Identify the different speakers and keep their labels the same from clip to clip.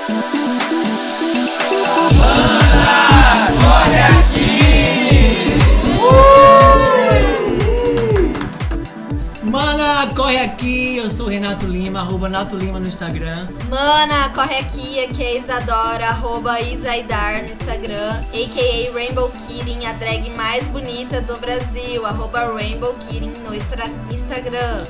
Speaker 1: Corre aqui, eu sou o Renato Lima, @Nato Lima no Instagram.
Speaker 2: Mana, corre aqui, aqui é Isadora, @Isaidar no Instagram, a.k.a. Rainbow Kidding, a drag mais bonita do Brasil, @Rainbow Kidding no Instagram.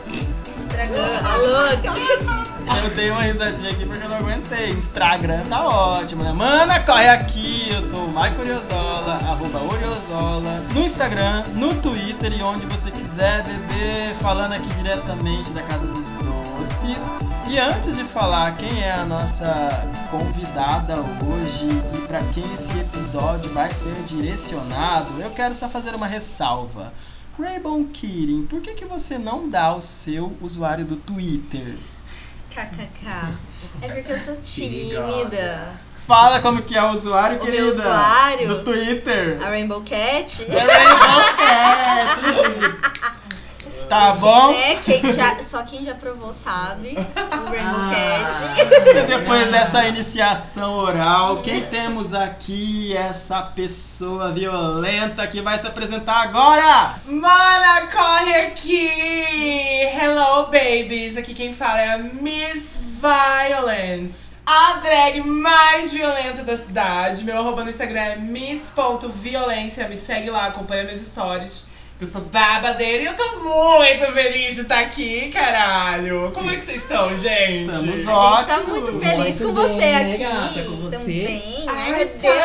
Speaker 2: Alô,
Speaker 3: eu dei uma risadinha aqui porque eu não aguentei. Instagram tá ótimo, né? Mana, corre aqui! Eu sou o Michael Oriozola, @Oriozola, no Instagram, no Twitter e onde você quiser, bebê. Falando aqui diretamente da Casa dos Doces. E antes de falar quem é a nossa convidada hoje e pra quem esse episódio vai ser direcionado, eu quero só fazer uma ressalva. Rainbow Kidding, por que você não dá o seu usuário do Twitter?
Speaker 2: KKK. É porque eu sou tímida.
Speaker 3: Fala como que é o usuário,
Speaker 2: o
Speaker 3: querida.
Speaker 2: Meu usuário?
Speaker 3: Do Twitter.
Speaker 2: A Rainbow Cat.
Speaker 3: É Rainbow Cat. Tá bom?
Speaker 2: Só quem já provou sabe. O Rainbow Cat.
Speaker 3: E depois dessa iniciação oral, quem temos aqui? Essa pessoa violenta que vai se apresentar agora!
Speaker 4: Mana, corre aqui! Hello, babies! Aqui quem fala é a Miss Violence, a drag mais violenta da cidade. Meu @ no Instagram é miss.violência. Me segue lá, acompanha minhas stories. Eu sou babadeira e eu tô muito feliz de estar aqui, caralho! Como é que vocês estão, gente?
Speaker 3: Estamos
Speaker 2: ótimos! A gente tá muito feliz com você aqui.
Speaker 1: Gata, com você.
Speaker 2: Também.
Speaker 4: Ai,
Speaker 2: meu Deus,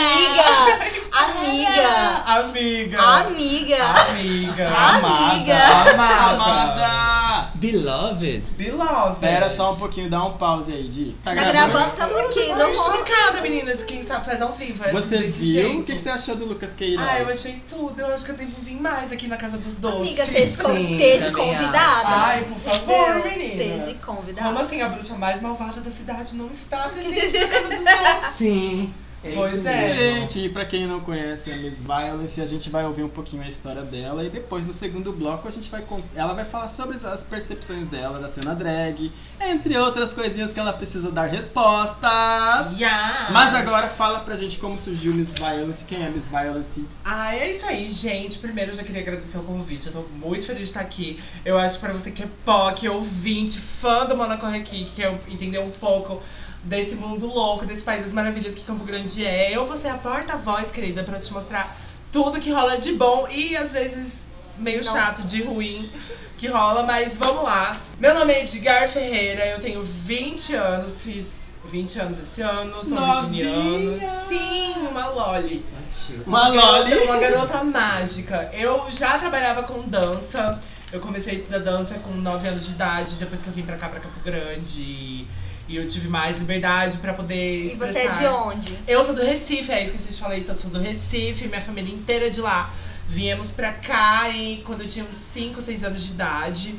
Speaker 3: Amada!
Speaker 1: Beloved.
Speaker 3: Pera só um pouquinho, dá um pause aí, Di.
Speaker 2: Tá gravando, tamo aqui.
Speaker 4: Eu tô chocada, menina, de quem sabe faz ao vivo.
Speaker 3: Você viu? O que você achou do Lucas Queiroz?
Speaker 4: Ah, eu achei tudo. Eu acho que eu devo vir mais aqui na Casa dos Doces.
Speaker 2: Amiga, esteja convidada.
Speaker 4: Ai, por favor, menina.
Speaker 2: Esteja convidada.
Speaker 4: Como assim? A bruxa mais malvada da cidade não está presente na Casa dos Doces?
Speaker 1: Sim.
Speaker 4: Pois é.
Speaker 3: Gente, e pra quem não conhece a Miss Violence, a gente vai ouvir um pouquinho a história dela e depois no segundo bloco ela vai falar sobre as percepções dela da cena drag, entre outras coisinhas que ela precisa dar respostas.
Speaker 4: Yeah.
Speaker 3: Mas agora fala pra gente como surgiu Miss Violence, quem é Miss Violence?
Speaker 4: Ah, é isso aí, gente. Primeiro eu já queria agradecer o convite, eu tô muito feliz de estar aqui. Eu acho que pra você que é POC, ouvinte, fã do Mana Corre Aqui, que quer entender um pouco desse mundo louco, desse país das maravilhas que Campo Grande é. Eu vou ser a porta-voz, querida, pra te mostrar tudo que rola de bom e às vezes meio chato, de ruim que rola, mas vamos lá. Meu nome é Edgar Ferreira, eu tenho 20 anos, fiz 20 anos esse ano, sou virginiano. Sim, uma loli. Uma garota mágica. Eu já trabalhava com dança, eu comecei a estudar dança com 9 anos de idade, depois que eu vim pra cá, pra Campo Grande. E eu tive mais liberdade pra poder expressar.
Speaker 2: E você é de onde?
Speaker 4: Eu sou do Recife, esqueci de falar isso. Eu sou do Recife, minha família inteira é de lá. Viemos pra cá quando eu tinha uns 5, 6 anos de idade.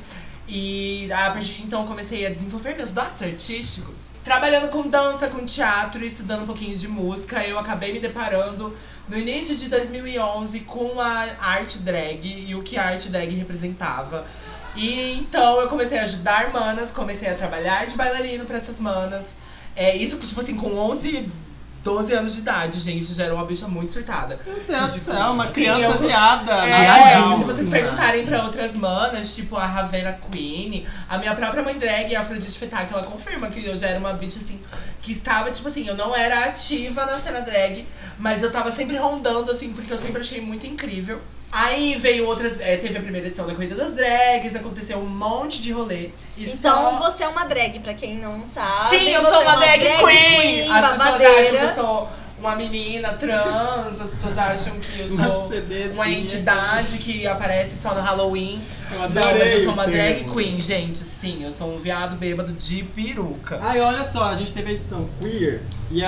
Speaker 4: E a partir de então eu comecei a desenvolver meus dotes artísticos. Trabalhando com dança, com teatro, estudando um pouquinho de música, eu acabei me deparando no início de 2011 com a arte drag e o que a arte drag representava. E então eu comecei a ajudar manas, comecei a trabalhar de bailarino pra essas manas. Isso, tipo assim, com 11, 12 anos de idade, gente, já era uma bicha muito surtada.
Speaker 3: Meu Deus do céu, uma criança viada.
Speaker 4: Se vocês perguntarem pra outras manas, tipo a Ravena Queen, a minha própria mãe drag, a Afrodite Fetac, ela confirma que eu já era uma bicha, assim, que estava, tipo assim, eu não era ativa na cena drag, mas eu tava sempre rondando, assim, porque eu sempre achei muito incrível. Aí veio outras, teve a primeira edição da Corrida das Drags, aconteceu um monte de rolê.
Speaker 2: Então você é uma drag, pra quem não sabe.
Speaker 4: Sim, eu sou uma drag queen! As
Speaker 2: babadeira.
Speaker 4: pessoas acham que eu sou uma menina trans, as pessoas acham que eu sou uma entidade que aparece só no Halloween. Não, mas eu sou uma drag queen, gente, sim, eu sou um viado bêbado de peruca.
Speaker 3: Ai, olha só, a gente teve a edição queer e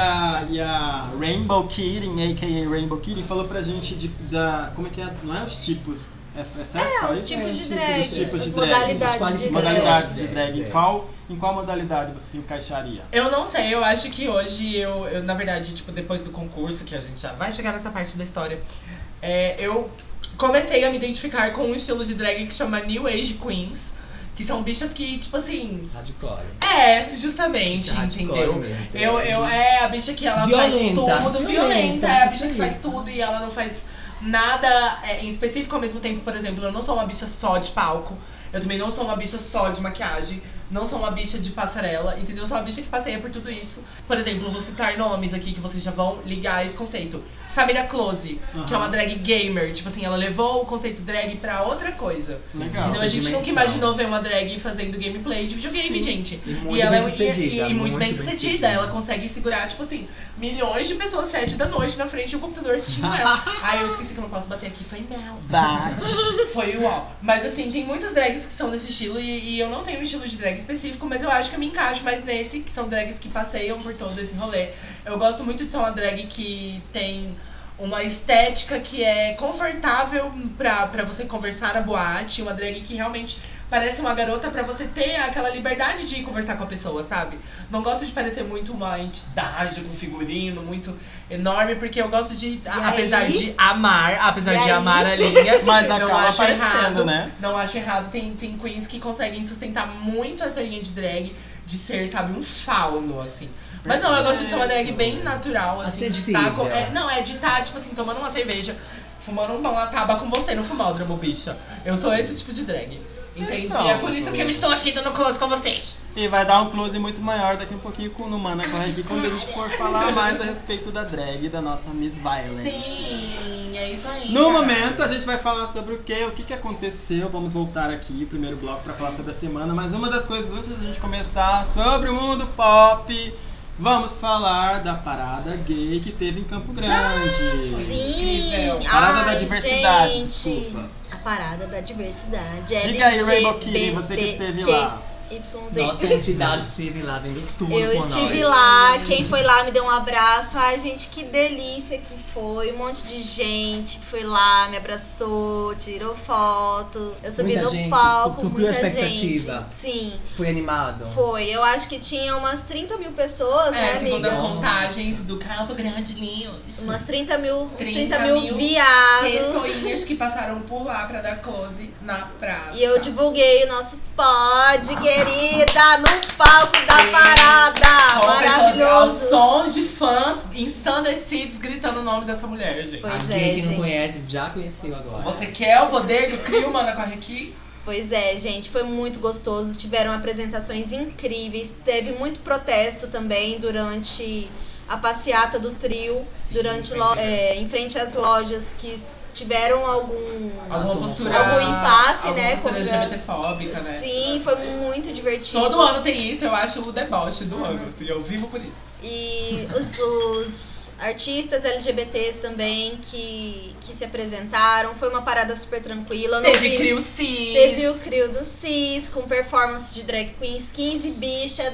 Speaker 3: a Rainbow Kidding, a.k.a. Rainbow Kidding, falou pra gente como é que é, não é os tipos, é certo?
Speaker 2: Os tipos de drag,
Speaker 3: os tipos de
Speaker 2: modalidades
Speaker 3: de drag. Em qual modalidade você se encaixaria?
Speaker 4: Eu não sei, eu acho que hoje eu na verdade, tipo, depois do concurso, que a gente já vai chegar nessa parte da história, eu comecei a me identificar com um estilo de drag que chama New Age Queens, Que são bichas que, tipo assim...
Speaker 1: Hardcore.
Speaker 4: Justamente,
Speaker 1: Hardcore
Speaker 4: entendeu?
Speaker 1: mesmo.
Speaker 4: A bicha que ela
Speaker 1: Violenta.
Speaker 4: faz tudo, violenta. É a bicha que
Speaker 1: Sim.
Speaker 4: faz tudo e ela não faz nada em específico ao mesmo tempo. Por exemplo, eu não sou uma bicha só de palco. Eu também não sou uma bicha só de maquiagem. Não sou uma bicha de passarela, entendeu? Eu sou uma bicha que passeia por tudo isso. Por exemplo, vou citar nomes aqui que vocês já vão ligar a esse conceito. Samira Close, que é uma drag gamer. Tipo assim, ela levou o conceito drag pra outra coisa.
Speaker 3: Legal.
Speaker 4: Entendeu? A gente
Speaker 1: Dimensão.
Speaker 4: nunca imaginou ver uma drag fazendo gameplay de videogame, gente.
Speaker 1: E muito
Speaker 4: E ela
Speaker 1: bem sucedida,
Speaker 4: e muito bem
Speaker 1: bem
Speaker 4: sucedida.
Speaker 1: sucedida.
Speaker 4: Ela consegue segurar, tipo assim, milhões de pessoas 7 da noite na frente do computador assistindo ela. Ai, eu esqueci que eu não posso bater aqui. Foi mal.
Speaker 3: Bate.
Speaker 4: Foi uau. Mas assim, tem muitas drags que são desse estilo e eu não tenho um estilo de drag específico, mas eu acho que eu me encaixo mais nesse, que são drags que passeiam por todo esse rolê. Eu gosto muito de ter uma drag que tem uma estética que é confortável pra você conversar na boate, uma drag que realmente parece uma garota pra você ter aquela liberdade de conversar com a pessoa, sabe? Não gosto de parecer muito uma entidade com figurino muito enorme, porque eu gosto de, apesar de amar a linha,
Speaker 3: Mas
Speaker 4: não
Speaker 3: acaba
Speaker 4: acho
Speaker 3: aparecendo,
Speaker 4: errado,
Speaker 3: né?
Speaker 4: Não acho errado, tem queens que conseguem sustentar muito essa linha de drag, de ser, sabe, um fauno, assim. Mas não, eu gosto de ser uma drag bem natural, assim, de estar
Speaker 1: Acessível.
Speaker 4: de estar, tipo assim, tomando uma cerveja, fumando uma taba com você no fumódromo, bicha. Eu sou esse tipo de drag. Entendi.
Speaker 3: Então,
Speaker 4: É por isso que eu estou aqui dando close com vocês.
Speaker 3: E vai dar um close muito maior daqui a pouquinho com o Mana Corre Aqui, quando a gente for falar mais a respeito da drag da nossa Miss Violence.
Speaker 4: Sim, é isso aí.
Speaker 3: No
Speaker 4: cara.
Speaker 3: momento a gente vai falar sobre o que aconteceu. Vamos voltar aqui, o primeiro bloco, pra falar sobre a semana. Mas uma das coisas, antes da gente começar, sobre o mundo pop, vamos falar da parada gay que teve em Campo Grande.
Speaker 2: Sim!
Speaker 4: Incrível.
Speaker 3: Parada da
Speaker 2: Ai,
Speaker 3: diversidade,
Speaker 2: gente.
Speaker 3: desculpa.
Speaker 2: A parada da diversidade.
Speaker 3: Diga aí, Rainbow Kitty, você que esteve lá.
Speaker 2: YZ.
Speaker 1: Nossa entidade esteve lá vendo tudo
Speaker 2: Eu
Speaker 1: com
Speaker 2: estive
Speaker 1: nós.
Speaker 2: lá, quem foi lá me deu um abraço. Ai, gente, que delícia que foi. Um monte de gente foi lá, me abraçou, tirou foto. Eu subi
Speaker 1: Muita
Speaker 2: no
Speaker 1: gente,
Speaker 2: palco,
Speaker 1: cumpriu a
Speaker 2: muita
Speaker 1: expectativa.
Speaker 2: gente. Sim,
Speaker 1: Foi animado.
Speaker 2: foi. Eu acho que tinha umas 30 mil pessoas, né,
Speaker 4: segundo
Speaker 2: amiga?
Speaker 4: as contagens do Campo Grande News.
Speaker 2: Umas 30 mil, uns 30
Speaker 4: 30
Speaker 2: mil
Speaker 4: mil
Speaker 2: viados.
Speaker 4: pessoinhas que passaram por lá pra dar close na praça.
Speaker 2: E eu divulguei o nosso pod, querida, no palco da parada.
Speaker 4: Ao
Speaker 2: Maravilhoso.
Speaker 4: som de fãs ensandecidos gritando o nome dessa mulher, gente.
Speaker 2: Pois
Speaker 1: A
Speaker 2: é,
Speaker 1: gay que não
Speaker 2: gente.
Speaker 1: conhece já conheceu agora.
Speaker 4: Você quer o poder do Crio, Mana Corre Aqui?
Speaker 2: Pois é, gente, foi muito gostoso. Tiveram apresentações incríveis. Teve muito protesto também durante a passeata do trio,
Speaker 4: Sim,
Speaker 2: em frente às lojas que tiveram
Speaker 4: Alguma postura.
Speaker 2: algum impasse,
Speaker 4: alguma
Speaker 2: né?
Speaker 4: postura
Speaker 2: contra-
Speaker 4: LGBT-fóbica, né?
Speaker 2: Sim, foi muito divertido.
Speaker 4: Todo ano tem isso, eu acho o deboche do ano, assim, eu vivo por isso.
Speaker 2: E os artistas LGBTs também que se apresentaram. Foi uma parada super tranquila. Eu não
Speaker 4: Teve
Speaker 2: vi-
Speaker 4: Crio Cis.
Speaker 2: Teve o Crio do Cis, com performance de drag queens, 15 bichas,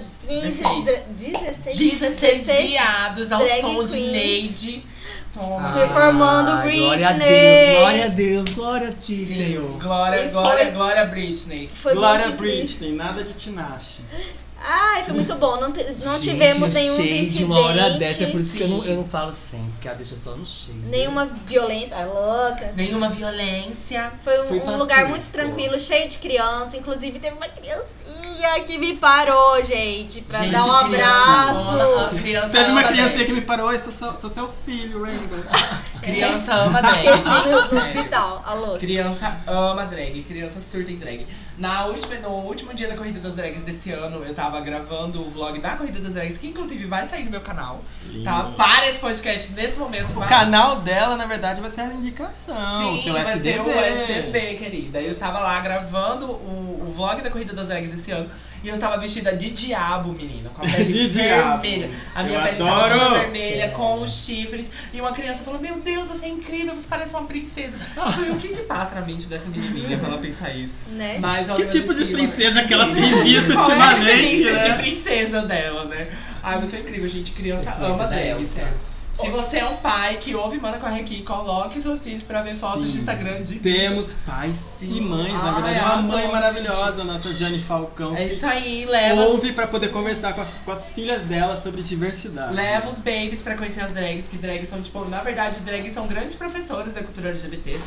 Speaker 4: 16 viados ao
Speaker 2: drag
Speaker 4: som de
Speaker 2: queens.
Speaker 4: Neide. Toma.
Speaker 2: Performando
Speaker 1: Glória a
Speaker 2: Britney.
Speaker 1: Deus, glória a Deus, glória a ti,
Speaker 4: Sim,
Speaker 1: Senhor.
Speaker 4: Glória,
Speaker 2: E
Speaker 4: glória,
Speaker 2: foi-
Speaker 4: glória Britney.
Speaker 2: Foi
Speaker 3: Glória
Speaker 2: muito incrível.
Speaker 3: Britney, nada de Tinashe.
Speaker 2: Ai, foi muito bom. Não
Speaker 1: Gente,
Speaker 2: tivemos
Speaker 1: no
Speaker 2: nenhum
Speaker 1: shade,
Speaker 2: incidente.
Speaker 1: uma hora dessa, é por isso que
Speaker 4: Sim.
Speaker 1: eu não falo sempre, porque a bicha só no shade.
Speaker 2: Nenhuma violência. Ai, louca.
Speaker 4: Nenhuma violência.
Speaker 2: Foi
Speaker 1: Fui
Speaker 2: um lugar
Speaker 1: pacífico.
Speaker 2: muito tranquilo, cheio de criança. Inclusive teve uma criancinha que me parou, gente, pra
Speaker 4: Gente,
Speaker 2: dar um abraço.
Speaker 4: Criança
Speaker 3: Teve uma
Speaker 4: ama
Speaker 3: criancinha
Speaker 4: drag.
Speaker 3: que me parou, esse sou seu filho, Rainbow.
Speaker 4: Criança ama drag.
Speaker 2: Esqueci no
Speaker 4: Sério.
Speaker 2: hospital, alô.
Speaker 4: Criança ama drag, criança surta em drag. No último dia da Corrida das Drags desse ano, eu tava gravando o vlog da Corrida das Drags, que inclusive vai sair no meu canal, tá?
Speaker 3: Lindo.
Speaker 4: Para esse podcast nesse momento.
Speaker 3: O
Speaker 4: vai.
Speaker 3: canal dela, na verdade, vai ser a indicação,
Speaker 4: Sim,
Speaker 3: seu
Speaker 4: vai
Speaker 3: SDV.
Speaker 4: ser o SDV, querida. Eu estava lá gravando o vlog da Corrida das Drags esse ano. E eu estava vestida de diabo, menina. Com a pele
Speaker 3: De diabo.
Speaker 4: vermelha. A minha
Speaker 3: Eu
Speaker 4: pele estava
Speaker 3: adoro.
Speaker 4: toda vermelha, com os chifres. E uma criança falou, meu Deus, você é incrível, você parece uma princesa. Eu falei, o que se passa na mente dessa menininha pra ela pensar isso?
Speaker 2: Né?
Speaker 4: Mas eu
Speaker 3: Que tipo de
Speaker 4: agradeci,
Speaker 3: princesa que ela tem visto
Speaker 4: Qual é a
Speaker 3: ultimamente,
Speaker 4: referência
Speaker 3: né?
Speaker 4: de princesa dela, né? Ai, mas foi incrível, gente. Criança
Speaker 1: Você
Speaker 4: ama
Speaker 1: fez da
Speaker 4: drag,
Speaker 1: Elsa.
Speaker 4: sério. Se você é um pai que ouve Mana Corre Aqui, coloque seus filhos pra ver fotos
Speaker 3: Sim.
Speaker 4: de Instagram de
Speaker 3: Temos pais e mães, na verdade,
Speaker 4: Ai,
Speaker 3: uma mãe
Speaker 4: arrasou,
Speaker 3: maravilhosa, a nossa Jane Falcão,
Speaker 4: É
Speaker 3: que
Speaker 4: isso aí, leva.
Speaker 3: ouve pra poder conversar com as filhas dela sobre diversidade.
Speaker 4: Leva os babies pra conhecer as drags, que drags são, tipo, na verdade, drags são grandes professores da cultura LGBT, assim.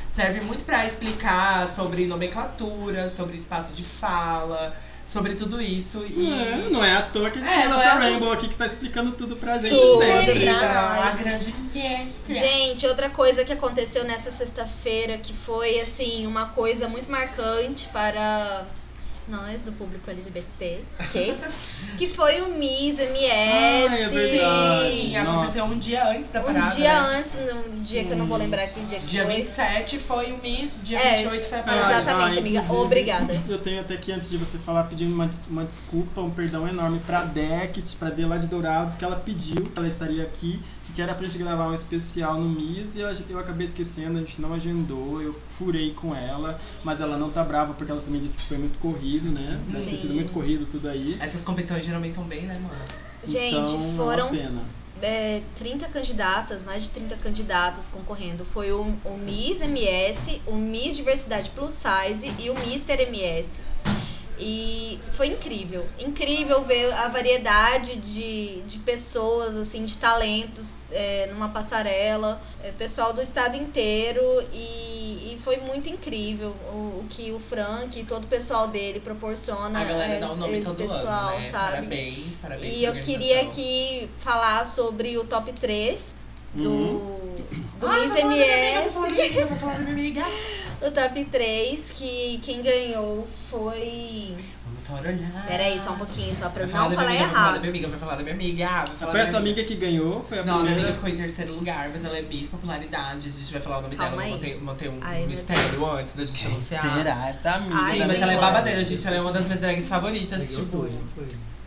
Speaker 4: serve muito pra explicar sobre nomenclatura, sobre espaço de fala, sobre tudo isso. E
Speaker 3: Não é à toa que a gente tem a
Speaker 4: não
Speaker 3: nossa
Speaker 4: é à toa.
Speaker 3: Rainbow aqui que tá explicando tudo pra gente
Speaker 2: Tudo
Speaker 3: sempre.
Speaker 2: pra
Speaker 4: a
Speaker 2: nós.
Speaker 4: grande mestra.
Speaker 2: Gente, outra coisa que aconteceu nessa sexta-feira, que foi, assim, uma coisa muito marcante para nós do público LGBT, ok? Que foi o Miss MS.
Speaker 3: Ai, é verdade.
Speaker 4: Sim, aconteceu
Speaker 3: Nossa.
Speaker 4: um dia antes da
Speaker 2: Um
Speaker 4: parada.
Speaker 2: dia
Speaker 4: né?
Speaker 2: antes, um dia que eu não vou lembrar que dia que
Speaker 4: Dia
Speaker 2: foi.
Speaker 4: 27 foi o Miss, dia
Speaker 2: É,
Speaker 4: 28 foi a
Speaker 3: Ah,
Speaker 4: parada.
Speaker 2: exatamente, amiga.
Speaker 3: inclusive,
Speaker 2: Obrigada.
Speaker 3: Eu tenho até que, antes de você falar, pedir uma desculpa, um perdão enorme pra Deket, pra D lá de Dourados, que ela pediu que ela estaria aqui, que era pra gente gravar um especial no Miss, e eu acabei esquecendo, a gente não agendou, eu furei com ela, mas ela não tá brava porque ela também disse que foi muito corrido, né? Deve ter
Speaker 2: Sim.
Speaker 3: sido muito corrido tudo aí.
Speaker 4: Essas competições geralmente são bem, né, mano?
Speaker 2: Gente,
Speaker 3: Então, é uma
Speaker 2: foram
Speaker 3: pena.
Speaker 2: 30 candidatas, mais de 30 candidatas concorrendo. Foi o Miss MS, o Miss Diversidade Plus Size e o Mr. MS. E foi incrível, incrível ver a variedade de pessoas, assim, de talentos numa passarela, pessoal do estado inteiro, e foi muito incrível o que o Frank e todo o pessoal dele proporciona
Speaker 4: A galera dá o nome
Speaker 2: esse
Speaker 4: todo
Speaker 2: pessoal,
Speaker 4: ano, né?
Speaker 2: sabe?
Speaker 4: Parabéns
Speaker 2: E
Speaker 4: pra
Speaker 2: eu
Speaker 4: organização.
Speaker 2: queria aqui falar sobre o top 3 do Miss
Speaker 4: Vai
Speaker 2: MS.
Speaker 4: falar da minha amiga.
Speaker 2: O top 3, que quem ganhou foi...
Speaker 4: Vamos só olhar.
Speaker 2: Peraí, só um pouquinho, só pra eu
Speaker 4: Vai
Speaker 2: não
Speaker 4: da
Speaker 2: falar
Speaker 4: minha amiga, vai falar da
Speaker 2: errado.
Speaker 4: minha amiga, vai falar da minha amiga. Vai falar
Speaker 3: Foi
Speaker 4: da
Speaker 3: a sua
Speaker 4: minha
Speaker 3: amiga que ganhou, foi a
Speaker 4: Não, a minha
Speaker 3: primeira.
Speaker 4: amiga ficou em terceiro lugar, mas ela é Miss Popularidade. A gente vai falar o nome
Speaker 2: Calma
Speaker 4: dela,
Speaker 2: aí.
Speaker 4: manter um
Speaker 2: Ai, meu
Speaker 4: mistério antes da gente anunciar.
Speaker 3: Será essa amiga?
Speaker 2: Ai,
Speaker 4: Sim, mas
Speaker 2: senhor.
Speaker 4: ela é babadeira, gente. Ela é uma das minhas drags favoritas.
Speaker 1: Ganhou
Speaker 4: Tipo...
Speaker 1: dois, não foi?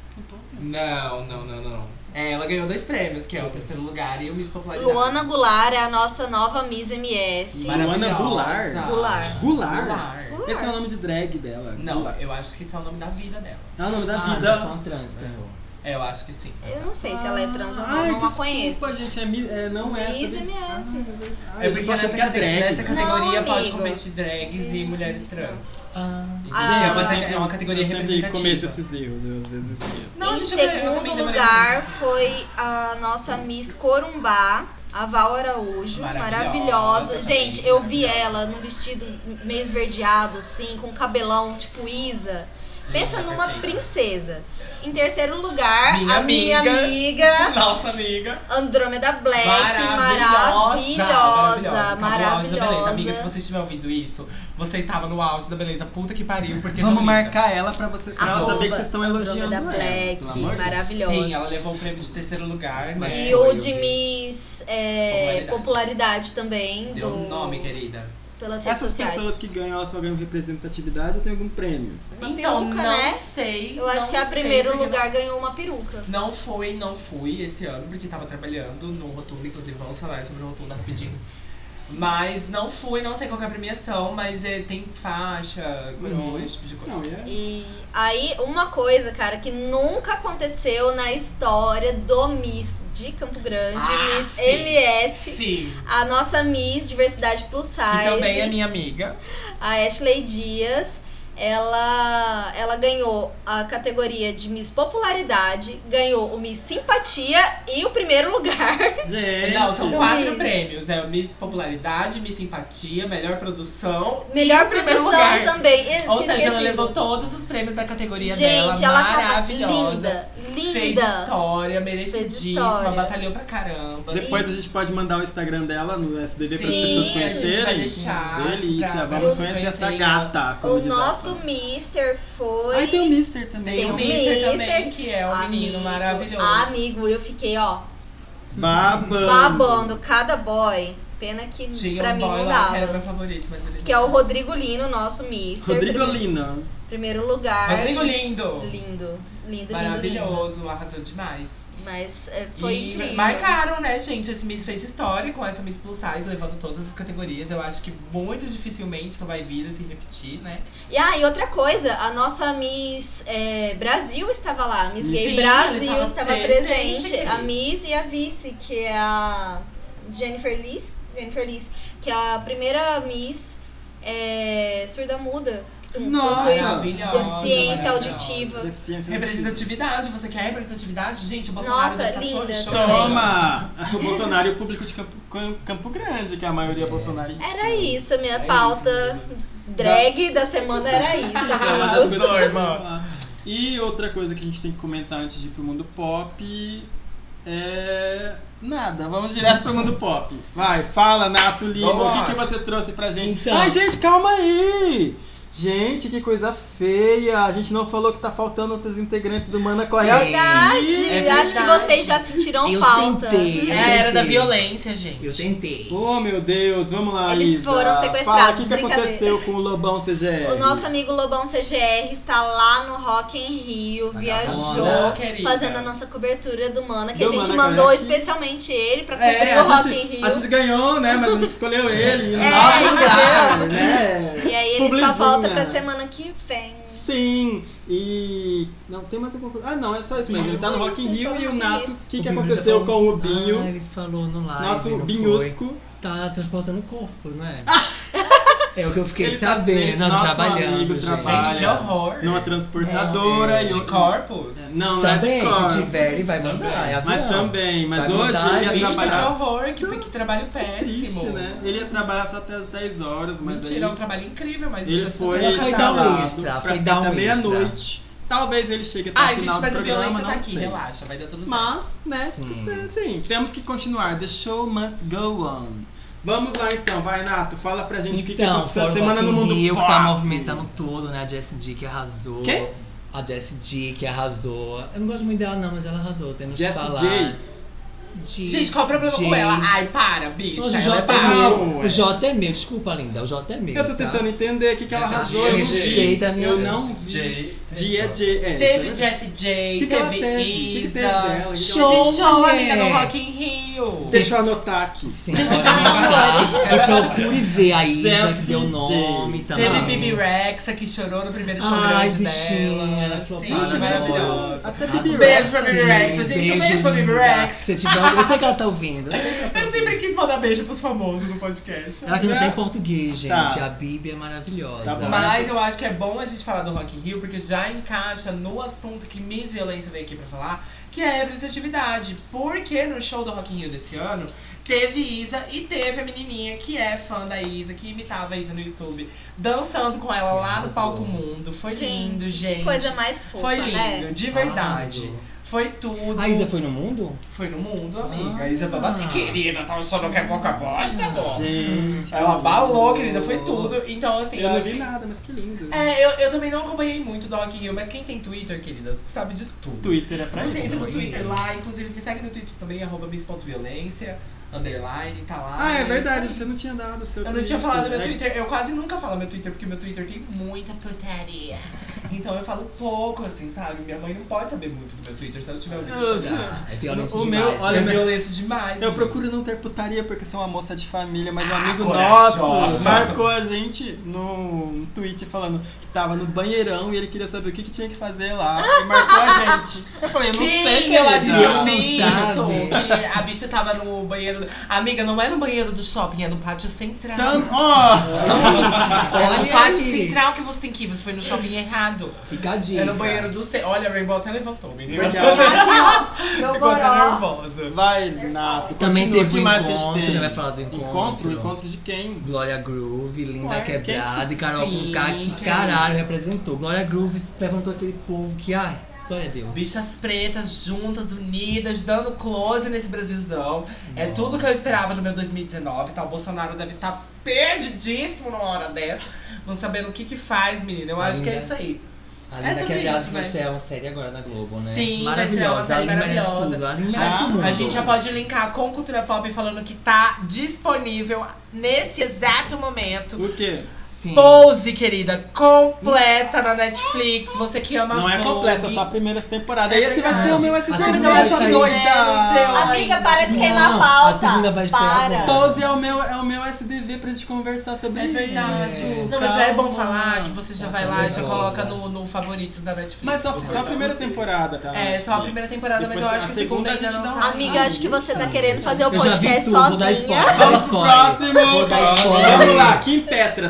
Speaker 4: Não. Ela ganhou 2 prêmios, que é o terceiro lugar e o Miss Popularidade.
Speaker 2: Luana Goulart é a nossa nova Miss MS.
Speaker 3: Luana Goulart?
Speaker 2: Goulart.
Speaker 3: Goulart?
Speaker 2: Goulart.
Speaker 3: Esse é o nome de drag dela.
Speaker 4: Não,
Speaker 3: Goulart.
Speaker 4: eu acho que esse é o nome da vida dela.
Speaker 3: É o nome da
Speaker 1: Ah,
Speaker 3: vida.
Speaker 1: Gastão Trans ganhou.
Speaker 4: É, eu acho que sim.
Speaker 2: Eu não sei se ela é trans ou não,
Speaker 3: Ai,
Speaker 2: não a
Speaker 3: desculpa,
Speaker 2: conheço.
Speaker 3: gente, não é
Speaker 2: Miss
Speaker 3: essa.
Speaker 2: MS.
Speaker 4: É porque nessa,
Speaker 3: que é drag.
Speaker 4: nessa categoria
Speaker 2: Não,
Speaker 4: pode
Speaker 2: amigo.
Speaker 4: competir drags e mulheres trans.
Speaker 1: Ah,
Speaker 4: Entendeu? É uma categoria
Speaker 3: eu sempre
Speaker 4: representativa.
Speaker 3: cometo esses erros, eu às vezes esqueço.
Speaker 4: Não,
Speaker 2: Em
Speaker 4: gente, eu também
Speaker 2: segundo
Speaker 4: demorei
Speaker 2: lugar
Speaker 4: muito.
Speaker 2: foi a nossa Miss Corumbá, a Val Araújo,
Speaker 4: Maravilhosa,
Speaker 2: maravilhosa. Gente, eu vi
Speaker 4: maravilhosa.
Speaker 2: ela num vestido meio esverdeado, assim, com cabelão tipo Isa. Pensa
Speaker 4: Linda,
Speaker 2: numa
Speaker 4: perfeita.
Speaker 2: princesa. Em terceiro lugar,
Speaker 4: Minha
Speaker 2: a minha amiga
Speaker 4: Nossa amiga.
Speaker 2: Andrômeda Black,
Speaker 4: Maravilhosa.
Speaker 2: maravilhosa,
Speaker 4: Tá no auge da beleza. Amiga, se
Speaker 2: maravilhosa.
Speaker 4: você estiver ouvindo isso, você estava no auge da beleza. Puta que pariu, porque
Speaker 3: Vamos
Speaker 4: tão linda.
Speaker 3: marcar ela pra ela
Speaker 2: Arroba
Speaker 3: saber que vocês estão elogiando
Speaker 2: Andrômeda
Speaker 3: ela.
Speaker 2: Black,
Speaker 3: pelo amor de Deus.
Speaker 2: maravilhosa.
Speaker 4: Sim, ela levou o prêmio de terceiro lugar, né?
Speaker 2: E
Speaker 3: Foi,
Speaker 2: o
Speaker 3: eu
Speaker 2: de
Speaker 3: vi.
Speaker 2: Miss
Speaker 4: Popularidade.
Speaker 2: Popularidade também.
Speaker 4: Deu
Speaker 2: do,
Speaker 4: um nome, querida.
Speaker 2: Pelas redes
Speaker 3: Essas
Speaker 2: sociais.
Speaker 3: pessoas que ganham, elas só ganham representatividade ou tem algum prêmio?
Speaker 2: Uma
Speaker 4: Então,
Speaker 2: peruca,
Speaker 4: não
Speaker 2: né?
Speaker 4: sei.
Speaker 2: Eu acho
Speaker 4: não
Speaker 2: que a
Speaker 4: sei,
Speaker 2: primeiro
Speaker 4: porque
Speaker 2: lugar ganhou uma peruca.
Speaker 4: Não fui esse ano, porque tava trabalhando no Rotunda, inclusive vamos falar sobre o Rotunda rapidinho. Mas não fui, não sei qual que é a premiação, mas tem faixa, coroa, esse tipo de coisa.
Speaker 3: Não, é.
Speaker 2: E aí, uma coisa, cara, que nunca aconteceu na história do Miss de Campo Grande, Miss
Speaker 4: sim.
Speaker 2: MS,
Speaker 4: Sim.
Speaker 2: a nossa Miss Diversidade Plus Size,
Speaker 4: E também a minha amiga.
Speaker 2: a Ashley Dias, ela ganhou a categoria de Miss Popularidade, ganhou o Miss Simpatia e o primeiro lugar.
Speaker 3: Gente,
Speaker 4: Não, são
Speaker 2: do
Speaker 4: 4
Speaker 2: Miss.
Speaker 4: prêmios. É o Miss Popularidade, Miss Simpatia, Melhor Produção.
Speaker 2: Melhor
Speaker 4: e o primeiro
Speaker 2: produção
Speaker 4: lugar.
Speaker 2: também. Eu
Speaker 4: Ou
Speaker 2: tinha
Speaker 4: seja, ela
Speaker 2: esquecido.
Speaker 4: levou todos os prêmios da categoria dela.
Speaker 2: Gente, ela tava
Speaker 4: Maravilhosa.
Speaker 2: linda,
Speaker 4: Fez
Speaker 2: linda.
Speaker 4: história,
Speaker 2: Fez
Speaker 4: merecidíssima,
Speaker 2: história.
Speaker 4: batalhou pra caramba.
Speaker 3: depois a gente pode mandar o Instagram dela no SDD para as
Speaker 4: Sim,
Speaker 3: pessoas
Speaker 4: a gente vai
Speaker 3: conhecerem.
Speaker 4: deixar
Speaker 3: Delícia,
Speaker 4: pra
Speaker 3: vamos
Speaker 4: vocês
Speaker 3: conhecer essa
Speaker 4: conhecerem
Speaker 3: gata. como
Speaker 2: O
Speaker 3: diz a
Speaker 2: nosso
Speaker 3: fã.
Speaker 2: Mister foi...
Speaker 3: Ai, tem o Mister também.
Speaker 4: Tem o
Speaker 2: o
Speaker 4: Mister também,
Speaker 2: Mister,
Speaker 4: que é um menino maravilhoso.
Speaker 2: Amigo, eu fiquei, ó,
Speaker 3: Babando.
Speaker 2: babando cada boy. Pena que
Speaker 4: Tinha
Speaker 2: pra
Speaker 4: um
Speaker 2: mim
Speaker 4: boy
Speaker 2: não
Speaker 4: lá que era
Speaker 2: dava.
Speaker 4: meu favorito, mas ele
Speaker 2: Que é o Rodrigo Lino, nosso Mister.
Speaker 3: Rodrigo Lina.
Speaker 2: Primeiro lugar.
Speaker 4: Rodrigo lindo!
Speaker 2: Lindo, lindo, lindo.
Speaker 4: Maravilhoso, arrasou demais.
Speaker 2: Mas foi
Speaker 4: E
Speaker 2: incrível.
Speaker 4: marcaram, né, gente? Esse Miss fez história com essa Miss Plus Size, levando todas as categorias. Eu acho que muito dificilmente não vai vir a se repetir, né?
Speaker 2: E outra coisa, a nossa Miss Brasil estava lá. Miss Gay
Speaker 4: Sim,
Speaker 2: Brasil
Speaker 4: ela
Speaker 2: estava
Speaker 4: estava
Speaker 2: presente.
Speaker 4: presente,
Speaker 2: A Miss e a Vice, que é a Jennifer Liz, que é a primeira Miss surda-muda que
Speaker 3: Nossa,
Speaker 2: possui
Speaker 4: maravilhosa,
Speaker 2: deficiência
Speaker 4: maravilhosa.
Speaker 2: auditiva.
Speaker 3: Deficiência
Speaker 4: Representatividade, você quer representatividade? Gente, o Bolsonaro
Speaker 2: Nossa,
Speaker 4: deve tá
Speaker 2: linda
Speaker 4: chorando.
Speaker 3: Toma! O Bolsonaro e o público de Campo Grande, que a maioria é bolsonarista.
Speaker 2: Era isso, a minha
Speaker 4: É
Speaker 2: pauta drag da semana era isso, amigos.
Speaker 4: Turma.
Speaker 3: E outra coisa que a gente tem que comentar antes de ir pro mundo pop é... Nada, vamos direto pro mundo pop. Vai, fala, Nato Lima,
Speaker 4: Vamos
Speaker 3: o
Speaker 4: lá.
Speaker 3: que você trouxe pra gente?
Speaker 1: Então.
Speaker 3: Ai, gente, calma aí! Gente, que coisa feia! A gente não falou que tá faltando outros integrantes do Mana Corre Aqui.
Speaker 2: Verdade,
Speaker 4: É
Speaker 2: acho que
Speaker 4: verdade.
Speaker 2: vocês já sentiram
Speaker 1: Eu
Speaker 2: falta.
Speaker 1: tentei.
Speaker 4: É a era da violência, gente.
Speaker 1: Eu tentei.
Speaker 3: Oh, meu Deus, vamos lá,
Speaker 2: Eles
Speaker 3: Isa.
Speaker 2: foram sequestrados,
Speaker 3: Fala, o que
Speaker 2: brincadeira.
Speaker 3: aconteceu com o Lobão CGR?
Speaker 2: O nosso amigo Lobão CGR está lá no Rock in Rio, viajou,
Speaker 4: querida.
Speaker 2: fazendo a nossa cobertura do Mana, que
Speaker 3: Do
Speaker 2: a gente
Speaker 3: Mana
Speaker 2: mandou
Speaker 3: Corre Aqui.
Speaker 2: especialmente ele pra cobrir
Speaker 3: É,
Speaker 2: o Rock in
Speaker 3: a
Speaker 2: Rio.
Speaker 3: gente ganhou, né? Mas a gente escolheu ele.
Speaker 2: É,
Speaker 3: Nosso lugar,
Speaker 2: entendeu?
Speaker 3: né?
Speaker 2: E aí ele só
Speaker 3: Publizinha.
Speaker 2: volta pra semana que vem.
Speaker 3: Sim, e... Não, tem mais alguma coisa? Ah, não, é só isso mesmo. Ele tá no
Speaker 2: Só
Speaker 3: Rock in
Speaker 2: isso,
Speaker 3: Rio
Speaker 2: tá no
Speaker 3: e o
Speaker 2: Rock in
Speaker 3: Nato,
Speaker 2: Rio.
Speaker 3: o que
Speaker 1: O Binho
Speaker 3: aconteceu
Speaker 1: já
Speaker 3: com
Speaker 1: falou-
Speaker 3: o Binho?
Speaker 1: Ah, ele falou no live.
Speaker 3: Nosso
Speaker 1: não foi?
Speaker 3: Binhusco.
Speaker 1: Tá transportando o corpo, não é? É o que eu fiquei
Speaker 3: Ele tá
Speaker 1: sabendo,
Speaker 3: bem- nosso
Speaker 1: trabalhando,
Speaker 3: amigo
Speaker 1: gente.
Speaker 3: trabalha.
Speaker 4: Gente, que horror.
Speaker 3: Numa transportadora e
Speaker 4: De
Speaker 3: outro-
Speaker 4: corpos?
Speaker 3: Não,
Speaker 1: Também,
Speaker 3: não é de
Speaker 1: se
Speaker 3: corpos.
Speaker 1: tiver, ele vai mandar.
Speaker 4: Também.
Speaker 1: É avião.
Speaker 3: Mas também, mas
Speaker 1: Vai
Speaker 3: hoje
Speaker 1: mandar,
Speaker 3: ele ia
Speaker 1: bicho,
Speaker 4: Bicho, que
Speaker 3: trabalhar...
Speaker 4: horror, que trabalho péssimo.
Speaker 3: Triste, né? Ele ia trabalhar só até as 10 horas, mas
Speaker 4: Mentira, é um
Speaker 3: aí
Speaker 4: trabalho incrível, mas
Speaker 3: ele
Speaker 4: já
Speaker 3: foi
Speaker 1: Ela foi dar um
Speaker 3: escalado
Speaker 1: extra,
Speaker 3: pra
Speaker 1: foi
Speaker 3: ficar
Speaker 1: dar um
Speaker 3: até
Speaker 1: extra.
Speaker 3: meia-noite. Talvez ele chegue até o
Speaker 4: Ai,
Speaker 3: final
Speaker 4: gente, mas
Speaker 3: do
Speaker 4: a
Speaker 3: programa,
Speaker 4: violência
Speaker 3: não
Speaker 4: tá aqui,
Speaker 3: sei.
Speaker 4: relaxa, vai dar tudo certo.
Speaker 3: Mas, né, sim, temos que continuar. The show must go on. Vamos lá então, vai Nato, fala pra gente o que
Speaker 1: Então,
Speaker 3: aconteceu
Speaker 1: fora
Speaker 3: essa
Speaker 1: o
Speaker 3: semana
Speaker 1: Rock
Speaker 3: no
Speaker 1: in
Speaker 3: mundo
Speaker 1: Rio, que
Speaker 3: pop.
Speaker 1: tá movimentando tudo, né? A Jessie J que arrasou.
Speaker 3: Quem?
Speaker 1: A Jessie J que arrasou. Eu não gosto muito dela não, mas ela arrasou. Temos que
Speaker 3: Jessie
Speaker 1: falar.
Speaker 3: J?
Speaker 4: Gente, qual o problema com ela? Ai, para, bicha.
Speaker 1: O
Speaker 4: ela
Speaker 1: J é
Speaker 4: para.
Speaker 1: meu.
Speaker 3: ué.
Speaker 1: O J é meu, desculpa, linda. O J é meu.
Speaker 3: Eu tô
Speaker 1: tá?
Speaker 3: tentando entender o que ela
Speaker 4: Jessie
Speaker 3: arrasou, eu não
Speaker 4: J.
Speaker 3: vi.
Speaker 1: Respeita a minha
Speaker 3: Eu
Speaker 1: vez.
Speaker 3: não vi.
Speaker 4: J.
Speaker 3: É,
Speaker 4: Teve
Speaker 3: isso, né?
Speaker 4: Jessie J,
Speaker 3: O que ela
Speaker 4: teve
Speaker 3: teve? O que
Speaker 4: Isa.
Speaker 3: teve dela? O que
Speaker 1: Show,
Speaker 4: Teve show,
Speaker 1: mulher.
Speaker 4: amiga, no Rock in Rio.
Speaker 3: Deixa eu anotar aqui.
Speaker 1: Sim, pode anotar. E procure ver a Isa,
Speaker 3: Jessie
Speaker 1: que deu
Speaker 3: J.
Speaker 1: nome também.
Speaker 4: Teve Bibi Rexa, que chorou no primeiro show
Speaker 1: Ai,
Speaker 4: grande
Speaker 1: bichinha,
Speaker 4: dela.
Speaker 1: flopada
Speaker 4: Sim,
Speaker 1: agora.
Speaker 4: maravilhosa.
Speaker 3: Até Bibi
Speaker 4: Beijo
Speaker 3: Rexa.
Speaker 4: pra Bibi Rexa, gente. Um beijo pra Bibi
Speaker 1: linda.
Speaker 4: Rexa.
Speaker 1: Se tiver, eu sei que ela tá ouvindo.
Speaker 4: Eu sempre quis mandar beijo pros famosos no podcast.
Speaker 1: Ela que não tem português, gente.
Speaker 3: Tá.
Speaker 1: A Bibi é maravilhosa.
Speaker 3: Tá bom.
Speaker 4: Mas eu acho que é bom a gente falar do Rock in Rio, porque já encaixa no assunto que Miss Violência veio aqui pra falar, que é a representatividade. Porque no show do Rock in Rio desse ano, teve Isa e teve a menininha que é fã da Isa, que imitava a Isa no YouTube, dançando com ela lá no
Speaker 1: Arrasou.
Speaker 4: Palco Mundo. Foi lindo, gente.
Speaker 2: Que coisa mais fofa,
Speaker 4: Foi lindo,
Speaker 2: né?
Speaker 4: de verdade.
Speaker 1: Arrasou.
Speaker 4: Foi tudo.
Speaker 1: A Isa foi no mundo?
Speaker 4: Foi no mundo, amiga.
Speaker 1: Ah.
Speaker 4: A Isa babata. Querida, tá achando que é pouca bosta, amor?
Speaker 3: Gente.
Speaker 4: Ela abalou, querida, foi tudo. Então, assim,
Speaker 3: Eu não
Speaker 4: acho
Speaker 3: vi
Speaker 4: que-
Speaker 3: nada, mas que lindo.
Speaker 4: É, eu também não acompanhei muito do Rock in Rio, mas quem tem Twitter, querida, sabe de tudo.
Speaker 3: Twitter é pra
Speaker 4: Você
Speaker 3: isso.
Speaker 4: entra no Twitter lá, inclusive me segue no Twitter também, @miss.violência, _, tá lá.
Speaker 3: Ah, é
Speaker 4: isso
Speaker 3: verdade,
Speaker 4: aí.
Speaker 3: você não tinha dado o seu
Speaker 4: Eu não tinha falado do meu
Speaker 3: né?
Speaker 4: Twitter, eu quase nunca falo meu Twitter, porque meu Twitter tem muita putaria. Então eu falo pouco, assim, sabe? Minha mãe não pode saber muito do meu Twitter, se ela tiver ouvindo.
Speaker 1: Ah, é violento
Speaker 3: O
Speaker 1: demais.
Speaker 3: meu-
Speaker 1: né?
Speaker 3: olha,
Speaker 4: É violento demais.
Speaker 3: Eu
Speaker 4: amiga.
Speaker 3: procuro não ter putaria porque sou uma moça de família, mas um amigo
Speaker 4: corajosa.
Speaker 3: nosso marcou a gente no tweet falando que tava no banheirão e ele queria saber o que tinha que fazer lá e marcou a gente. Eu falei, eu não
Speaker 4: Sim,
Speaker 3: sei,
Speaker 4: eu
Speaker 3: querida.
Speaker 4: acho que eu
Speaker 1: Não
Speaker 4: vi
Speaker 1: sabe.
Speaker 4: isso, que a bicha tava no banheiro. Amiga, não é no banheiro do shopping, é no pátio central.
Speaker 3: Então, ó,
Speaker 4: É no
Speaker 1: Olha
Speaker 4: pátio
Speaker 1: aí.
Speaker 4: central que você tem que ir, você foi no shopping errado.
Speaker 1: Fica a dica.
Speaker 4: É no banheiro do centro. Olha, a Rainbow até levantou, menina.
Speaker 3: Porque
Speaker 2: Aqui, ó, meu
Speaker 4: Ficou até
Speaker 2: goró.
Speaker 4: nervosa.
Speaker 3: vai, Nato,
Speaker 1: Também
Speaker 3: continua.
Speaker 1: teve
Speaker 3: O que
Speaker 1: um
Speaker 3: mais que a
Speaker 1: encontro,
Speaker 3: gente tem?
Speaker 1: né? Vai falar do encontro.
Speaker 3: Encontro de quem?
Speaker 1: Glória Groove, Linda
Speaker 3: Ué,
Speaker 1: Quebrada
Speaker 3: quem
Speaker 1: e Carol
Speaker 4: sim,
Speaker 1: Conká, que
Speaker 4: quem?
Speaker 1: caralho representou. Glória Groove levantou aquele povo que, ai, glória a Deus.
Speaker 4: Bichas pretas, juntas, unidas, dando close nesse Brasilzão. É tudo que eu esperava no meu 2019, tá? O Bolsonaro deve estar perdidíssimo numa hora dessa, não sabendo o que faz, menina. Eu acho que é
Speaker 1: Ainda.
Speaker 4: isso aí.
Speaker 1: A
Speaker 4: É
Speaker 1: Linda
Speaker 4: sobre
Speaker 1: Quebrada
Speaker 4: isso,
Speaker 1: que vai
Speaker 4: né?
Speaker 1: estrear uma série agora na Globo, né?
Speaker 4: Sim, vai estrear uma
Speaker 1: maravilhosa.
Speaker 4: série
Speaker 1: A Linda merece
Speaker 4: maravilhosa.
Speaker 1: tudo. A Linda merece o mundo.
Speaker 4: A gente já pode linkar com Cultura Pop falando que tá disponível nesse exato momento.
Speaker 3: O quê?
Speaker 1: Sim.
Speaker 4: Pose, querida, completa na Netflix. Você que ama
Speaker 3: Não é
Speaker 4: Vogue.
Speaker 3: completa, só a primeira temporada.
Speaker 4: É
Speaker 3: Esse vai ser o meu
Speaker 1: verdade.
Speaker 3: STV,
Speaker 1: A
Speaker 3: mas
Speaker 1: segunda
Speaker 3: eu
Speaker 1: vai
Speaker 3: acho
Speaker 1: sair.
Speaker 3: doida.
Speaker 4: não estreou.
Speaker 2: Amiga, para de
Speaker 1: Não,
Speaker 2: queimar a
Speaker 1: a
Speaker 2: pauta.
Speaker 1: segunda vai estrear
Speaker 2: Para.
Speaker 1: agora.
Speaker 3: Pose é o meu SDV pra gente conversar sobre
Speaker 4: É
Speaker 3: isso.
Speaker 4: verdade.
Speaker 1: É.
Speaker 4: Não, mas já é bom
Speaker 3: Calma.
Speaker 4: falar que você já
Speaker 1: Tá
Speaker 4: vai lá e já
Speaker 1: nervosa.
Speaker 4: coloca no favoritos da Netflix.
Speaker 3: Mas só a primeira temporada, tá?
Speaker 4: É, só a primeira temporada, mas eu
Speaker 3: Depois
Speaker 4: acho que a
Speaker 3: a segunda
Speaker 4: segunda ainda
Speaker 3: a gente
Speaker 4: não
Speaker 3: dá uma-
Speaker 4: sabe.
Speaker 2: Amiga, acho que você tá querendo fazer o
Speaker 1: Eu já vi
Speaker 2: podcast
Speaker 1: tudo, vou dar
Speaker 2: sozinha.
Speaker 1: spoiler.
Speaker 3: Vamos pro próximo!
Speaker 1: Vou dar spoiler.
Speaker 3: Vamos lá, Kim Petras. Quem
Speaker 1: Então,
Speaker 3: é
Speaker 1: Kim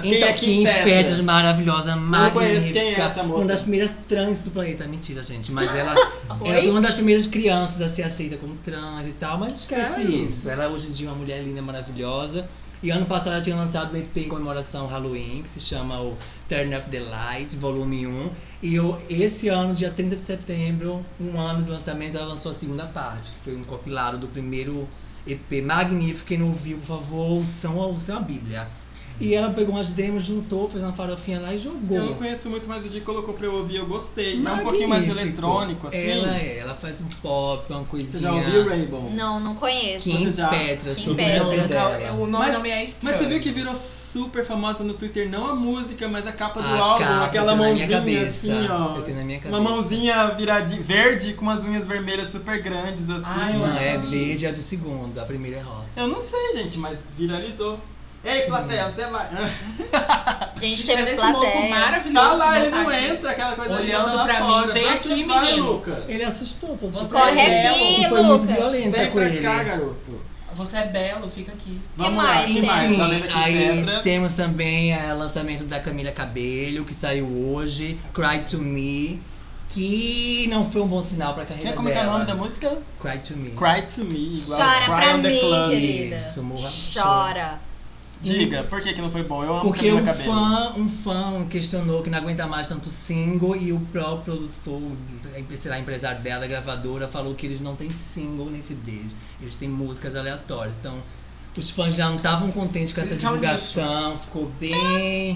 Speaker 1: Kim Petras, maravilhosa,
Speaker 3: Não conheço
Speaker 1: magnífica.
Speaker 3: quem é essa moça.
Speaker 1: Uma das primeiras trans do planeta. Mentira, gente. Mas ela foi uma das primeiras crianças a ser aceita como trans e tal. Mas esquece
Speaker 3: Sério?
Speaker 1: isso. Ela hoje em dia é uma mulher linda, maravilhosa. E ano passado ela tinha lançado um EP em comemoração ao Halloween, que se chama o Turn Up the Light, volume 1. E esse ano, dia 30 de setembro, um ano de lançamento, ela lançou a segunda parte, que foi um compilado do primeiro EP magnífico. Quem não ouviu, por favor, ouçam a Bíblia. E ela pegou umas demos, juntou, fez uma farofinha lá e jogou.
Speaker 3: Eu não conheço muito, mas o dia que colocou pra eu ouvir, eu gostei. É um pouquinho mais eletrônico, assim.
Speaker 1: Ela faz um pop, uma coisinha.
Speaker 3: Você já ouviu Rainbow?
Speaker 2: Não conheço.
Speaker 1: Kim
Speaker 3: Você já-
Speaker 1: Petras,
Speaker 2: Kim
Speaker 1: procura o nome
Speaker 2: Petras.
Speaker 1: dela.
Speaker 4: O nome não me é estranho.
Speaker 3: Mas você viu que virou super famosa no Twitter, não a música, mas a capa do
Speaker 1: A
Speaker 3: álbum,
Speaker 1: capa,
Speaker 3: aquela
Speaker 1: eu tenho na minha
Speaker 3: mãozinha
Speaker 1: cabeça.
Speaker 3: assim, ó.
Speaker 1: Eu tenho na minha cabeça.
Speaker 3: Uma mãozinha viradinha, verde com umas unhas vermelhas super grandes, assim.
Speaker 4: Ai,
Speaker 1: Não,
Speaker 4: mano.
Speaker 1: é verde, é do segundo, a primeira é rosa.
Speaker 3: Eu não sei, gente, mas viralizou. Ei, plateia, você vai.
Speaker 2: Gente,
Speaker 4: Mas
Speaker 2: temos
Speaker 4: esse moço
Speaker 2: plateia.
Speaker 4: maravilhoso
Speaker 3: Tá lá,
Speaker 4: que
Speaker 3: ele
Speaker 4: tá
Speaker 3: não
Speaker 4: aqui.
Speaker 3: entra, aquela coisa
Speaker 4: Olhando
Speaker 3: ali, tá lá
Speaker 4: pra mim,
Speaker 3: fora.
Speaker 4: vem
Speaker 3: Vai
Speaker 4: aqui,
Speaker 3: que vai,
Speaker 4: menino.
Speaker 3: Lucas.
Speaker 1: Ele assustou, tô assustado.
Speaker 2: Corre
Speaker 4: é
Speaker 2: aqui,
Speaker 1: Foi muito
Speaker 2: Lucas.
Speaker 1: violenta
Speaker 3: Vem
Speaker 1: com
Speaker 3: pra
Speaker 1: ele.
Speaker 3: cá, garoto.
Speaker 4: Você é belo, fica aqui.
Speaker 3: Vamos
Speaker 2: mais
Speaker 3: lá, que
Speaker 2: tem?
Speaker 3: mais?
Speaker 1: Enfim,
Speaker 3: Além da Kim
Speaker 1: aí
Speaker 3: Petras.
Speaker 1: temos também o lançamento da Camila Cabello, que saiu hoje, Cry to Me, que não foi um bom sinal pra carreira
Speaker 3: Como é que é o
Speaker 1: dela.
Speaker 3: nome da música?
Speaker 1: Cry to Me.
Speaker 3: Cry to Me. igual
Speaker 2: Chora
Speaker 3: Cry
Speaker 2: pra
Speaker 3: on the
Speaker 2: mim,
Speaker 3: Club.
Speaker 2: querida.
Speaker 1: Isso, morra.
Speaker 2: Chora.
Speaker 3: Diga, por que não foi bom? Eu amo
Speaker 1: Porque
Speaker 3: Camila Cabello.
Speaker 1: um fã questionou que não aguenta mais tanto single e o próprio produtor, sei lá, empresário dela, a gravadora, falou que eles não têm single nem CDs. Eles têm músicas aleatórias. Então, os fãs já não estavam contentes com essa
Speaker 4: Eles são
Speaker 1: divulgação. Ficou bem...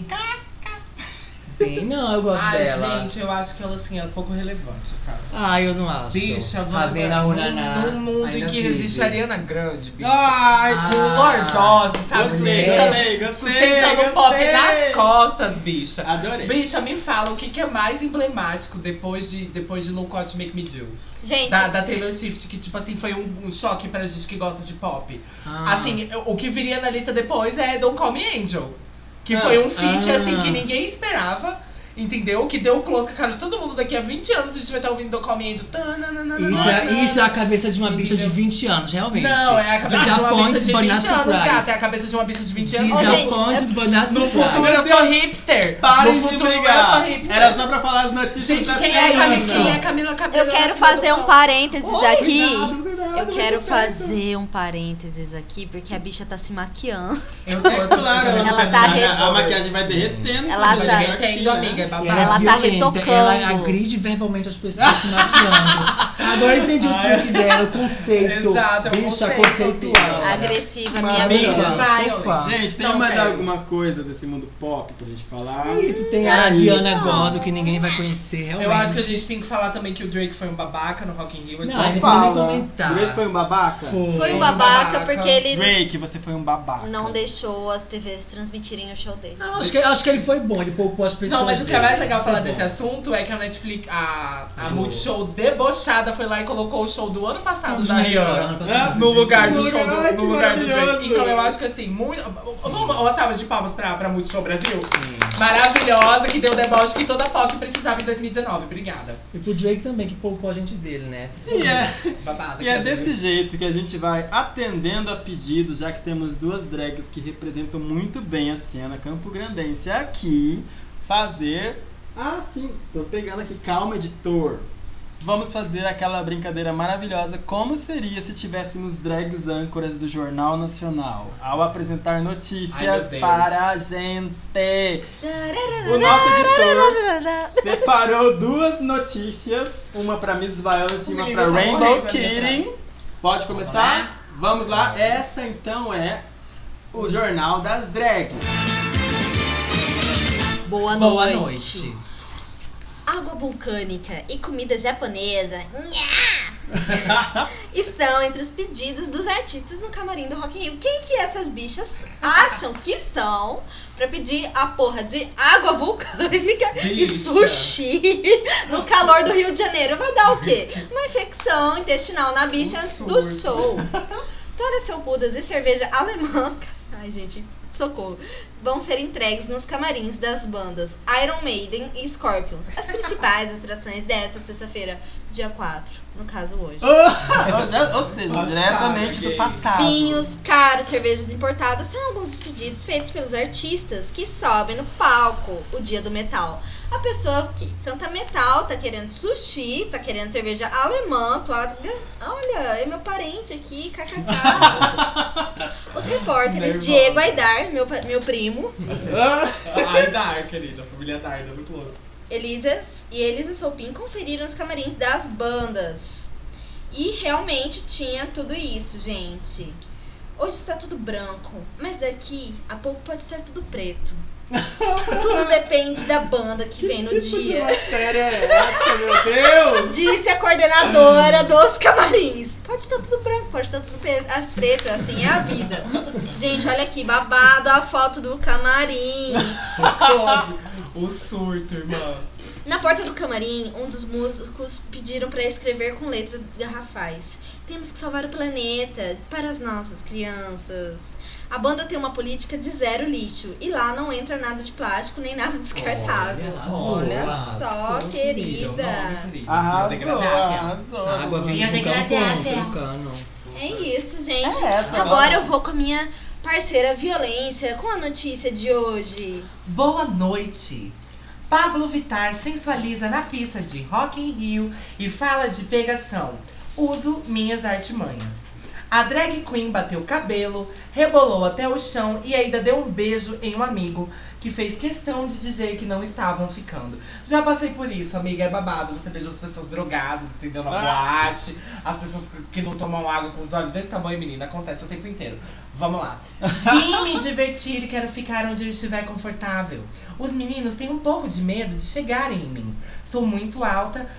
Speaker 1: Não, eu gosto
Speaker 4: Ai,
Speaker 1: dela.
Speaker 4: gente, eu acho que ela, assim, é pouco relevante, sabe?
Speaker 1: Ah, eu não acho.
Speaker 4: Bicha,
Speaker 1: Ravena Uraná.
Speaker 4: num mundo em
Speaker 1: ainda
Speaker 4: que
Speaker 1: vive.
Speaker 4: existe a Ariana Grande, bicha.
Speaker 3: Ai,
Speaker 4: Com lordose, sabe?
Speaker 3: Gostei,
Speaker 1: Mulher.
Speaker 3: gostei.
Speaker 4: Sustentando o pop nas costas, bicha.
Speaker 3: Adorei.
Speaker 4: Bicha, me fala, o que é mais emblemático depois de Look What You Make Me Do?
Speaker 2: Gente,
Speaker 4: Da Taylor Swift, que tipo assim, foi um choque pra gente que gosta de pop.
Speaker 1: Ah.
Speaker 4: Assim, o que viria na lista depois é Don't Call Me Angel. Que foi um feat, assim, que ninguém esperava. Entendeu? Que deu close com a cara de todo mundo daqui a 20 anos. A gente vai estar ouvindo Don't Call Me Angel.
Speaker 1: Isso é a cabeça de uma bicha de 20 anos, realmente.
Speaker 4: Não, é a cabeça de uma bicha de 20
Speaker 1: but not
Speaker 4: anos,
Speaker 1: surprised.
Speaker 4: gata. É a cabeça de uma bicha de 20 anos.
Speaker 2: Ô, gente,
Speaker 1: Disappointed, but not
Speaker 4: No
Speaker 1: surprised.
Speaker 4: futuro eu sou hipster.
Speaker 3: Parem
Speaker 4: No
Speaker 3: de
Speaker 4: futuro eu
Speaker 3: brigar.
Speaker 4: sou hipster.
Speaker 3: Era só pra falar as notícias
Speaker 4: Gente,
Speaker 3: da
Speaker 4: quem é,
Speaker 3: semana.
Speaker 4: Camila Cabello?
Speaker 2: eu quero fazer um parênteses aqui.
Speaker 3: Cuidado,
Speaker 2: Eu quero
Speaker 3: muito perto.
Speaker 2: fazer um parênteses aqui, porque a bicha tá se maquiando.
Speaker 4: Eu tô,
Speaker 3: É claro,
Speaker 2: Ela tá
Speaker 3: a maquiagem vai derretendo.
Speaker 2: Ela
Speaker 3: vai
Speaker 2: tá
Speaker 3: derretendo,
Speaker 4: derretendo, amiga, é
Speaker 1: E
Speaker 4: babado.
Speaker 2: Ela tá
Speaker 1: violenta,
Speaker 2: retocando.
Speaker 1: Ela agride verbalmente as pessoas se maquiando. Agora eu entendi o truque dela, o conceito.
Speaker 4: Exato, é um
Speaker 1: Bicha
Speaker 4: conceito,
Speaker 1: conceitual.
Speaker 4: amiga.
Speaker 2: Agressiva, minha
Speaker 3: Maravilhosa.
Speaker 2: amiga.
Speaker 4: Vai,
Speaker 1: Sou fã.
Speaker 3: Gente, tem
Speaker 4: Não,
Speaker 3: mais
Speaker 4: sério.
Speaker 3: alguma coisa desse mundo pop pra gente falar?
Speaker 1: É isso, tem a Diana Gordo que ninguém vai conhecer realmente.
Speaker 4: Eu acho que a gente tem que falar também que o Drake foi um babaca no Rock in Rio. A gente
Speaker 1: Não,
Speaker 4: vai
Speaker 1: ele
Speaker 4: falar.
Speaker 1: nem comentar.
Speaker 3: Drake foi um babaca?
Speaker 2: Foi um
Speaker 4: um
Speaker 2: babaca
Speaker 4: babaca.
Speaker 2: porque ele
Speaker 3: Drake, você foi um babaca.
Speaker 2: não deixou as TVs transmitirem o show dele.
Speaker 1: Não, acho que ele foi bom, ele poupou as pessoas.
Speaker 4: Não, mas o que é mais
Speaker 1: dele.
Speaker 4: legal
Speaker 1: Isso
Speaker 4: falar
Speaker 1: é bom.
Speaker 4: desse assunto é que a Netflix, a
Speaker 1: Oh.
Speaker 4: Multishow debochada foi lá e colocou o show do ano passado
Speaker 1: Dos
Speaker 4: da
Speaker 1: melhores,
Speaker 4: Rihanna.
Speaker 1: ano passado.
Speaker 4: No lugar do
Speaker 3: No
Speaker 4: show
Speaker 3: lugar,
Speaker 4: do,
Speaker 3: que
Speaker 4: no lugar do Drake.
Speaker 3: maravilhoso.
Speaker 4: Então eu acho que assim, muito. Vamos uma salva de palmas pra Multishow Brasil?
Speaker 1: Sim.
Speaker 4: Maravilhosa, que deu o deboche que toda POC precisava em 2019. Obrigada.
Speaker 1: E pro Drake também, que poupou a gente dele, né?
Speaker 4: Babada.
Speaker 3: E é desse jeito que a gente vai atendendo a pedidos, já que temos duas drags que representam muito bem a cena campograndense aqui, fazer... Ah, sim, tô pegando aqui, calma, editor. Vamos fazer aquela brincadeira maravilhosa, como seria se tivéssemos drags âncoras do Jornal Nacional, ao apresentar
Speaker 4: Ai,
Speaker 3: notícias
Speaker 4: meu Deus.
Speaker 3: para a gente. O nosso editor separou duas notícias, uma para Miss Violence e uma para
Speaker 4: menino tá
Speaker 3: Rainbow
Speaker 4: morrendo ali
Speaker 3: Kidding. Pode começar? Vamos lá. Essa então é o Jornal das Drags.
Speaker 2: Boa
Speaker 4: Boa
Speaker 2: noite.
Speaker 4: noite.
Speaker 2: Água vulcânica e comida japonesa nha, estão entre os pedidos dos artistas no camarim do Rock in Rio. Quem que essas bichas acham que são pra pedir a porra de água vulcânica e
Speaker 4: Bicha.
Speaker 2: sushi no calor do Rio de Janeiro? Vai dar o quê? Uma infecção intestinal na bicha antes do
Speaker 4: surto.
Speaker 2: show. Toalhas felpudas e cerveja alemã. Ai, gente, socorro, vão ser entregues nos camarins das bandas Iron Maiden e Scorpions. As principais atrações desta sexta-feira, dia 4, no caso hoje.
Speaker 3: Ou seja,
Speaker 4: Passado,
Speaker 3: diretamente do
Speaker 4: gay.
Speaker 3: passado.
Speaker 2: Vinhos, caros, cervejas importadas são alguns dos pedidos feitos pelos artistas que sobem no palco o dia do metal. A pessoa que canta metal tá querendo sushi, tá querendo cerveja alemã, olha, é meu parente aqui, kkk. Os repórteres Diego Aidar, meu primo,
Speaker 4: Aidar, querida, a família Aidar, é muito louco.
Speaker 2: Elisa Soupin conferiram os camarins das bandas. E realmente tinha tudo isso, gente. Hoje está tudo branco, mas daqui a pouco pode estar tudo preto. Tudo depende da banda que vem no dia.
Speaker 3: Matéria é essa, meu Deus?
Speaker 2: Disse a coordenadora dos camarins. Pode estar tudo branco, pode estar tudo preto, assim é a vida. Gente, olha aqui, babado a foto do camarim.
Speaker 4: O surto, irmã.
Speaker 2: Na porta do camarim, um dos músicos pediram para escrever com letras garrafais: temos que salvar o planeta para as nossas crianças. A banda tem uma política de 0 lixo e lá não entra nada de plástico nem nada descartável. Olha só, querida.
Speaker 3: Arrasou.
Speaker 1: A água vem do cano.
Speaker 2: É isso, gente.
Speaker 3: É essa,
Speaker 2: agora eu vou com a minha parceira Violência com a notícia de hoje.
Speaker 4: Boa noite. Pablo Vittar sensualiza na pista de Rock in Rio e fala de pegação. Uso minhas artimanhas. A drag queen bateu o cabelo, rebolou até o chão e ainda deu um beijo em um amigo que fez questão de dizer que não estavam ficando. Já passei por isso, amiga, é babado. Você veja as pessoas drogadas, entendeu? Na boate, as pessoas que não tomam água com os olhos desse tamanho, menina, acontece o tempo inteiro. Vamos lá. Vim me divertir e quero ficar onde eu estiver confortável. Os meninos têm um pouco de medo de chegarem em mim. Sou muito alta,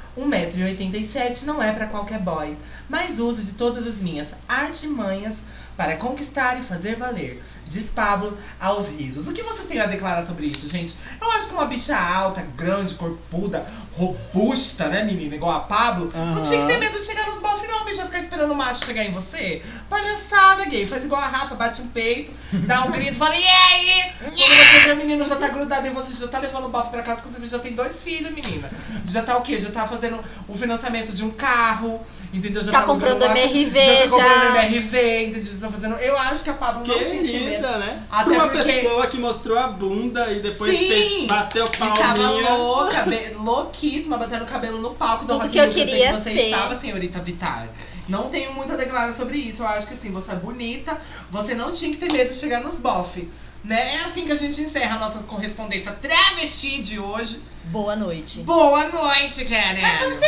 Speaker 4: 1,87 m não é pra qualquer boy, mas uso de todas as minhas artimanhas para conquistar e fazer valer, diz Pablo aos risos. O que vocês têm a declarar sobre isso, gente? Eu acho que uma bicha alta, grande, corpuda, robusta, né, menina? Igual a Pablo, não tinha que ter medo de chegar nos bofs, não, bicha, ficar esperando o macho chegar em você. Palhaçada, gay. Faz igual a Rafa, bate um peito, dá um grito e fala, e aí? Quando você vê o menino já tá grudado em você, já tá levando o bofe pra casa, porque você já tem 2 filhos, menina. Já tá o quê? Já tá fazendo o financiamento de um carro, entendeu? Já
Speaker 2: tá comprando MRV,
Speaker 4: já. Tá comprando MRV, entendeu? Já tá fazendo... Eu acho que a Pablo não tinha que ter medo.
Speaker 3: Né?
Speaker 4: Até
Speaker 3: uma
Speaker 4: porque...
Speaker 3: pessoa que mostrou a bunda e depois bateu
Speaker 4: Estava
Speaker 3: palminha.
Speaker 4: louca, louquíssima, batendo o cabelo no palco do
Speaker 2: Tudo
Speaker 4: Rock
Speaker 2: que
Speaker 4: in
Speaker 2: eu
Speaker 4: Rio.
Speaker 2: queria
Speaker 4: Você
Speaker 2: ser.
Speaker 4: estava, senhorita Vittar. Não tenho muito a declarar sobre isso. Eu acho que assim, você é bonita, você não tinha que ter medo de chegar nos bofe. Né? É assim que a gente encerra a nossa correspondência travesti de hoje.
Speaker 2: Boa noite.
Speaker 4: Boa noite, Karen.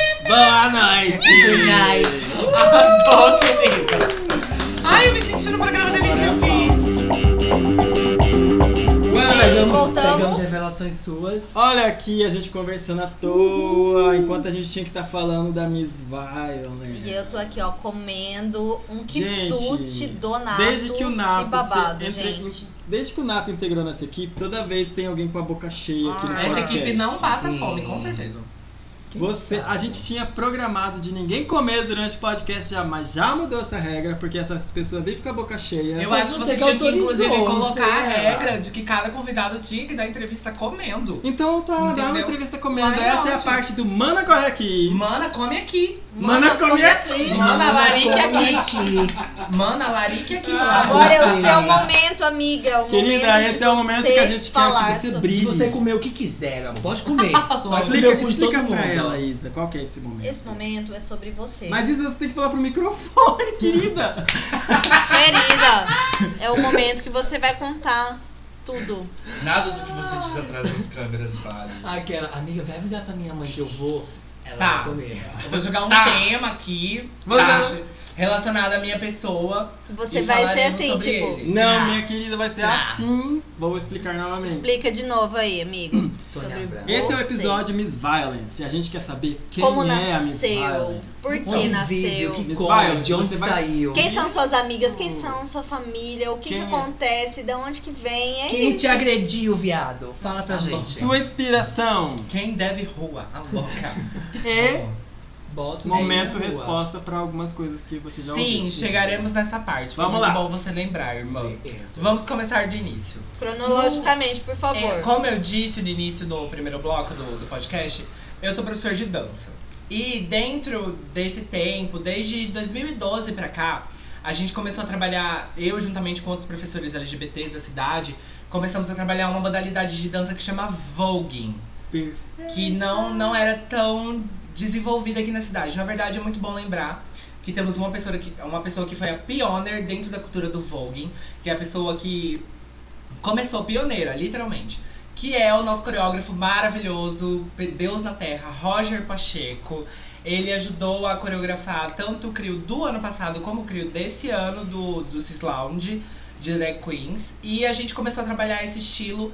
Speaker 3: Boa noite.
Speaker 1: Good night.
Speaker 4: Arrasou, querida. Ai, eu me senti no programa da MTV.
Speaker 2: Voltamos.
Speaker 1: Pegamos revelações suas.
Speaker 3: Olha aqui a gente conversando à toa, enquanto a gente tinha que estar falando da Miss Violence.
Speaker 2: E eu tô aqui, ó, comendo um
Speaker 3: Gente,
Speaker 2: quitute do Nato.
Speaker 3: desde que o Nato
Speaker 2: Que babado,
Speaker 3: se- entre-
Speaker 2: gente.
Speaker 3: Desde que o Nato integrou nessa equipe, toda vez tem alguém com a boca cheia aqui no
Speaker 4: Essa
Speaker 3: podcast.
Speaker 4: equipe não passa
Speaker 1: Sim.
Speaker 4: fome, com certeza.
Speaker 3: A gente tinha programado de ninguém comer durante o podcast já, mas já mudou essa regra, porque essas pessoas vivem com a boca cheia.
Speaker 4: Eu
Speaker 1: Foi
Speaker 4: acho que
Speaker 1: você
Speaker 4: você
Speaker 1: que
Speaker 4: tinha que,
Speaker 1: autorizou,
Speaker 4: inclusive,
Speaker 1: não
Speaker 4: colocar
Speaker 1: foi
Speaker 4: a
Speaker 1: ela.
Speaker 4: regra de que cada convidado tinha que dar entrevista comendo.
Speaker 3: Então tá, dá uma
Speaker 4: Entendeu?
Speaker 3: entrevista comendo.
Speaker 4: Vai,
Speaker 3: Essa é a
Speaker 4: ótimo.
Speaker 3: parte do Mana Corre Aqui.
Speaker 4: Mana, come aqui.
Speaker 3: Mana, come aqui.
Speaker 4: Mana, larique aqui.
Speaker 1: aqui.
Speaker 4: Mana, larique aqui.
Speaker 2: Agora é o
Speaker 1: Sim.
Speaker 2: seu momento, amiga. O
Speaker 3: Querida,
Speaker 2: momento
Speaker 3: esse
Speaker 2: de
Speaker 3: é o momento
Speaker 2: você
Speaker 3: que a gente quer
Speaker 2: falar
Speaker 3: que você
Speaker 2: sobre-
Speaker 1: De
Speaker 3: brilhe.
Speaker 1: você comer o que quiser, meu amor. Pode comer. Pode comer o cu de
Speaker 3: Explica
Speaker 1: todo
Speaker 3: pra
Speaker 1: mundo.
Speaker 3: ela, Isa, qual que é esse momento.
Speaker 2: Esse momento é sobre você.
Speaker 3: Mas Isa, você tem que falar pro microfone, querida.
Speaker 2: Querida, é o momento que você vai contar tudo.
Speaker 5: Nada do que você diz atrás das câmeras vale.
Speaker 1: Aquela, amiga, vai avisar pra minha mãe que eu vou. Ela
Speaker 4: Tá.
Speaker 1: vai comer.
Speaker 4: Eu vou jogar um
Speaker 5: Tá.
Speaker 4: tema aqui,
Speaker 3: Vamos
Speaker 4: tá?
Speaker 3: lá.
Speaker 4: Relacionado à minha pessoa.
Speaker 2: Você
Speaker 4: E
Speaker 2: vai ser
Speaker 4: falaremos
Speaker 2: assim,
Speaker 4: sobre
Speaker 2: tipo.
Speaker 4: ele.
Speaker 3: Não,
Speaker 4: Tá.
Speaker 3: minha querida, vai ser
Speaker 4: Tá.
Speaker 3: assim. Vou explicar novamente.
Speaker 2: Explica de novo aí, amigo.
Speaker 1: Sônia
Speaker 2: sobre
Speaker 1: Abrão.
Speaker 3: Esse é o
Speaker 2: você.
Speaker 3: episódio Miss Violence. E a gente quer saber quem
Speaker 2: Como
Speaker 3: é a Miss
Speaker 2: nasceu?
Speaker 3: Violence.
Speaker 2: Por que
Speaker 1: Onde
Speaker 2: nasceu?
Speaker 1: vive, o que
Speaker 3: Miss
Speaker 1: come,
Speaker 3: Violence,
Speaker 1: de onde
Speaker 3: você vai-
Speaker 1: saiu.
Speaker 2: Quem são suas amigas? Quem são sua família? O que,
Speaker 3: Quem
Speaker 2: que
Speaker 3: é?
Speaker 2: acontece? De onde que vem? É
Speaker 1: Quem
Speaker 2: isso.
Speaker 1: te agrediu, viado? Fala pra gente.
Speaker 3: Sua inspiração
Speaker 4: Quem deve rua? A louca.
Speaker 3: é
Speaker 1: Boto
Speaker 3: Momento
Speaker 1: na rua.
Speaker 3: resposta pra algumas coisas que você já ouviu.
Speaker 4: Sim, chegaremos nessa parte. Foi
Speaker 3: Vamos
Speaker 4: muito
Speaker 3: lá.
Speaker 4: bom você lembrar, irmão.
Speaker 1: Beleza.
Speaker 4: Vamos começar do início.
Speaker 2: Cronologicamente, por favor.
Speaker 4: Como eu disse no início do primeiro bloco do podcast, eu sou professor de dança. E dentro desse tempo, desde 2012 pra cá, a gente começou a trabalhar, eu juntamente com outros professores LGBTs da cidade, começamos a trabalhar uma modalidade de dança que chama voguing, que não era tão desenvolvida aqui na cidade. Na verdade, é muito bom lembrar que temos uma pessoa que foi a pioneer dentro da cultura do voguing, que é a pessoa que começou pioneira, literalmente. Que é o nosso coreógrafo maravilhoso, Deus na Terra, Roger Pacheco. Ele ajudou a coreografar tanto o CRIO do ano passado como o CRIO desse ano do Cis Lounge, de Drag Queens. E a gente começou a trabalhar esse estilo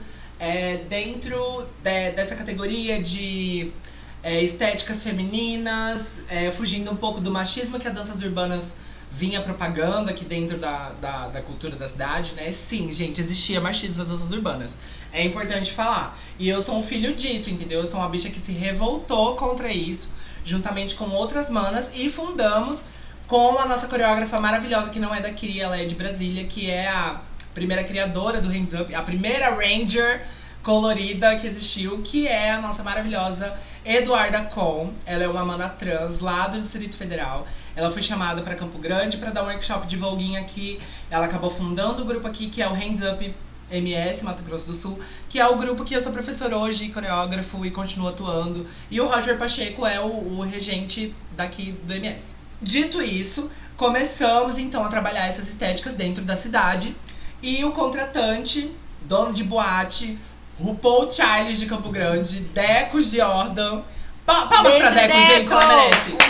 Speaker 4: dentro dessa categoria de estéticas femininas, fugindo um pouco do machismo que as danças urbanas vinha propagando aqui dentro da cultura da cidade, né? Sim, gente, existia machismo nas danças urbanas. É importante falar. E eu sou um filho disso, entendeu? Eu sou uma bicha que se revoltou contra isso, juntamente com outras manas, e fundamos com a nossa coreógrafa maravilhosa, que não é daqui, ela é de Brasília, que é a primeira criadora do Hands Up, a primeira Ranger colorida que existiu, que é a nossa maravilhosa Eduarda Com. Ela é uma mana trans lá do Distrito Federal. Ela foi chamada para Campo Grande para dar um workshop de voguing aqui. Ela acabou fundando o grupo aqui, que é o Hands Up MS, Mato Grosso do Sul, que é o grupo que eu sou professor hoje, coreógrafo e continuo atuando. E o Roger Pacheco é o regente daqui do MS. Dito isso, começamos então a trabalhar essas estéticas dentro da cidade. E o contratante, dono de boate, RuPaul Charles de Campo Grande, Deco Jordan. Palmas pra Deco, gente, ela merece.
Speaker 2: Um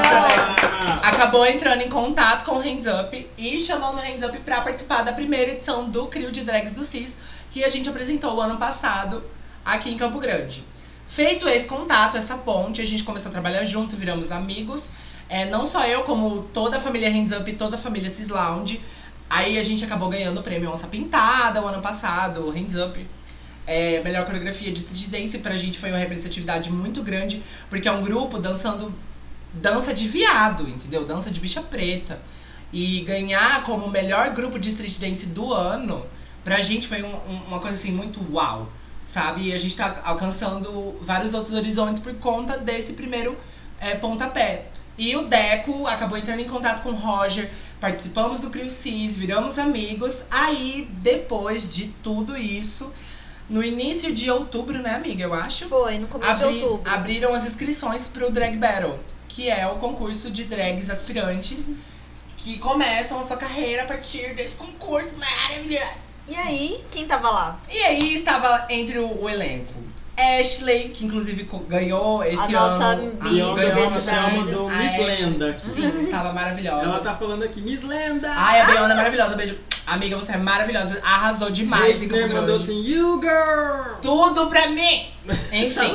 Speaker 2: beijão!
Speaker 4: Acabou entrando em contato com o Hands Up e chamando o Hands Up pra participar da primeira edição do CRIO de Drags do CIS, que a gente apresentou o ano passado aqui em Campo Grande. Feito esse contato, essa ponte, a gente começou a trabalhar junto, viramos amigos. Não só eu, como toda a família Hands Up e toda a família Cis Lounge. Aí a gente acabou ganhando o prêmio Onça Pintada o ano passado, o Hands Up. Melhor coreografia de street dance pra gente foi uma representatividade muito grande, porque é um grupo dançando dança de viado, entendeu? Dança de bicha preta. E ganhar como melhor grupo de street dance do ano, pra gente foi uma coisa assim muito uau, sabe? E a gente tá alcançando vários outros horizontes por conta desse primeiro pontapé. E o Deco acabou entrando em contato com o Roger, participamos do CRIO Cis, viramos amigos. Aí, depois de tudo isso, no início de outubro, né, amiga, eu acho?
Speaker 2: Foi, no começo de outubro.
Speaker 4: Abriram as inscrições pro Drag Battle, que é o concurso de drags aspirantes que começam a sua carreira a partir desse concurso maravilhoso.
Speaker 2: E aí, quem tava lá?
Speaker 4: E aí estava entre o elenco Ashley, que inclusive ganhou esse ano.
Speaker 2: Nossa
Speaker 3: E nós
Speaker 2: diversidade.
Speaker 3: chamamos o Miss Lenda aqui.
Speaker 4: Sim, estava maravilhosa.
Speaker 3: Ela tá falando aqui, Miss Lenda!
Speaker 4: Ai, a Beyoncé é maravilhosa. Beijo. Amiga, você é maravilhosa. Arrasou demais em Campo
Speaker 3: Ele mandou
Speaker 4: Grande.
Speaker 3: assim, you girl!
Speaker 4: Tudo pra mim! Enfim.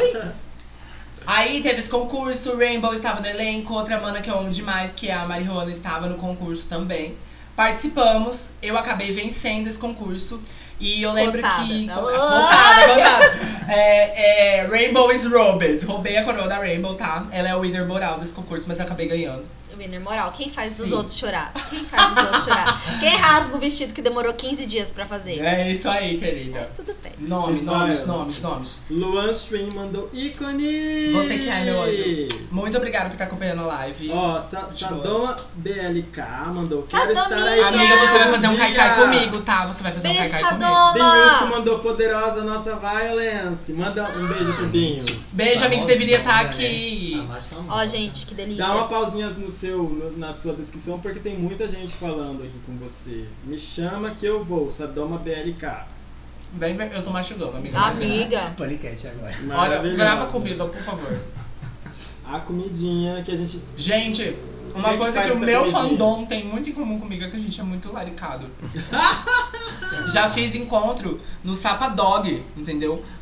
Speaker 4: Aí teve esse concurso, Rainbow estava no elenco, outra mana que eu amo demais, que é a Marijuana, estava no concurso também. Participamos, eu acabei vencendo esse concurso. E eu lembro
Speaker 2: Cotada.
Speaker 4: que.
Speaker 2: Alô?
Speaker 4: Contada. Rainbow is Robert. Roubei a coroa da Rainbow, tá? Ela é o winner moral desse concurso, mas eu acabei ganhando.
Speaker 2: Winner moral. Quem faz os
Speaker 4: Sim.
Speaker 2: outros chorar? Quem faz os outros chorar? Quem rasga o vestido que demorou 15 dias pra fazer?
Speaker 4: É isso aí, querida.
Speaker 2: Mas tudo bem.
Speaker 4: Nomes.
Speaker 3: Luan Stream mandou ícone!
Speaker 4: Você que é meu anjo. Muito obrigada por estar acompanhando a live.
Speaker 3: Ó, Sadoma BLK mandou, quero estar
Speaker 2: Sadominha!
Speaker 3: aí.
Speaker 4: Amiga, você vai fazer um
Speaker 3: dia.
Speaker 4: caicai comigo, tá? Você vai fazer um
Speaker 2: Beijo,
Speaker 4: caicai comigo.
Speaker 2: Sadoma!
Speaker 3: Binhusco mandou poderosa nossa violence. Manda um beijo pro Binho.
Speaker 4: Beijo, amigo, você deveria estar
Speaker 1: Né?
Speaker 4: aqui.
Speaker 1: A mais famosa.
Speaker 2: Ó, gente, que delícia.
Speaker 3: Dá uma pausinha na sua descrição, porque tem muita gente falando aqui com você. Me chama que eu vou, Sadoma BLK.
Speaker 4: Vem, eu tô machucando, amiga.
Speaker 2: Amiga.
Speaker 1: Podcast agora.
Speaker 4: Olha,
Speaker 3: Maravilhosa.
Speaker 4: grava comida, por favor.
Speaker 3: A comidinha que a gente...
Speaker 4: Gente, uma
Speaker 3: Quem
Speaker 4: coisa
Speaker 3: faz
Speaker 4: que o
Speaker 3: essa
Speaker 4: meu
Speaker 3: comidinha?
Speaker 4: fandom tem muito em comum comigo é que a gente é muito laricado. Já fiz encontro no Sapa Dog, entendeu?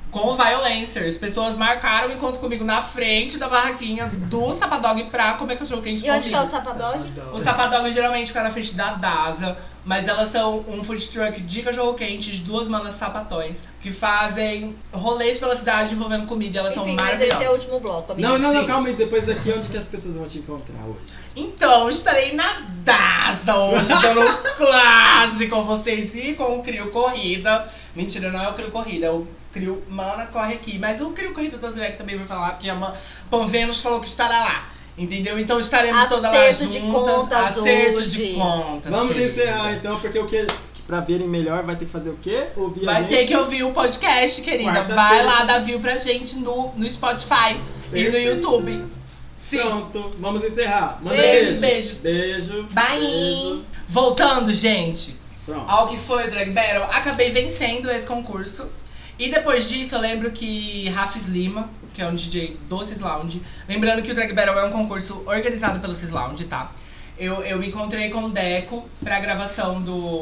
Speaker 4: com violencers. Pessoas marcaram o encontro comigo na frente da barraquinha do Sapadog pra comer cachorro-quente
Speaker 2: E onde
Speaker 4: comigo.
Speaker 2: que é o Sapadog?
Speaker 4: O Sapadog geralmente fica na frente da Daza, mas elas são um food truck de cachorro-quente de 2 manas sapatões que fazem rolês pela cidade envolvendo comida e elas
Speaker 2: Enfim,
Speaker 4: são
Speaker 2: mas
Speaker 4: maravilhosas.
Speaker 2: esse é o último bloco, amigo.
Speaker 3: Não,
Speaker 4: Sim.
Speaker 3: calma aí. Depois daqui, onde que as pessoas vão te encontrar hoje?
Speaker 4: Então, estarei na Daza hoje, dando um clássico com vocês e com o Crio Corrida. Mentira, não é o Crio Corrida, é o Crio Mana Corre Aqui. Mas o Crio Corrida da Zilek também vai falar, porque a Pão Vênus falou que estará lá. Entendeu? Então estaremos todas lá
Speaker 2: Acerto
Speaker 4: juntas.
Speaker 2: de contas
Speaker 4: Acerto
Speaker 2: hoje.
Speaker 4: de contas.
Speaker 3: Vamos
Speaker 4: querida.
Speaker 3: encerrar então, porque o que pra verem melhor vai ter que fazer o quê? Ouvir a
Speaker 4: Vai
Speaker 3: gente.
Speaker 4: ter que ouvir o podcast, querida.
Speaker 3: Quarta-feira.
Speaker 4: Vai lá dar view pra gente no Spotify e no
Speaker 3: Perfeito.
Speaker 4: YouTube. Sim.
Speaker 3: Pronto, vamos encerrar. Manda
Speaker 4: Beijos,
Speaker 3: beijo.
Speaker 4: beijos.
Speaker 3: Beijo.
Speaker 4: Bye!
Speaker 3: Beijo.
Speaker 4: Voltando, gente,
Speaker 3: Pronto.
Speaker 4: ao que foi o Drag Battle, acabei vencendo esse concurso. E depois disso, eu lembro que Rafis Lima, que é um DJ do Cis Lounge, lembrando que o Drag Battle é um concurso organizado pelo Cis Lounge, tá? Eu me encontrei com o Deco pra gravação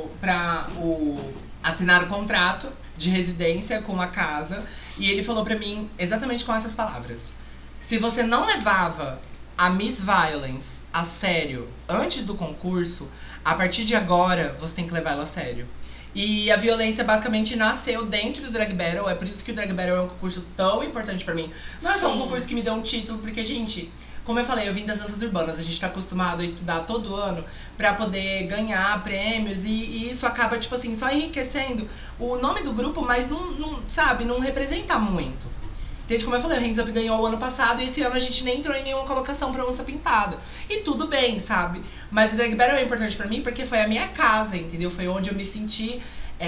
Speaker 4: assinar o contrato de residência com a casa. E ele falou pra mim exatamente com essas palavras. Se você não levava a Miss Violence a sério antes do concurso, a partir de agora você tem que levar ela a sério. E a violência basicamente nasceu dentro do Drag Battle, é por isso que o Drag Battle é um concurso tão importante pra mim. Não é só um
Speaker 2: Sim.
Speaker 4: concurso que me deu um título, porque, gente, como eu falei, eu vim das danças urbanas, a gente tá acostumado a estudar todo ano pra poder ganhar prêmios e isso acaba, tipo assim, só enriquecendo o nome do grupo, mas não representa muito. Entende? Como eu falei, o Hands Up ganhou o ano passado e esse ano a gente nem entrou em nenhuma colocação pra onça pintada. E tudo bem, sabe? Mas o Drag Battle é importante pra mim porque foi a minha casa, entendeu? Foi onde eu me senti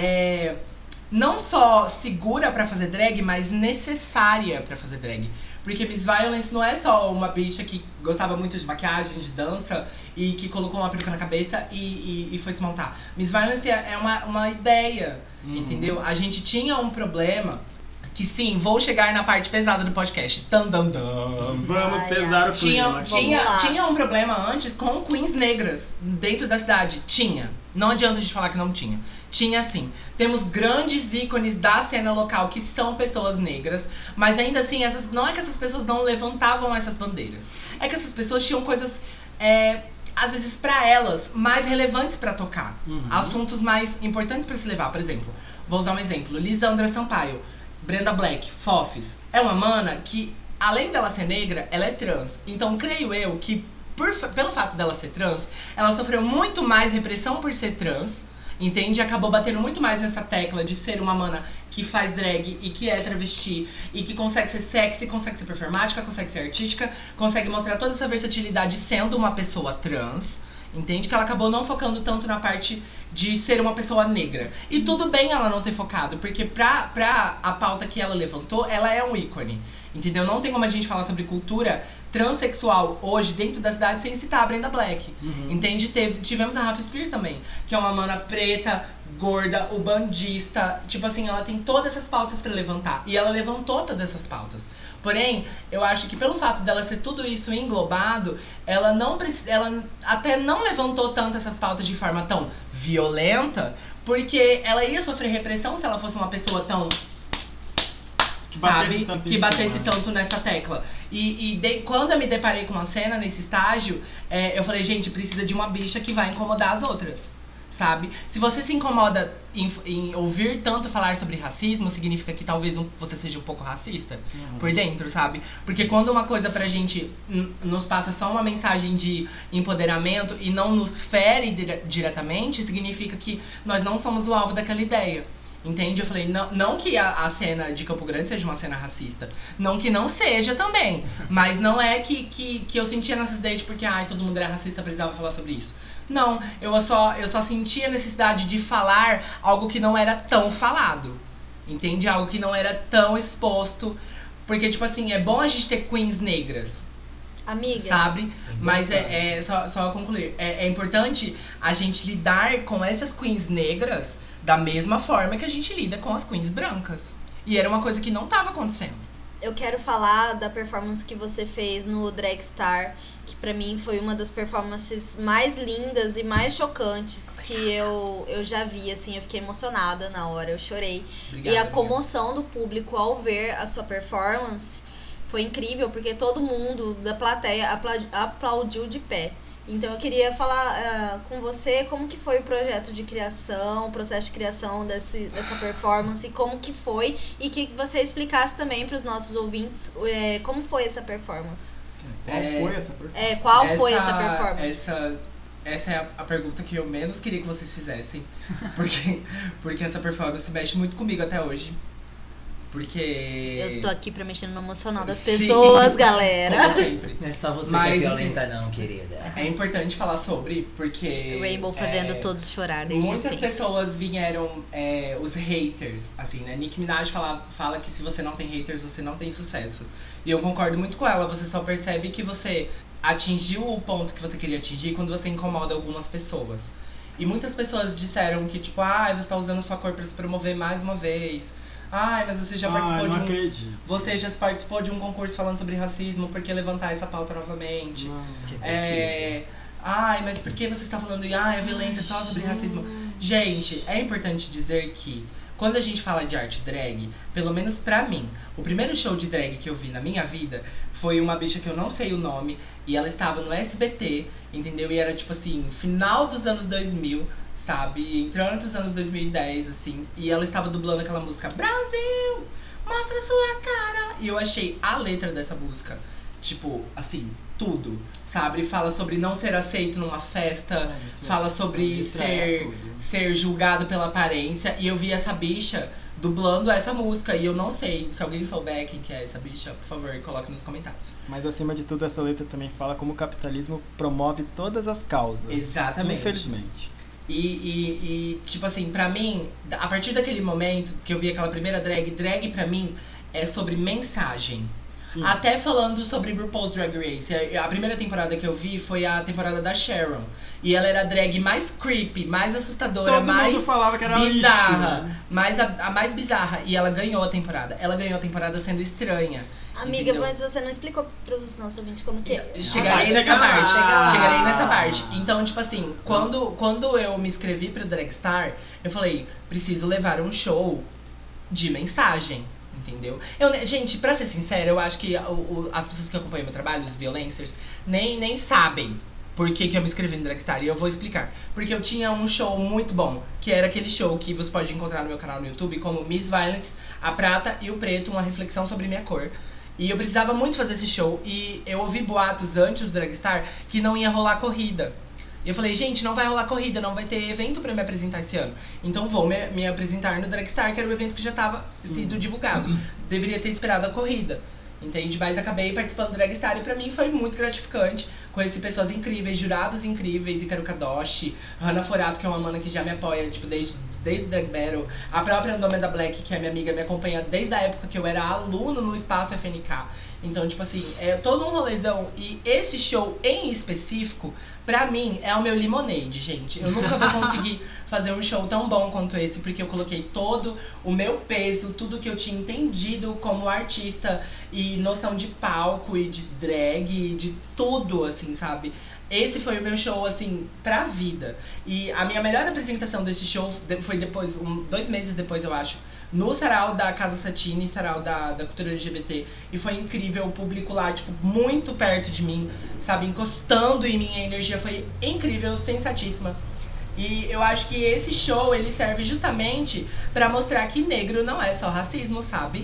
Speaker 4: não só segura pra fazer drag, mas necessária pra fazer drag. Porque Miss Violence não é só uma bicha que gostava muito de maquiagem, de dança e que colocou uma peruca na cabeça e foi se montar. Miss Violence é uma ideia, entendeu? A gente tinha um problema. Que sim, vou chegar na parte pesada do podcast.
Speaker 3: Vamos
Speaker 2: Ai,
Speaker 3: pesar
Speaker 2: ai.
Speaker 3: o clima.
Speaker 4: Tinha um problema antes com queens negras dentro da cidade. Tinha. Não adianta a gente falar que não tinha. Tinha sim. Temos grandes ícones da cena local que são pessoas negras. Mas ainda assim, não é que essas pessoas não levantavam essas bandeiras. É que essas pessoas tinham coisas, às vezes pra elas, mais relevantes pra tocar. Assuntos mais importantes pra se levar. Por exemplo, vou usar um exemplo. Lisandra Sampaio. Brenda Black, Fofis, é uma mana que, além dela ser negra, ela é trans. Então, creio eu que, pelo fato dela ser trans, ela sofreu muito mais repressão por ser trans, entende? Acabou batendo muito mais nessa tecla de ser uma mana que faz drag e que é travesti e que consegue ser sexy, consegue ser performática, consegue ser artística, consegue mostrar toda essa versatilidade sendo uma pessoa trans. Entende? Que ela acabou não focando tanto na parte de ser uma pessoa negra. E tudo bem ela não ter focado, porque pra a pauta que ela levantou, ela é um ícone. Entendeu? Não tem como a gente falar sobre cultura transexual hoje dentro da cidade sem citar a Brenda Black. Entende? Tivemos a Rafa Spears também, que é uma mana preta, gorda, ubandista. Tipo assim, ela tem todas essas pautas pra levantar. E ela levantou todas essas pautas. Porém, eu acho que pelo fato dela ser tudo isso englobado, ela até não levantou tanto essas pautas de forma tão violenta, porque ela ia sofrer repressão se ela fosse uma pessoa tão... que batesse tanto nessa tecla. Quando eu me deparei com uma cena nesse estágio, eu falei, gente, precisa de uma bicha que vai incomodar as outras. Sabe? Se você se incomoda em ouvir tanto falar sobre racismo, significa que talvez você seja um pouco racista por dentro, sabe? Porque quando uma coisa pra gente nos passa só uma mensagem de empoderamento e não nos fere diretamente, significa que nós não somos o alvo daquela ideia. Entende? Eu falei, não que a cena de Campo Grande seja uma cena racista. Não que não seja também. Mas não é que eu sentia necessidade porque todo mundo era racista, precisava falar sobre isso. Não, eu só sentia a necessidade de falar algo que não era tão falado. Entende? Algo que não era tão exposto. Porque, tipo assim, é bom a gente ter queens negras.
Speaker 2: Amiga.
Speaker 4: Sabe? Mas só concluir. É importante a gente lidar com essas queens negras da mesma forma que a gente lida com as queens brancas. E era uma coisa que não tava acontecendo.
Speaker 2: eu quero falar da performance que você fez no Dragstar, que pra mim foi uma das performances mais lindas e mais chocantes que eu já vi, assim, eu fiquei emocionada na hora, eu chorei.
Speaker 4: Obrigado,
Speaker 2: E a
Speaker 4: amiga.
Speaker 2: comoção do público ao ver a sua performance foi incrível, porque todo mundo da plateia aplaudiu de pé. Então eu queria falar com você como que foi o projeto de criação, o processo de criação dessa performance, como que foi, e que você explicasse também para os nossos ouvintes como foi essa performance.
Speaker 3: Qual foi essa performance?
Speaker 2: Qual foi essa performance?
Speaker 4: Essa é a pergunta que eu menos queria que vocês fizessem, porque essa performance mexe muito comigo até hoje. Porque...
Speaker 2: Eu estou aqui pra mexer no emocional das
Speaker 4: Sim.
Speaker 2: pessoas, galera.
Speaker 4: Como sempre.
Speaker 1: Não é só você
Speaker 4: Mas,
Speaker 1: que é violenta não, querida.
Speaker 4: É importante falar sobre, porque...
Speaker 2: Rainbow fazendo todos chorar desde
Speaker 4: muitas
Speaker 2: sempre.
Speaker 4: pessoas vieram, os haters, assim, né? Nicki Minaj fala que se você não tem haters, você não tem sucesso. E eu concordo muito com ela, você só percebe que você atingiu o ponto que você queria atingir quando você incomoda algumas pessoas. E muitas pessoas disseram que, tipo, você tá usando sua cor pra se promover mais uma vez. Mas você já participou
Speaker 3: não
Speaker 4: de
Speaker 3: acredito.
Speaker 4: Você já participou de um concurso falando sobre racismo, por que levantar essa pauta novamente? Mas por que você está falando a violência só sobre racismo? Gente, é importante dizer que quando a gente fala de arte drag, pelo menos pra mim, o primeiro show de drag que eu vi na minha vida foi uma bicha que eu não sei o nome, e ela estava no SBT, entendeu? E era tipo assim, final dos anos 2000, sabe? Entrando pros anos 2010, assim, e ela estava dublando aquela música Brasil, mostra sua cara! E eu achei a letra dessa música, tipo, assim, tudo, sabe? Fala sobre não ser aceito numa festa, fala sobre ser julgado pela aparência. E eu vi essa bicha dublando essa música. E eu não sei, se alguém souber quem que é essa bicha, por favor, coloque nos comentários.
Speaker 3: Mas acima de tudo, essa letra também fala como o capitalismo promove todas as causas.
Speaker 4: Exatamente.
Speaker 3: Infelizmente.
Speaker 4: E tipo assim, pra mim, a partir daquele momento que eu vi aquela primeira drag pra mim é sobre mensagem.
Speaker 3: Sim.
Speaker 4: Até falando sobre RuPaul's Drag Race. A primeira temporada que eu vi foi a temporada da Sharon. E ela era a drag mais creepy, mais assustadora,
Speaker 3: Todo
Speaker 4: mais
Speaker 3: mundo falava que era
Speaker 4: bizarra.
Speaker 3: lixo.
Speaker 4: A mais bizarra. E ela ganhou a temporada. Ela ganhou a temporada sendo estranha.
Speaker 2: Amiga,
Speaker 4: entendeu?
Speaker 2: mas você não explicou pros nossos ouvintes como que é.
Speaker 4: Chegarei nessa
Speaker 3: chega lá.
Speaker 4: parte.
Speaker 2: Chega lá.
Speaker 4: Chegarei nessa parte. Então, tipo assim, quando eu me inscrevi pro Dragstar, eu falei, preciso levar um show de mensagem. Entendeu? Gente, pra ser sincera, eu acho que as pessoas que acompanham meu trabalho, os violencers, nem sabem por que eu me inscrevi no Dragstar. E eu vou explicar. Porque eu tinha um show muito bom, que era aquele show que você pode encontrar no meu canal no YouTube como Miss Violence, a prata e o preto, uma reflexão sobre minha cor. E eu precisava muito fazer esse show. E eu ouvi boatos antes do Dragstar que não ia rolar corrida. E eu falei, gente, não vai rolar corrida, não vai ter evento pra me apresentar esse ano. Então vou me apresentar no Dragstar, que era o evento que já tava sido divulgado. Deveria ter esperado a corrida, entende? Mas acabei participando do Dragstar e pra mim foi muito gratificante. Conheci pessoas incríveis, jurados incríveis, Icaro Kadoshi, Hannah Forato, que é uma mana que já me apoia, tipo, desde o Drag Battle. A própria Andromeda Black, que é minha amiga, me acompanha desde a época que eu era aluno no Espaço FNK. Então, tipo assim, é todo um rolezão. E esse show em específico, pra mim, é o meu Lemonade, gente. Eu nunca vou conseguir fazer um show tão bom quanto esse, porque eu coloquei todo o meu peso, tudo que eu tinha entendido como artista, e noção de palco, e de drag, e de tudo, assim, sabe? Esse foi o meu show, assim, pra vida. E a minha melhor apresentação desse show foi depois, 2 meses depois, eu acho, no sarau da Casa Satine, sarau da cultura LGBT. E foi incrível, o público lá, tipo, muito perto de mim, sabe? Encostando em mim, a energia foi incrível, sensatíssima. E eu acho que esse show, ele serve justamente pra mostrar que negro não é só racismo, sabe?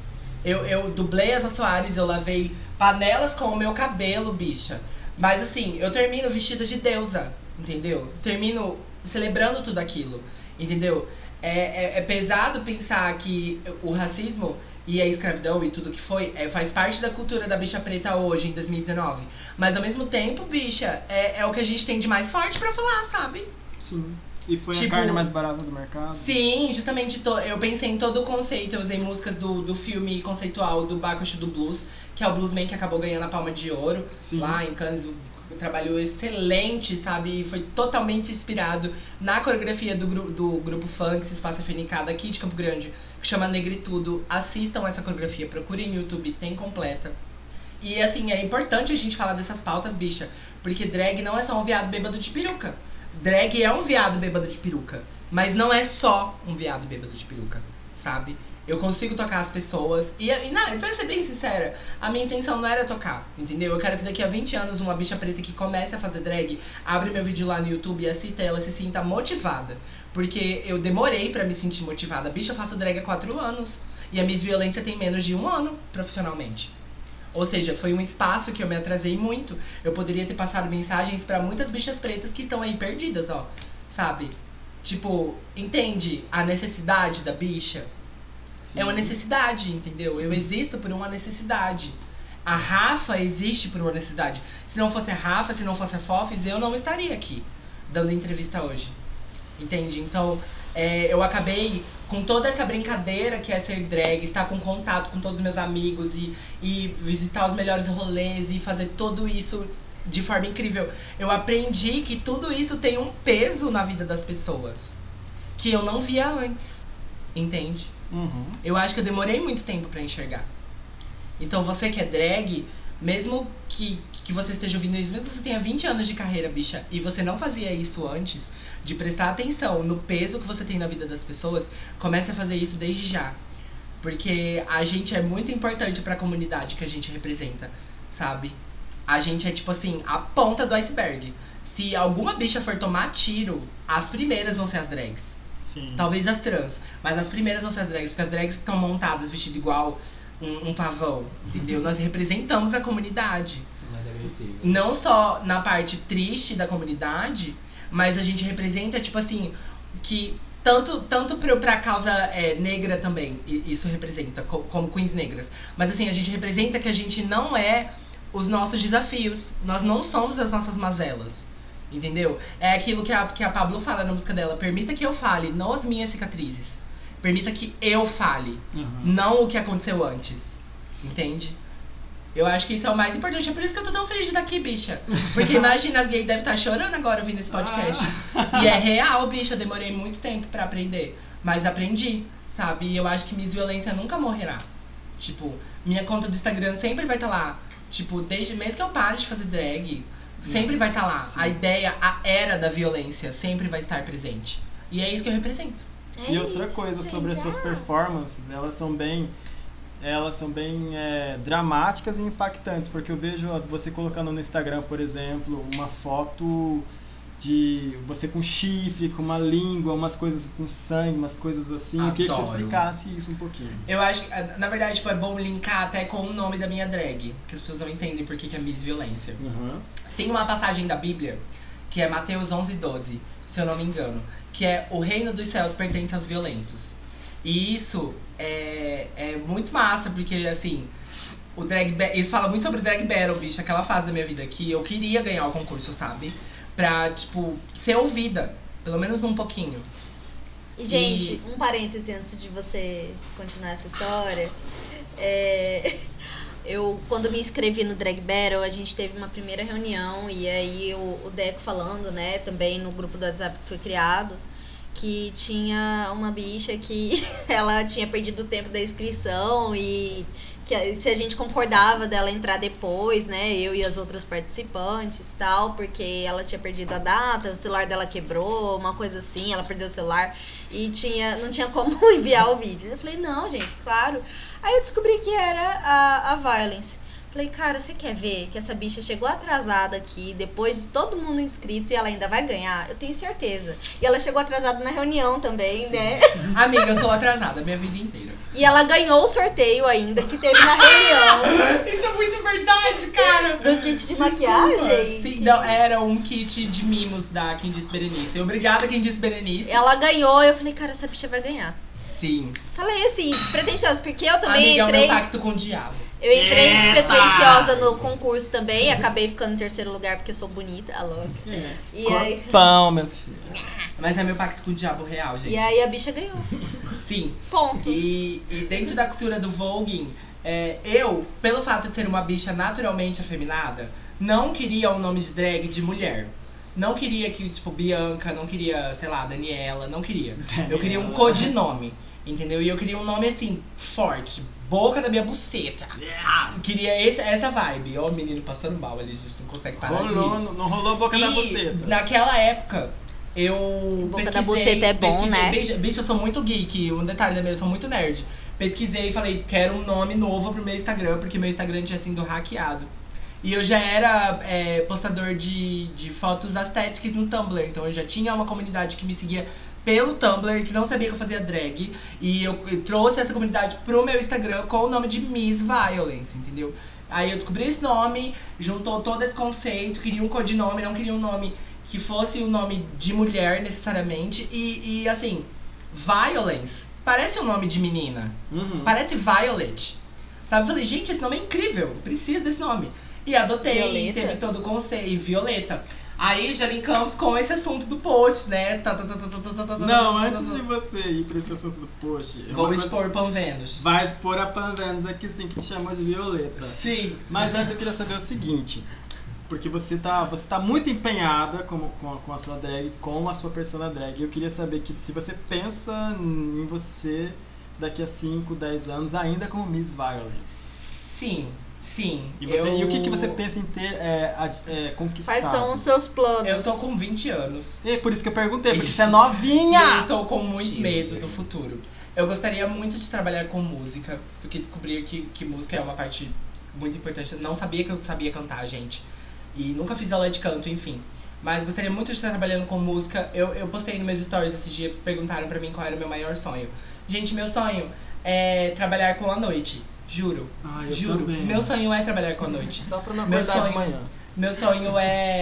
Speaker 4: Eu dublei a Elsa Soares, eu lavei panelas com o meu cabelo, bicha. Mas assim, eu termino vestida de deusa, entendeu? Termino celebrando tudo aquilo, entendeu? É pesado pensar que o racismo e a escravidão e tudo que foi faz parte da cultura da bicha preta hoje, em 2019. Mas ao mesmo tempo, bicha, é o que a gente tem de mais forte pra falar, sabe?
Speaker 3: Sim. E foi
Speaker 4: Tipo,
Speaker 3: a carne mais barata do mercado.
Speaker 4: Sim, justamente eu pensei em todo o conceito. Eu usei músicas do filme conceitual do Bakushu do Blues, que é o bluesman que acabou ganhando a Palma de Ouro.
Speaker 3: Sim.
Speaker 4: Lá em Cannes, trabalho excelente, sabe? E foi totalmente inspirado na coreografia do grupo funk Espaço FNK daqui de Campo Grande, que chama Negritudo. Assistam essa coreografia, procurem no YouTube, tem completa. E assim, é importante a gente falar dessas pautas, bicha, porque drag não é só um viado bêbado de peruca. Drag é um viado bêbado de peruca, mas não é só um viado bêbado de peruca, sabe? Eu consigo tocar as pessoas. E pra ser bem sincera, a minha intenção não era tocar, entendeu? Eu quero que daqui a 20 anos uma bicha preta que comece a fazer drag, abre meu vídeo lá no YouTube e assista e ela se sinta motivada. Porque eu demorei pra me sentir motivada. Bicha, eu faço drag há 4 anos. E a Miss Violência tem menos de 1 ano profissionalmente. Ou seja, foi um espaço que eu me atrasei muito. Eu poderia ter passado mensagens pra muitas bichas pretas que estão aí perdidas, ó. Sabe? Tipo, entende a necessidade da bicha? É uma necessidade, entendeu? Eu existo por uma necessidade. A Rafa existe por uma necessidade. Se não fosse a Rafa, se não fosse a Fofes, eu não estaria aqui dando entrevista hoje. Entende? Então, eu acabei com toda essa brincadeira que é ser drag, estar com contato com todos os meus amigos e visitar os melhores rolês e fazer tudo isso de forma incrível. Eu aprendi que tudo isso tem um peso na vida das pessoas que eu não via antes. Entende?
Speaker 3: Uhum.
Speaker 4: Eu acho que eu demorei muito tempo pra enxergar. Então você que é drag, mesmo que você esteja ouvindo isso, mesmo que você tenha 20 anos de carreira, bicha, e você não fazia isso antes, de prestar atenção no peso que você tem na vida das pessoas, comece a fazer isso desde já. Porque a gente é muito importante pra comunidade que a gente representa, sabe? A gente é tipo assim, a ponta do iceberg. Se alguma bicha for tomar tiro, as primeiras vão ser as drags.
Speaker 3: Sim.
Speaker 4: Talvez as trans, mas as primeiras vão ser as drags, porque as drags estão montadas, vestidas igual um pavão, entendeu? Nós representamos a comunidade.
Speaker 1: Mais agressivo.
Speaker 4: Não só na parte triste da comunidade, mas a gente representa, tipo assim, que tanto pra causa negra também, isso representa, como queens negras. Mas assim, a gente representa que a gente não é os nossos desafios, nós não somos as nossas mazelas. Entendeu? É aquilo que a Pablo fala na música dela. Permita que eu fale, não as minhas cicatrizes. Permita que eu fale, não o que aconteceu antes. Entende? Eu acho que isso é o mais importante. É por isso que eu tô tão feliz de estar aqui, bicha. Porque imagina, as gays devem estar chorando agora ouvindo esse podcast. E é real, bicha. Eu demorei muito tempo pra aprender. Mas aprendi, sabe? E eu acho que Miss Violência nunca morrerá. Tipo, minha conta do Instagram sempre vai estar lá. Tipo, desde mesmo que eu pare de fazer drag, sempre vai estar lá.
Speaker 3: Sim.
Speaker 4: A ideia, a era da violência sempre vai estar presente. E é isso que eu represento.
Speaker 3: E outra coisa sobre as suas performances, elas são bem dramáticas e impactantes, porque eu vejo você colocando no Instagram, por exemplo, uma foto de você com chifre, com uma língua, umas coisas com sangue, umas coisas assim. Eu queria que você explicasse isso um pouquinho.
Speaker 4: Eu acho que, na verdade, tipo, é bom linkar até com o nome da minha drag, que as pessoas não entendem por que é Miss Violência.
Speaker 3: Uhum.
Speaker 4: Tem uma passagem da Bíblia, que é Mateus 11:12, se eu não me engano, que é: o reino dos céus pertence aos violentos. E isso é muito massa, porque assim, isso fala muito sobre drag battle, bicho, aquela fase da minha vida que eu queria ganhar o concurso, sabe? Pra, tipo, ser ouvida, pelo menos um pouquinho.
Speaker 2: E, gente, um parêntese antes de você continuar essa história. Eu, quando me inscrevi no Drag Battle, a gente teve uma primeira reunião. E aí o Deco falando, né, também no grupo do WhatsApp que foi criado, que tinha uma bicha que ela tinha perdido o tempo da inscrição e que se a gente concordava dela entrar depois, né, eu e as outras participantes e tal, porque ela tinha perdido a data, o celular dela quebrou, uma coisa assim, ela perdeu o celular e não tinha como enviar o vídeo. Eu falei, não, gente, claro. Aí eu descobri que era a Violence. Falei, cara, você quer ver que essa bicha chegou atrasada aqui, depois de todo mundo inscrito, e ela ainda vai ganhar? Eu tenho certeza. E ela chegou atrasada na reunião também, sim, né?
Speaker 4: Amiga, eu sou atrasada a minha vida inteira.
Speaker 2: E ela ganhou o sorteio ainda, que teve na reunião.
Speaker 4: Isso é muito verdade, cara!
Speaker 2: Do kit de maquiagem.
Speaker 4: Sim, não, era um kit de mimos da Quem Disse Berenice. Obrigada, Quem Disse Berenice.
Speaker 2: Ela ganhou, eu falei, cara, essa bicha vai ganhar.
Speaker 4: Sim.
Speaker 2: Falei assim, despretensioso, porque eu também
Speaker 4: Amiga,
Speaker 2: entrei...
Speaker 4: é o meu pacto com o diabo.
Speaker 2: Eu entrei despretensiosa no concurso também, acabei ficando em terceiro lugar porque eu sou bonita, a louca. E aí...
Speaker 3: Corpão, meu filho.
Speaker 4: Mas é meu pacto com o diabo real, gente.
Speaker 2: E aí a bicha ganhou.
Speaker 4: Sim.
Speaker 2: Ponto.
Speaker 4: E dentro da cultura do voguing, eu, pelo fato de ser uma bicha naturalmente afeminada, não queria um nome de drag de mulher. Não queria que, tipo, Bianca, não queria, sei lá, Daniela, não queria. Eu queria um codinome, entendeu? E eu queria um nome, assim, forte. Boca da minha buceta. Queria essa vibe. Ó, o menino passando mal ali, a gente não consegue parar de rir.
Speaker 3: Não rolou boca da buceta.
Speaker 4: Naquela época, eu
Speaker 2: Boca da buceta é bom, né?
Speaker 4: Bicho, eu sou muito geek, um detalhe, né? Eu sou muito nerd. Pesquisei e falei, quero um nome novo pro meu Instagram, porque meu Instagram tinha sido hackeado. E eu já era postador de fotos aesthetics no Tumblr, então eu já tinha uma comunidade que me seguia pelo Tumblr, que não sabia que eu fazia drag. E eu trouxe essa comunidade pro meu Instagram com o nome de Miss Violence, entendeu? Aí eu descobri esse nome, juntou todo esse conceito, queria um codinome, não queria um nome que fosse o nome de mulher necessariamente. E assim, Violence parece um nome de menina, parece Violet. Sabe? Eu falei, gente, esse nome é incrível, preciso desse nome. E adotei,
Speaker 2: Violeta.
Speaker 4: teve todo o conceito, e Violeta. Aí já linkamos com esse assunto do post, né?
Speaker 3: Não, antes de você ir pra esse assunto do post,
Speaker 4: Vou expor Pan Vênus.
Speaker 3: vai expor a Pan Vênus aqui sim, que te chamou de Violeta.
Speaker 4: Sim.
Speaker 3: Mas antes eu queria saber o seguinte, porque você tá muito empenhada com a sua drag, com a sua persona drag. Eu queria saber que se você pensa em você daqui a 5, 10 anos ainda como Miss Violence.
Speaker 4: Sim.
Speaker 3: E o que você pensa em ter conquistado?
Speaker 2: Quais são os seus planos?
Speaker 4: Eu tô com 20 anos.
Speaker 3: E por isso que eu perguntei, porque você é
Speaker 4: E eu
Speaker 3: novinha!
Speaker 4: estou com muito medo do futuro. Eu gostaria muito de trabalhar com música, porque descobri que música é uma parte muito importante. Não sabia que eu sabia cantar, gente. E nunca fiz aula de canto, enfim. Mas gostaria muito de estar trabalhando com música. Eu postei nos meus stories esses dias, perguntaram pra mim qual era o meu maior sonho. Gente, meu sonho é trabalhar com a noite. Juro.
Speaker 3: Eu
Speaker 4: Juro.
Speaker 3: também.
Speaker 4: Meu sonho é trabalhar com a noite.
Speaker 3: Só pra não
Speaker 4: Meu
Speaker 3: acordar de
Speaker 4: sonho-
Speaker 3: manhã.
Speaker 4: Meu sonho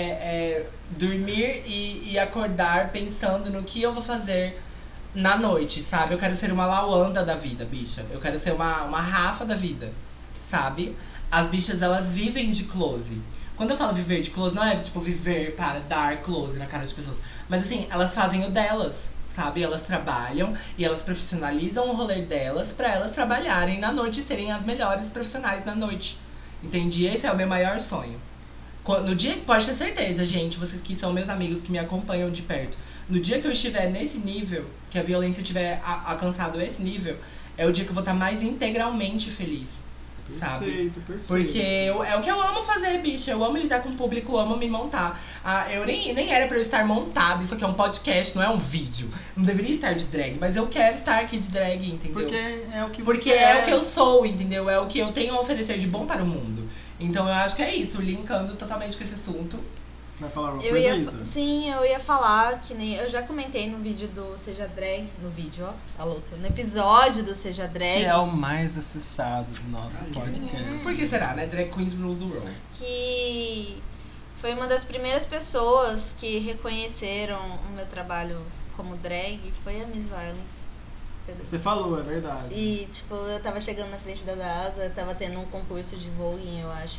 Speaker 4: é dormir e acordar pensando no que eu vou fazer na noite, sabe? Eu quero ser uma Lawanda da vida, bicha. Eu quero ser uma Rafa da vida, sabe? As bichas, elas vivem de close. Quando eu falo viver de close, não é tipo viver para dar close na cara de pessoas. Mas assim, elas fazem o delas, sabe? Elas trabalham e elas profissionalizam o rolê delas pra elas trabalharem na noite e serem as melhores profissionais na noite. Entendi? Esse é o meu maior sonho. No dia, pode ter certeza, gente, vocês que são meus amigos, que me acompanham de perto. No dia que eu estiver nesse nível, que a violência tiver alcançado esse nível, é o dia que eu vou estar mais integralmente feliz, sabe?
Speaker 3: Perfeito.
Speaker 4: Porque é o que eu amo fazer, bicha. Eu amo lidar com o público, eu amo me montar. Eu nem era pra eu estar montada. Isso aqui é um podcast, não é um vídeo. Não deveria estar de drag, mas eu quero estar aqui de drag, entendeu?
Speaker 3: Porque é o que
Speaker 4: Porque
Speaker 3: você
Speaker 4: é o que eu sou, entendeu? É o que eu tenho a oferecer de bom para o mundo. Então eu acho que é isso, linkando totalmente com esse assunto.
Speaker 3: Vai falar alguma
Speaker 2: Eu
Speaker 3: coisa,
Speaker 2: ia,
Speaker 3: Isa?
Speaker 2: sim, eu ia falar que nem. Eu já comentei no vídeo do Seja Drag. No vídeo, ó, tá louca. No episódio do Seja Drag.
Speaker 3: Que é o mais acessado do nosso podcast.
Speaker 4: Por que será, né? Drag Queens Rule the World.
Speaker 2: Que foi uma das primeiras pessoas que reconheceram o meu trabalho como drag. Foi a Miss Violence.
Speaker 3: Você falou, é verdade.
Speaker 2: E, tipo, eu tava chegando na frente da DASA, tava tendo um concurso de voguing, eu acho,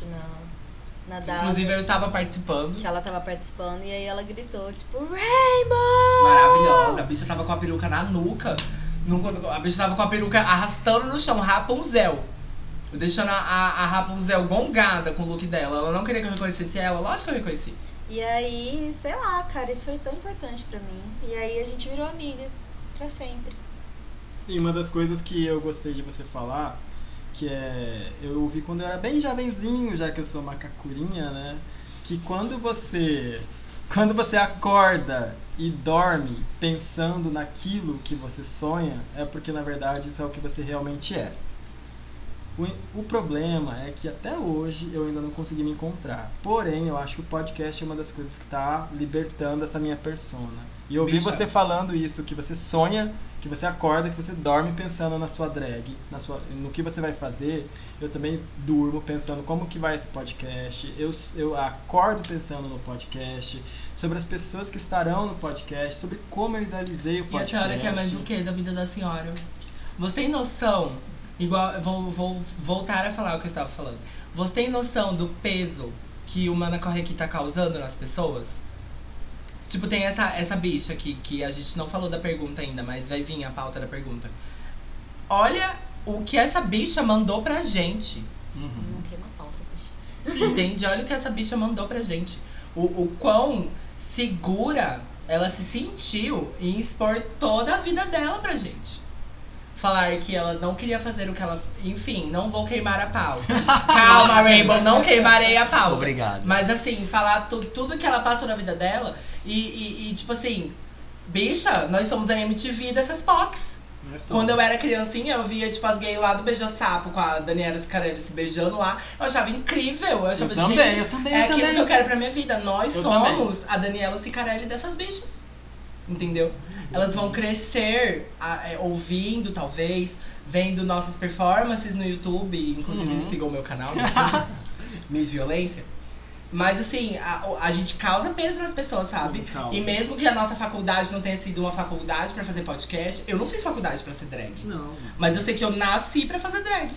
Speaker 2: na DASA.
Speaker 4: Inclusive eu estava participando.
Speaker 2: Que ela tava participando, e aí ela gritou, tipo, Rainbow!
Speaker 4: Maravilhosa. A bicha tava com a peruca na nuca. A bicha tava com a peruca arrastando no chão, Rapunzel. Deixando a Rapunzel gongada com o look dela. Ela não queria que eu reconhecesse ela, lógico que eu reconheci.
Speaker 2: E aí, sei lá, cara, isso foi tão importante pra mim. E aí a gente virou amiga, pra sempre.
Speaker 3: E uma das coisas que eu gostei de você falar, que é... Eu ouvi quando eu era bem jovenzinho, já que eu sou macacurinha, né? Que quando você acorda e dorme pensando naquilo que você sonha, é porque na verdade isso é o que você realmente é. O problema é que até hoje eu ainda não consegui me encontrar. Porém, eu acho que o podcast é uma das coisas que está libertando essa minha persona. E eu ouvi
Speaker 4: Bicha.
Speaker 3: você falando isso, que você sonha, que você acorda, que você dorme pensando na sua drag, no que você vai fazer. Eu também durmo pensando como que vai esse podcast. Eu acordo pensando no podcast, sobre as pessoas que estarão no podcast, sobre como eu idealizei o
Speaker 4: E a
Speaker 3: podcast.
Speaker 4: senhora quer mais o que da vida da senhora? Você tem noção? Igual, eu vou voltar a falar o que eu estava falando. Você tem noção do peso que o Mana Corre aqui tá causando nas pessoas? Tipo, tem essa bicha aqui, que a gente não falou da pergunta ainda, mas vai vir a pauta da pergunta. Olha o que essa bicha mandou pra gente.
Speaker 3: Uhum.
Speaker 2: Não queima a pauta, bicho.
Speaker 4: Entende? Olha o que essa bicha mandou pra gente. O quão segura ela se sentiu em expor toda a vida dela pra gente. Falar que ela não queria fazer o que ela... Enfim, não vou queimar a pauta. Calma, Rainbow, não queimarei a pauta.
Speaker 1: Obrigado.
Speaker 4: Mas assim, falar tudo que ela passou na vida dela e tipo assim... Bicha, nós somos a MTV dessas POCs. Quando eu era criancinha, eu via, tipo, as gays lá do Beija-Sapo com a Daniela Scarelli se beijando lá. Eu achava incrível. Eu achava,
Speaker 3: eu também,
Speaker 4: é aquilo que eu quero pra minha vida. Nós
Speaker 3: Eu
Speaker 4: somos a Daniela Scarelli dessas bichas. Entendeu? Elas vão crescer ouvindo, talvez, vendo nossas performances no YouTube. Inclusive, sigam o meu canal no YouTube, Miss Violência. Mas assim, a gente causa peso nas pessoas, sabe?
Speaker 3: Sim,
Speaker 4: e mesmo que a nossa faculdade não tenha sido uma faculdade pra fazer podcast, eu não fiz faculdade pra ser drag.
Speaker 3: Não.
Speaker 4: Mas eu sei que eu nasci pra fazer drag.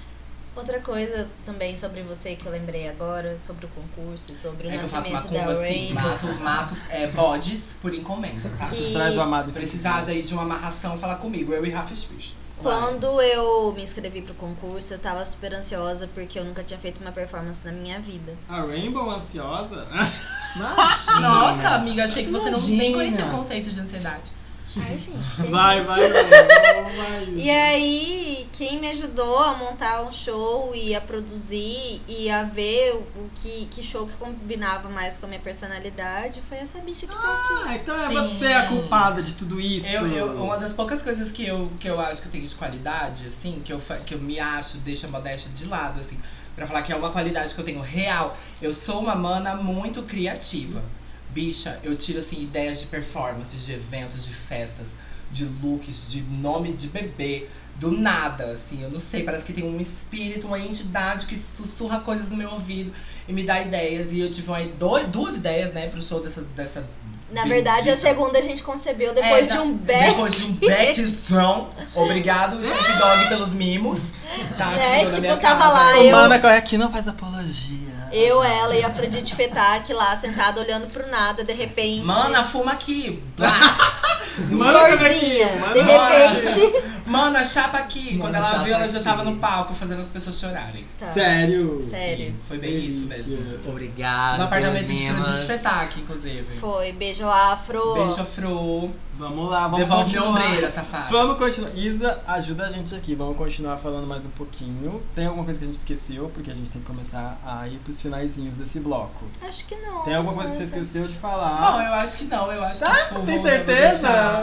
Speaker 2: Outra coisa também sobre você que eu lembrei agora, sobre o concurso, sobre o
Speaker 4: É que eu faço
Speaker 2: nascimento
Speaker 4: macumba
Speaker 2: da
Speaker 4: assim,
Speaker 2: Rainbow.
Speaker 4: mato bodes por encomenda, tá?
Speaker 2: Que-
Speaker 3: Traz o amado.
Speaker 4: Se precisar daí de uma amarração, fala comigo, eu e Rafa Spish.
Speaker 2: Quando eu me inscrevi pro concurso, eu tava super ansiosa porque eu nunca tinha feito uma performance na minha vida.
Speaker 3: A Rainbow ansiosa?
Speaker 1: Imagina.
Speaker 4: Nossa, amiga, achei que você não nem
Speaker 1: Imagina.
Speaker 4: conhecia o conceito de ansiedade.
Speaker 2: Ai, gente. que
Speaker 3: Vai,
Speaker 2: isso.
Speaker 3: vai.
Speaker 2: E aí, quem me ajudou a montar um show e a produzir e a ver que show que combinava mais com a minha personalidade foi essa bicha que tá aqui.
Speaker 3: Ah, então é
Speaker 4: Sim.
Speaker 3: você a culpada de tudo isso.
Speaker 4: Uma das poucas coisas que eu acho que eu tenho de qualidade, assim, que eu me acho, deixa a modéstia de lado, assim, pra falar que é uma qualidade que eu tenho real. Eu sou uma mana muito criativa. Bicha, eu tiro, assim, ideias de performances, de eventos, de festas, de looks, de nome de bebê, do nada, assim. Eu não sei, parece que tem um espírito, uma entidade que sussurra coisas no meu ouvido e me dá ideias. E eu tive duas ideias, né, pro show dessa
Speaker 2: Na verdade, a
Speaker 4: bendita.
Speaker 2: segunda a gente concebeu depois de um back.
Speaker 4: Depois de um backzão. Obrigado, Snoop Dogg, pelos mimos. Tá, que
Speaker 2: Né,
Speaker 4: chegou na
Speaker 2: tipo,
Speaker 4: minha
Speaker 2: tava
Speaker 4: casa.
Speaker 2: lá,
Speaker 3: O
Speaker 2: eu-
Speaker 3: Mana corre aqui, não faz apologia.
Speaker 2: Eu, ela e a Afrodite Fetac lá, sentada olhando pro nada, de repente.
Speaker 4: Mana, fuma aqui. Blá.
Speaker 3: Mana corre
Speaker 2: Florzinha,
Speaker 3: aqui, Mana
Speaker 2: de
Speaker 3: corre aqui.
Speaker 2: repente.
Speaker 4: Mana, chapa aqui.
Speaker 1: Mana,
Speaker 4: Quando ela
Speaker 1: chapa
Speaker 4: viu, ela já
Speaker 1: aqui.
Speaker 4: tava no palco fazendo as pessoas chorarem.
Speaker 2: Tá.
Speaker 3: Sério?
Speaker 2: Sério.
Speaker 4: Foi bem isso
Speaker 3: Delícia.
Speaker 4: mesmo.
Speaker 1: Obrigado.
Speaker 4: No apartamento
Speaker 1: pelas
Speaker 4: de
Speaker 1: mimas.
Speaker 4: Afrodite Fetac, inclusive.
Speaker 2: Foi, beijo afro.
Speaker 4: Beijo, Fro.
Speaker 3: Vamos lá, vamos
Speaker 4: Devolve minha
Speaker 3: continuar.
Speaker 4: ombreira, safada.
Speaker 3: Vamos continuar. Isa, ajuda a gente aqui. Vamos continuar falando mais um pouquinho. Tem alguma coisa que a gente esqueceu? Porque a gente tem que começar a ir pros finalzinhos desse bloco.
Speaker 2: Acho que não.
Speaker 3: Tem alguma coisa que você
Speaker 2: Nossa.
Speaker 3: esqueceu de falar?
Speaker 4: Não, eu acho que não. Eu acho que,
Speaker 3: Tá?
Speaker 4: tipo,
Speaker 3: Tem
Speaker 4: vou
Speaker 3: certeza?
Speaker 4: deixar-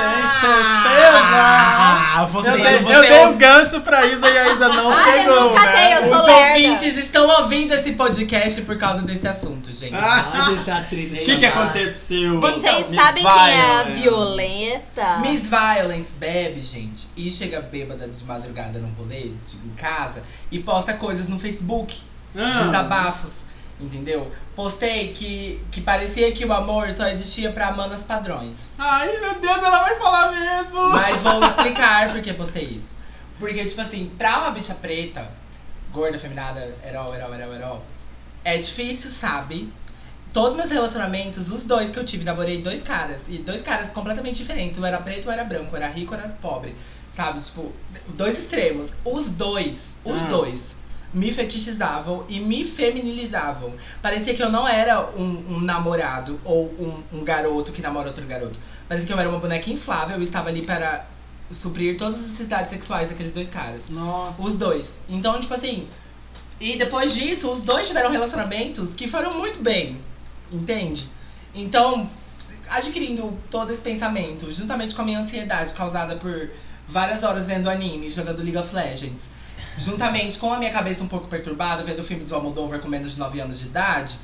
Speaker 3: Ah,
Speaker 4: você,
Speaker 3: eu dei um gancho pra Isa e a Isa não
Speaker 2: Ah, eu
Speaker 3: pegou,
Speaker 2: não catei,
Speaker 3: né?
Speaker 2: eu sou
Speaker 4: Os
Speaker 2: lerda.
Speaker 4: ouvintes estão ouvindo esse podcast por causa desse assunto, gente.
Speaker 1: Vai deixar a treta.
Speaker 3: O que aconteceu?
Speaker 2: Vocês
Speaker 3: Miss
Speaker 2: sabem quem é a
Speaker 3: Violence.
Speaker 2: Violeta?
Speaker 4: Miss Violence bebe, gente, e chega bêbada de madrugada no rolê, em casa, e posta coisas no Facebook, desabafos, entendeu? Postei que parecia que o amor só existia pra manas padrões.
Speaker 3: Ai, meu Deus, ela vai falar mesmo!
Speaker 4: Mas vou explicar por que postei isso. Porque, tipo assim, pra uma bicha preta, gorda, feminada, heró, é difícil, sabe? Todos os meus relacionamentos, os dois que eu tive, namorei dois caras. E dois caras completamente diferentes. Um era preto, um era branco. Um era rico, um era pobre. Sabe? Tipo, dois extremos. Os dois me fetichizavam e me feminilizavam. Parecia que eu não era um namorado ou um garoto que namora outro garoto. Parecia que eu era uma boneca inflável e estava ali para suprir todas as necessidades sexuais daqueles dois caras.
Speaker 3: Nossa.
Speaker 4: Os dois. Então, tipo assim... E depois disso, os dois tiveram relacionamentos que foram muito bem. Entende? Então, adquirindo todo esse pensamento, juntamente com a minha ansiedade causada por várias horas vendo anime, jogando League of Legends, juntamente com a minha cabeça um pouco perturbada, vendo o filme do Almodóvar com menos de 9 anos de idade,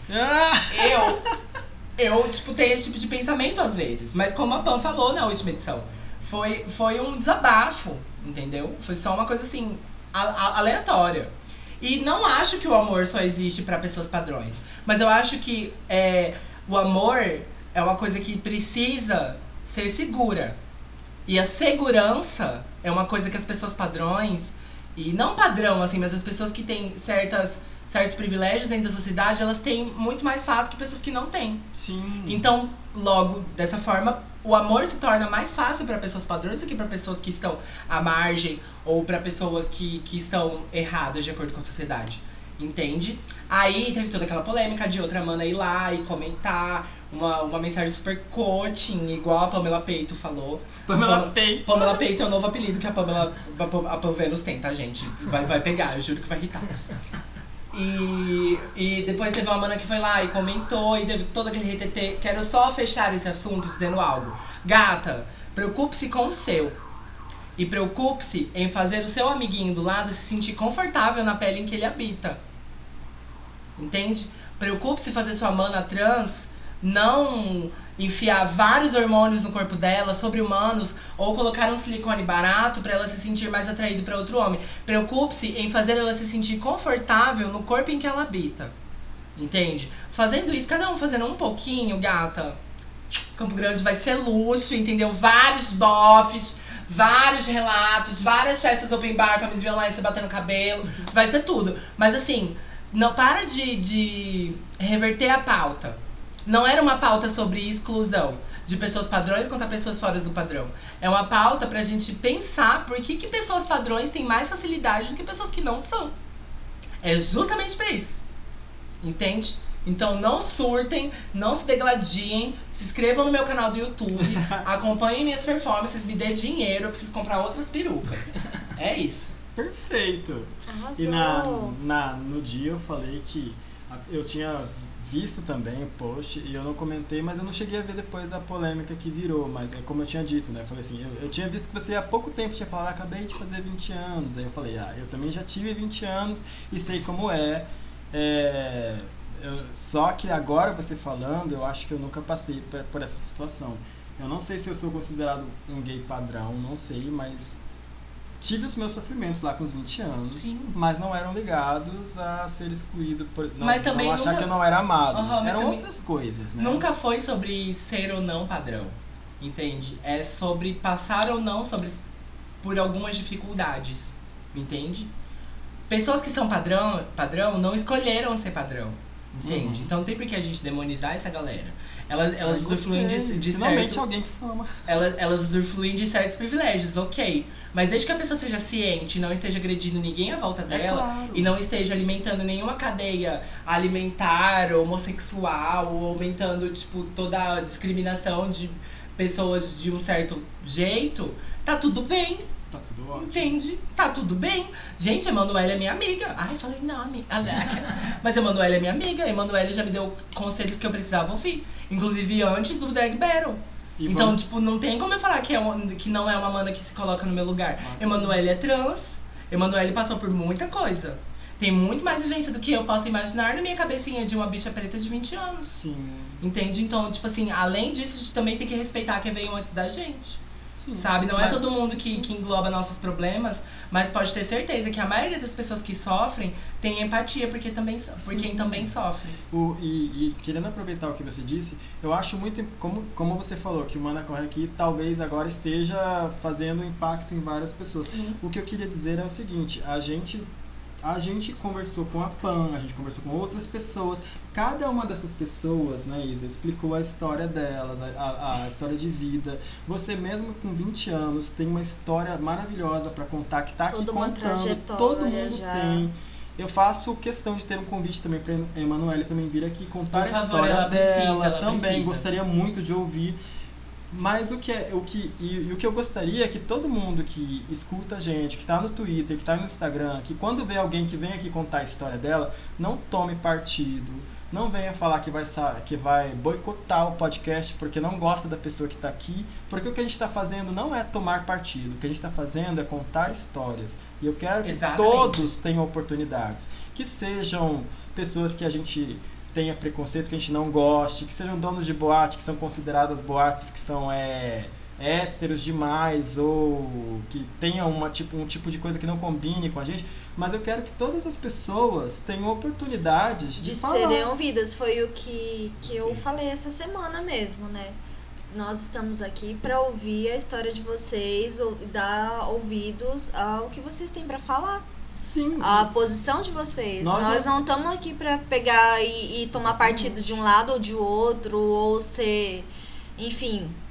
Speaker 4: eu tipo, tenho esse tipo de pensamento às vezes. Mas como a Pam falou na última edição, foi um desabafo, entendeu? Foi só uma coisa assim, aleatória. E não acho que o amor só existe pra pessoas padrões. Mas eu acho que o amor é uma coisa que precisa ser segura. E a segurança é uma coisa que as pessoas padrões, e não padrão assim, mas as pessoas que têm certos privilégios dentro da sociedade, elas têm muito mais fácil que pessoas que não têm.
Speaker 3: Sim.
Speaker 4: Então, logo, dessa forma, o amor se torna mais fácil para pessoas padrões do que para pessoas que estão à margem ou para pessoas que estão erradas de acordo com a sociedade. Entende? Aí teve toda aquela polêmica de outra mana ir lá e comentar uma mensagem super coaching, igual a Pamela Peito falou.
Speaker 3: Pamela Peito.
Speaker 4: Pamela Peito é o novo apelido que a Pam Vênus tem, tá, gente? Vai pegar, eu juro que vai irritar. E depois teve uma mana que foi lá e comentou, e teve todo aquele retetê. Quero só fechar esse assunto dizendo algo. Gata, preocupe-se com o seu. E preocupe-se em fazer o seu amiguinho do lado se sentir confortável na pele em que ele habita. Entende? Preocupe-se em fazer sua mana trans não enfiar vários hormônios no corpo dela, sobre-humanos, ou colocar um silicone barato pra ela se sentir mais atraída pra outro homem. Preocupe-se em fazer ela se sentir confortável no corpo em que ela habita. Entende? Fazendo isso, cada um fazendo um pouquinho, gata, Campo Grande vai ser luxo, entendeu? Vários bofs, vários relatos, várias festas open bar pra Miss Violência e batendo cabelo. Vai ser tudo. Mas assim, não para de reverter a pauta. Não era uma pauta sobre exclusão de pessoas padrões contra pessoas fora do padrão. É uma pauta pra gente pensar por que pessoas padrões têm mais facilidade do que pessoas que não são. É justamente pra isso. Entende? Então não surtem, não se degladiem, se inscrevam no meu canal do YouTube, acompanhem minhas performances, me dê dinheiro, eu preciso comprar outras perucas. É isso.
Speaker 3: Perfeito.
Speaker 2: Arrasou.
Speaker 3: E no dia eu falei que eu tinha visto também o post e eu não comentei, mas eu não cheguei a ver depois a polêmica que virou, mas é como eu tinha dito, né? Eu falei assim, eu tinha visto que você há pouco tempo tinha falado, acabei de fazer 20 anos. Aí eu falei, eu também já tive 20 anos e sei como é. Só que agora você falando, eu acho que eu nunca passei por essa situação. Eu não sei se eu sou considerado um gay padrão, não sei, mas tive os meus sofrimentos lá com os 20 anos. Sim. Mas não eram ligados a ser excluído, mas também não achar que eu não era amado. Eram outras coisas, né?
Speaker 4: Nunca foi sobre ser ou não padrão, entende? É sobre passar ou não por algumas dificuldades, entende? Pessoas que são padrão não escolheram ser padrão. Entende? Então não tem por que a gente demonizar essa galera. Elas usufruem de
Speaker 3: finalmente
Speaker 4: certo...
Speaker 3: alguém que fama.
Speaker 4: Elas usufruem de certos privilégios, ok. Mas desde que a pessoa seja ciente e não esteja agredindo ninguém à volta dela,
Speaker 3: claro.
Speaker 4: E não esteja alimentando nenhuma cadeia alimentar, homossexual, ou aumentando, tipo, toda a discriminação de pessoas de um certo jeito, tá tudo bem.
Speaker 3: Tá tudo ótimo.
Speaker 4: Entende? Tá tudo bem. Gente, a Emanuele é minha amiga. Ai, falei nome. Mas a Emanuele é minha amiga. A Emanuele já me deu conselhos que eu precisava ouvir. Inclusive antes do Drag Battle. Então, tipo, não tem como eu falar que não é uma mana que se coloca no meu lugar. Emanuele é trans. Emanuele passou por muita coisa. Tem muito mais vivência do que eu posso imaginar na minha cabecinha de uma bicha preta de 20 anos.
Speaker 3: Sim.
Speaker 4: Entende? Então, tipo assim, além disso, a gente também tem que respeitar quem veio antes da gente.
Speaker 3: Sim,
Speaker 4: sabe? Não é todo mundo que engloba nossos problemas, mas pode ter certeza que a maioria das pessoas que sofrem tem empatia por quem também sofre.
Speaker 3: E querendo aproveitar o que você disse, eu acho muito, como você falou, que o Mana Corre Aqui talvez agora esteja fazendo impacto em várias pessoas.
Speaker 4: Sim.
Speaker 3: O que eu queria dizer é o seguinte, a gente conversou com a Pam, a gente conversou com outras pessoas. Cada uma dessas pessoas, né, Isa, explicou a história delas, a história de vida. Você mesmo com 20 anos tem uma história maravilhosa para contar, que tá aqui contando. Todo mundo já tem. Eu faço questão de ter um convite também para a Emanuele também vir aqui contar a história dela. Ela também gostaria muito de ouvir. Mas o que eu gostaria é que todo mundo que escuta a gente, que está no Twitter, que está no Instagram, que quando vê alguém que vem aqui contar a história dela, não tome partido, não venha falar que vai boicotar o podcast porque não gosta da pessoa que está aqui, porque o que a gente está fazendo não é tomar partido, o que a gente está fazendo é contar histórias. E eu quero que todos tenham oportunidades, que sejam pessoas que a gente tenha preconceito, que a gente não goste, que sejam donos de boate, que são consideradas boates que são héteros demais, ou que tenham um tipo de coisa que não combine com a gente, mas eu quero que todas as pessoas tenham oportunidades de falar.
Speaker 2: Serem ouvidas, foi o que eu falei essa semana mesmo, né? Nós estamos aqui para ouvir a história de vocês, dar ouvidos ao que vocês têm para falar.
Speaker 3: Sim.
Speaker 2: A posição de vocês. Nós não estamos aqui pra pegar e tomar partido de um lado ou de outro, ou ser... Enfim,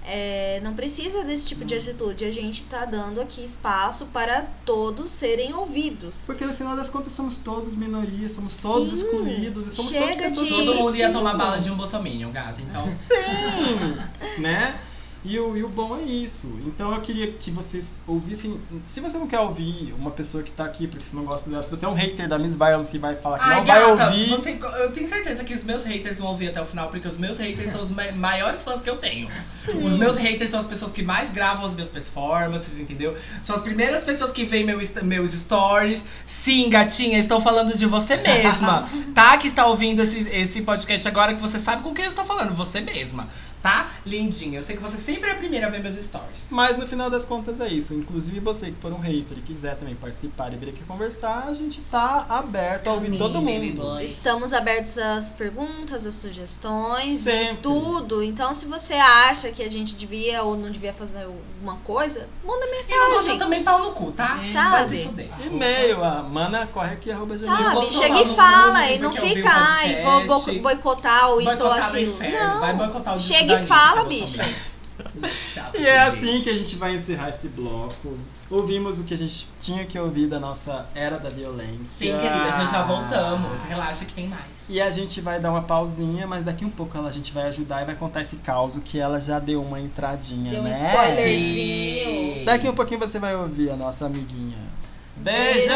Speaker 2: não precisa desse tipo de atitude. A gente tá dando aqui espaço para todos serem ouvidos.
Speaker 3: Porque no final das contas somos todos minorias, somos todos
Speaker 2: Sim.
Speaker 3: excluídos. E somos
Speaker 2: Chega
Speaker 3: todas pessoas
Speaker 2: de-
Speaker 4: Todo mundo ia
Speaker 2: Sim.
Speaker 4: tomar bala de um bolsominion, gata, então.
Speaker 3: Sim, né? E o bom é isso. Então eu queria que vocês ouvissem. Se você não quer ouvir uma pessoa que tá aqui porque você não gosta dela, se você é um hater da Miss Violence e vai falar que
Speaker 4: Ai,
Speaker 3: não vai
Speaker 4: gata,
Speaker 3: ouvir.
Speaker 4: eu tenho certeza que os meus haters vão ouvir até o final, porque os meus haters são os maiores fãs que eu tenho. Os meus haters são as pessoas que mais gravam as minhas performances, entendeu? São as primeiras pessoas que veem meus stories. Sim, gatinha, estou falando de você mesma, tá? Que está ouvindo esse podcast agora, que você sabe com quem eu estou falando, você mesma. Tá? Lindinha. Eu sei que você sempre é a primeira a ver meus stories.
Speaker 3: Mas no final das contas é isso. Inclusive você que for um hater e quiser também participar e vir aqui conversar, a gente tá aberto a ouvir todo mundo.
Speaker 2: Estamos abertos às perguntas, às sugestões,
Speaker 3: Sempre.
Speaker 2: e tudo. Então, se você acha que a gente devia ou não devia fazer alguma coisa, manda
Speaker 4: E não
Speaker 2: mensagem.
Speaker 4: gostou também pau no cu, tá?
Speaker 2: Sabe?
Speaker 4: Vai se fuder.
Speaker 3: E-mail, a manacorreaqui@gmail.
Speaker 2: Sabe?
Speaker 4: gostou,
Speaker 2: Chega
Speaker 4: não,
Speaker 2: e fala
Speaker 4: não,
Speaker 2: e não
Speaker 4: porque eu vi o
Speaker 2: fica, ai, vou
Speaker 4: podcast.
Speaker 2: boicotar ou isso ou
Speaker 4: Boicotar no
Speaker 2: aquilo.
Speaker 4: inferno,
Speaker 2: Não.
Speaker 4: vai boicotar o disco
Speaker 2: Chega
Speaker 4: da
Speaker 2: e
Speaker 4: Anitta,
Speaker 2: fala,
Speaker 4: que eu vou
Speaker 2: bicha.
Speaker 4: saber.
Speaker 3: E é assim que a gente vai encerrar esse bloco. Ouvimos o que a gente tinha que ouvir da nossa era da violência.
Speaker 4: Sim, querida, já voltamos. Relaxa que tem mais.
Speaker 3: E a gente vai dar uma pausinha, mas daqui um pouco a gente vai ajudar e vai contar esse caos que ela já deu uma entradinha,
Speaker 2: Deu um
Speaker 3: né?
Speaker 2: spoilerzinho.
Speaker 3: Daqui um pouquinho você vai ouvir a nossa amiguinha.
Speaker 2: Beijo!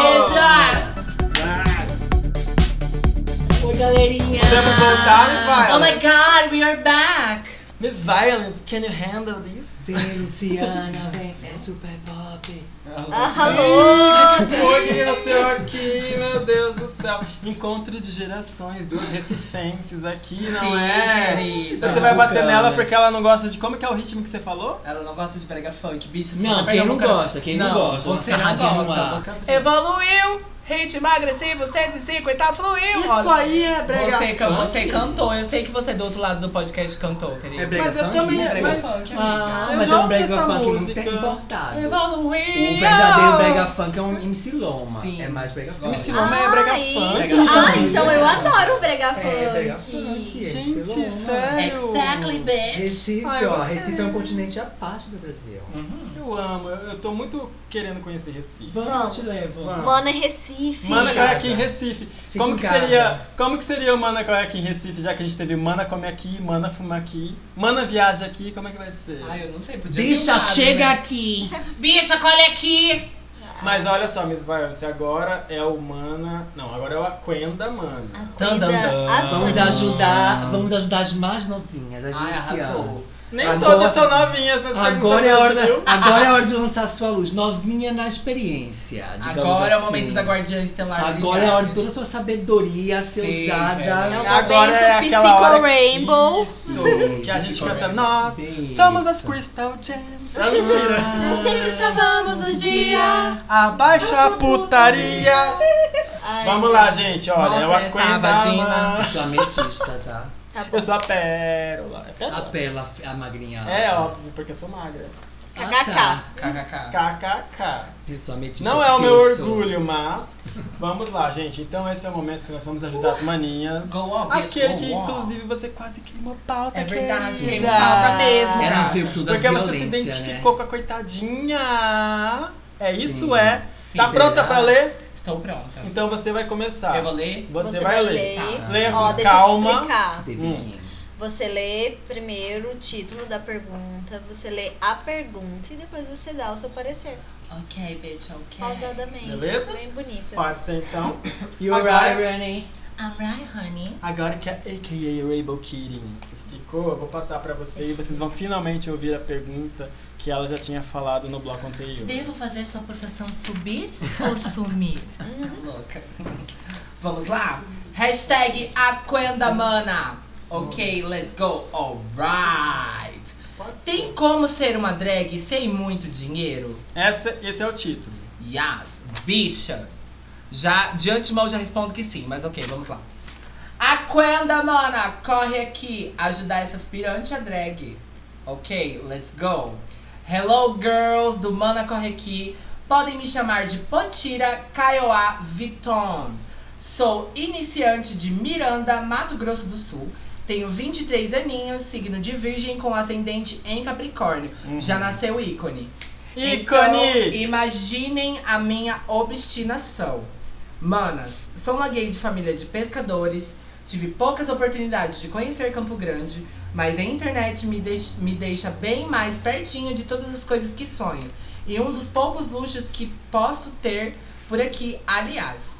Speaker 1: Oi, galerinha!
Speaker 3: Podemos voltar, Miss Violence?
Speaker 4: Oh my god, we are back!
Speaker 3: Miss Violence, can you handle this?
Speaker 1: Vem, Luciana, vem, é super pop.
Speaker 2: Alô!
Speaker 3: Oi, que aconteceu aqui, meu Deus do céu. Encontro de gerações, duas recifenses aqui, não
Speaker 4: Sim,
Speaker 3: é?
Speaker 4: querida.
Speaker 3: Você vai bater
Speaker 1: Bucanas.
Speaker 3: nela porque ela não gosta de... Como que é o ritmo que você falou?
Speaker 4: Ela não gosta de brega funk, bicho. se
Speaker 1: Não,
Speaker 4: você
Speaker 1: quem
Speaker 4: pegar
Speaker 1: não
Speaker 4: um cara-
Speaker 1: gosta, quem não gosta,
Speaker 4: Você
Speaker 1: nossa
Speaker 4: não
Speaker 1: radinha no
Speaker 4: gosta.
Speaker 1: ar.
Speaker 4: Evoluiu, ritmo agressivo, 150 fluiu.
Speaker 3: Isso
Speaker 4: Olha,
Speaker 3: aí é brega
Speaker 4: você
Speaker 3: funk.
Speaker 4: cantou, eu sei que você do outro lado do podcast cantou, querida.
Speaker 1: É brega
Speaker 3: Mas eu
Speaker 1: funk?
Speaker 3: também...
Speaker 4: É brega
Speaker 3: mas-
Speaker 4: funk, amiga.
Speaker 1: Ah,
Speaker 3: Eu
Speaker 1: mas
Speaker 3: já
Speaker 1: é um
Speaker 3: ouvi
Speaker 1: brega
Speaker 3: essa
Speaker 1: funk
Speaker 3: música.
Speaker 1: muito importado.
Speaker 4: Evoluiu.
Speaker 1: O verdadeiro brega funk é um MC Loma.
Speaker 4: Sim.
Speaker 1: É mais brega funk.
Speaker 3: MC Loma é brega
Speaker 2: isso.
Speaker 3: funk.
Speaker 1: Brega funk.
Speaker 2: Ah, então eu adoro o brega funk.
Speaker 1: É, brega funk.
Speaker 3: Gente,
Speaker 1: MC Loma.
Speaker 3: sério?
Speaker 4: Exactly, bitch.
Speaker 1: Recife,
Speaker 3: Ah, eu
Speaker 1: ó.
Speaker 3: gostei.
Speaker 1: Recife é um continente à parte do Brasil.
Speaker 3: Eu amo, eu tô muito querendo conhecer Recife.
Speaker 2: Vamos.
Speaker 1: te levo.
Speaker 3: Vamos.
Speaker 2: Mano, é Recife.
Speaker 3: Mana
Speaker 1: casa.
Speaker 3: Come Aqui em Recife.
Speaker 1: Fica
Speaker 3: Como
Speaker 1: em
Speaker 3: que,
Speaker 1: casa.
Speaker 3: seria o Mana Come Aqui em Recife, já que a gente teve Mana Come Aqui, Mana Fuma Aqui, Mana Viaja Aqui, como é que vai ser?
Speaker 4: Ai, eu não sei, podia
Speaker 1: Bicha,
Speaker 4: ter um lado,
Speaker 1: chega
Speaker 4: né?
Speaker 1: aqui!
Speaker 4: Bicha, colhe aqui!
Speaker 3: Mas olha só, Miss Violence, agora é o Mana... Não, agora é o Aquenda Mana.
Speaker 2: Cuida as
Speaker 1: Vamos
Speaker 2: maninhas.
Speaker 1: vamos ajudar as mais novinhas, as
Speaker 4: Ai,
Speaker 1: iniciantes.
Speaker 4: arrasou.
Speaker 3: Nem
Speaker 1: Agora-
Speaker 3: todas são novinhas nas
Speaker 1: Agora é,
Speaker 3: perguntas, viu?
Speaker 1: agora é a hora de lançar sua luz, novinha na experiência. digamos
Speaker 4: Agora é o
Speaker 1: assim.
Speaker 4: momento da Guardiã Estelar.
Speaker 1: Agora é a hora de toda a sua sabedoria ser
Speaker 4: Sim,
Speaker 1: usada.
Speaker 2: É o
Speaker 3: Agora
Speaker 2: momento
Speaker 3: é aquela
Speaker 2: Psycho
Speaker 3: hora
Speaker 2: Rainbow.
Speaker 3: Isso,
Speaker 1: Isso,
Speaker 3: que a gente
Speaker 4: Psycho
Speaker 3: canta,
Speaker 4: Rainbow.
Speaker 3: nós
Speaker 1: Isso.
Speaker 3: somos as Crystal Gems. Ah, mentira.
Speaker 2: Nós sempre salvamos o dia.
Speaker 3: Abaixa a putaria.
Speaker 2: Ai,
Speaker 3: Vamos lá, gente, olha, é o
Speaker 4: Mostra essa
Speaker 3: Aquenda
Speaker 4: vagina.
Speaker 3: Mana.
Speaker 1: Eu sou ametista, tá?
Speaker 2: Tá bom.
Speaker 3: Eu sou a Pérola. É Pérola?
Speaker 1: A pérola, a magrinha.
Speaker 3: É óbvio, porque eu sou magra.
Speaker 1: Ah, tá.
Speaker 4: KKK.
Speaker 3: KKK.
Speaker 1: Eu sou ametista.
Speaker 3: Não é o
Speaker 1: porque
Speaker 3: meu
Speaker 1: eu sou-
Speaker 3: orgulho, mas vamos lá, gente. Então esse é o momento que nós vamos ajudar as maninhas.
Speaker 4: Go on, bitch,
Speaker 3: Aquele
Speaker 4: go
Speaker 3: que,
Speaker 4: on.
Speaker 3: inclusive, você quase queimou pauta,
Speaker 4: É verdade,
Speaker 3: querida.
Speaker 4: queimou pauta mesmo.
Speaker 1: Ela viu tudo a
Speaker 3: Porque você se
Speaker 1: violência,
Speaker 3: identificou
Speaker 1: né?
Speaker 3: com a coitadinha. É isso,
Speaker 1: Sim.
Speaker 3: é?
Speaker 4: Sim.
Speaker 3: Tá pronta
Speaker 1: Será?
Speaker 3: pra ler?
Speaker 4: Estou pronta.
Speaker 3: Então você vai começar.
Speaker 4: Eu vou ler?
Speaker 3: Você vai ler.
Speaker 4: Tá.
Speaker 3: Leia
Speaker 2: Ó,
Speaker 3: com
Speaker 2: deixa eu
Speaker 3: calma.
Speaker 2: te explicar.
Speaker 1: The
Speaker 3: Hum.
Speaker 1: Beginning.
Speaker 2: Você lê primeiro o título da pergunta, você lê a pergunta e depois você dá o seu parecer.
Speaker 4: Ok, bitch, ok.
Speaker 2: Pausadamente.
Speaker 3: Beleza?
Speaker 2: Bem bonita.
Speaker 3: Pode ser então.
Speaker 1: You
Speaker 3: Agora-
Speaker 1: right, Rennie?
Speaker 4: I'm right, honey.
Speaker 3: Agora que a a.k.a. Rainbow Kidding explicou, eu vou passar pra você e vocês vão finalmente ouvir a pergunta que ela já tinha falado no bloco anterior.
Speaker 4: Devo fazer sua possessão subir ou sumir? Louca. Vamos lá? Hashtag Aquendamana. Ok, let's go. Alright.
Speaker 3: Pode ser.
Speaker 4: Tem como ser uma drag sem muito dinheiro?
Speaker 3: Esse é o título.
Speaker 4: Yes, bicha. Já, de antemão já respondo que sim, mas ok, vamos lá. Aquendamana, corre aqui ajudar essa aspirante a drag. Ok, let's go. Hello girls do Mana Corre Aqui. Podem me chamar de Potira Kaiowá Viton. Sou iniciante de Miranda, Mato Grosso do Sul. tenho 23 aninhos, signo de Virgem com ascendente em Capricórnio. Já nasceu ícone. Então, imaginem a minha obstinação. Manas, sou uma gay de família de pescadores, tive poucas oportunidades de conhecer Campo Grande, mas a internet me deixa bem mais pertinho de todas as coisas que sonho. E um dos poucos luxos que posso ter por aqui, aliás.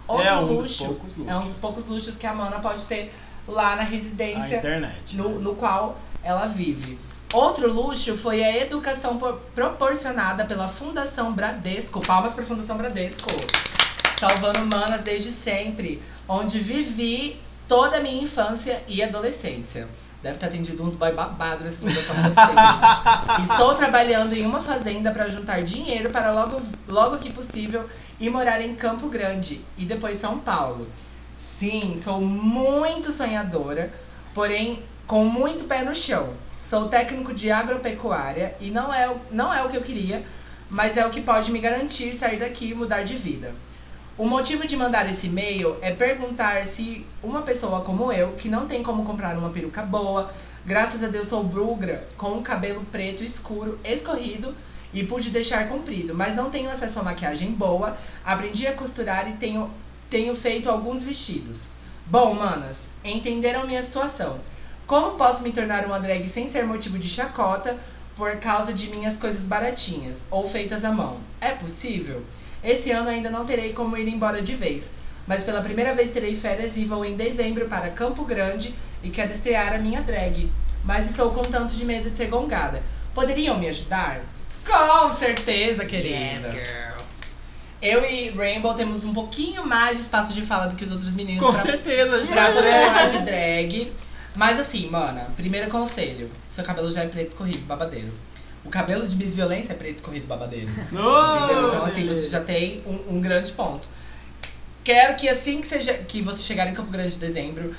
Speaker 4: É um dos poucos luxos que a Mana pode ter lá na residência,
Speaker 3: a internet,
Speaker 4: no qual ela vive. Outro luxo foi a educação proporcionada pela Fundação Bradesco. Palmas para a Fundação Bradesco. Salvando manas desde sempre. Onde vivi toda a minha infância e adolescência. Deve ter atendido uns boy babados nessa fundação, não sei. Estou trabalhando em uma fazenda para juntar dinheiro para logo que possível ir morar em Campo Grande e depois São Paulo. Sim, sou muito sonhadora, porém com muito pé no chão. Sou técnico de agropecuária e não é o que eu queria, mas é o que pode me garantir sair daqui e mudar de vida. O motivo de mandar esse e-mail é perguntar se uma pessoa como eu, que não tem como comprar uma peruca boa, graças a Deus sou brugra, com um cabelo preto escuro, escorrido e pude deixar comprido, mas não tenho acesso a maquiagem boa, aprendi a costurar e tenho feito alguns vestidos. Bom, manas, entenderam minha situação. Como posso me tornar uma drag sem ser motivo de chacota por causa de minhas coisas baratinhas ou feitas à mão? É possível? Esse ano ainda não terei como ir embora de vez, mas pela primeira vez terei férias e vou em dezembro para Campo Grande e quero estrear a minha drag. Mas estou com tanto de medo de ser gongada. Poderiam me ajudar? Com certeza, querida.
Speaker 1: Yes, girl.
Speaker 4: Eu e Rainbow temos um pouquinho mais de espaço de fala do que os outros meninos.
Speaker 3: Com certeza, gente.
Speaker 4: Pra poder falar de drag. Mas assim, mana, primeiro conselho. Seu cabelo já é preto escorrido, babadeiro. O cabelo de Miss Violência é preto escorrido, babadeiro. Entendeu? Então assim, você já tem um grande ponto. Quero que assim que você chegar em Campo Grande de dezembro,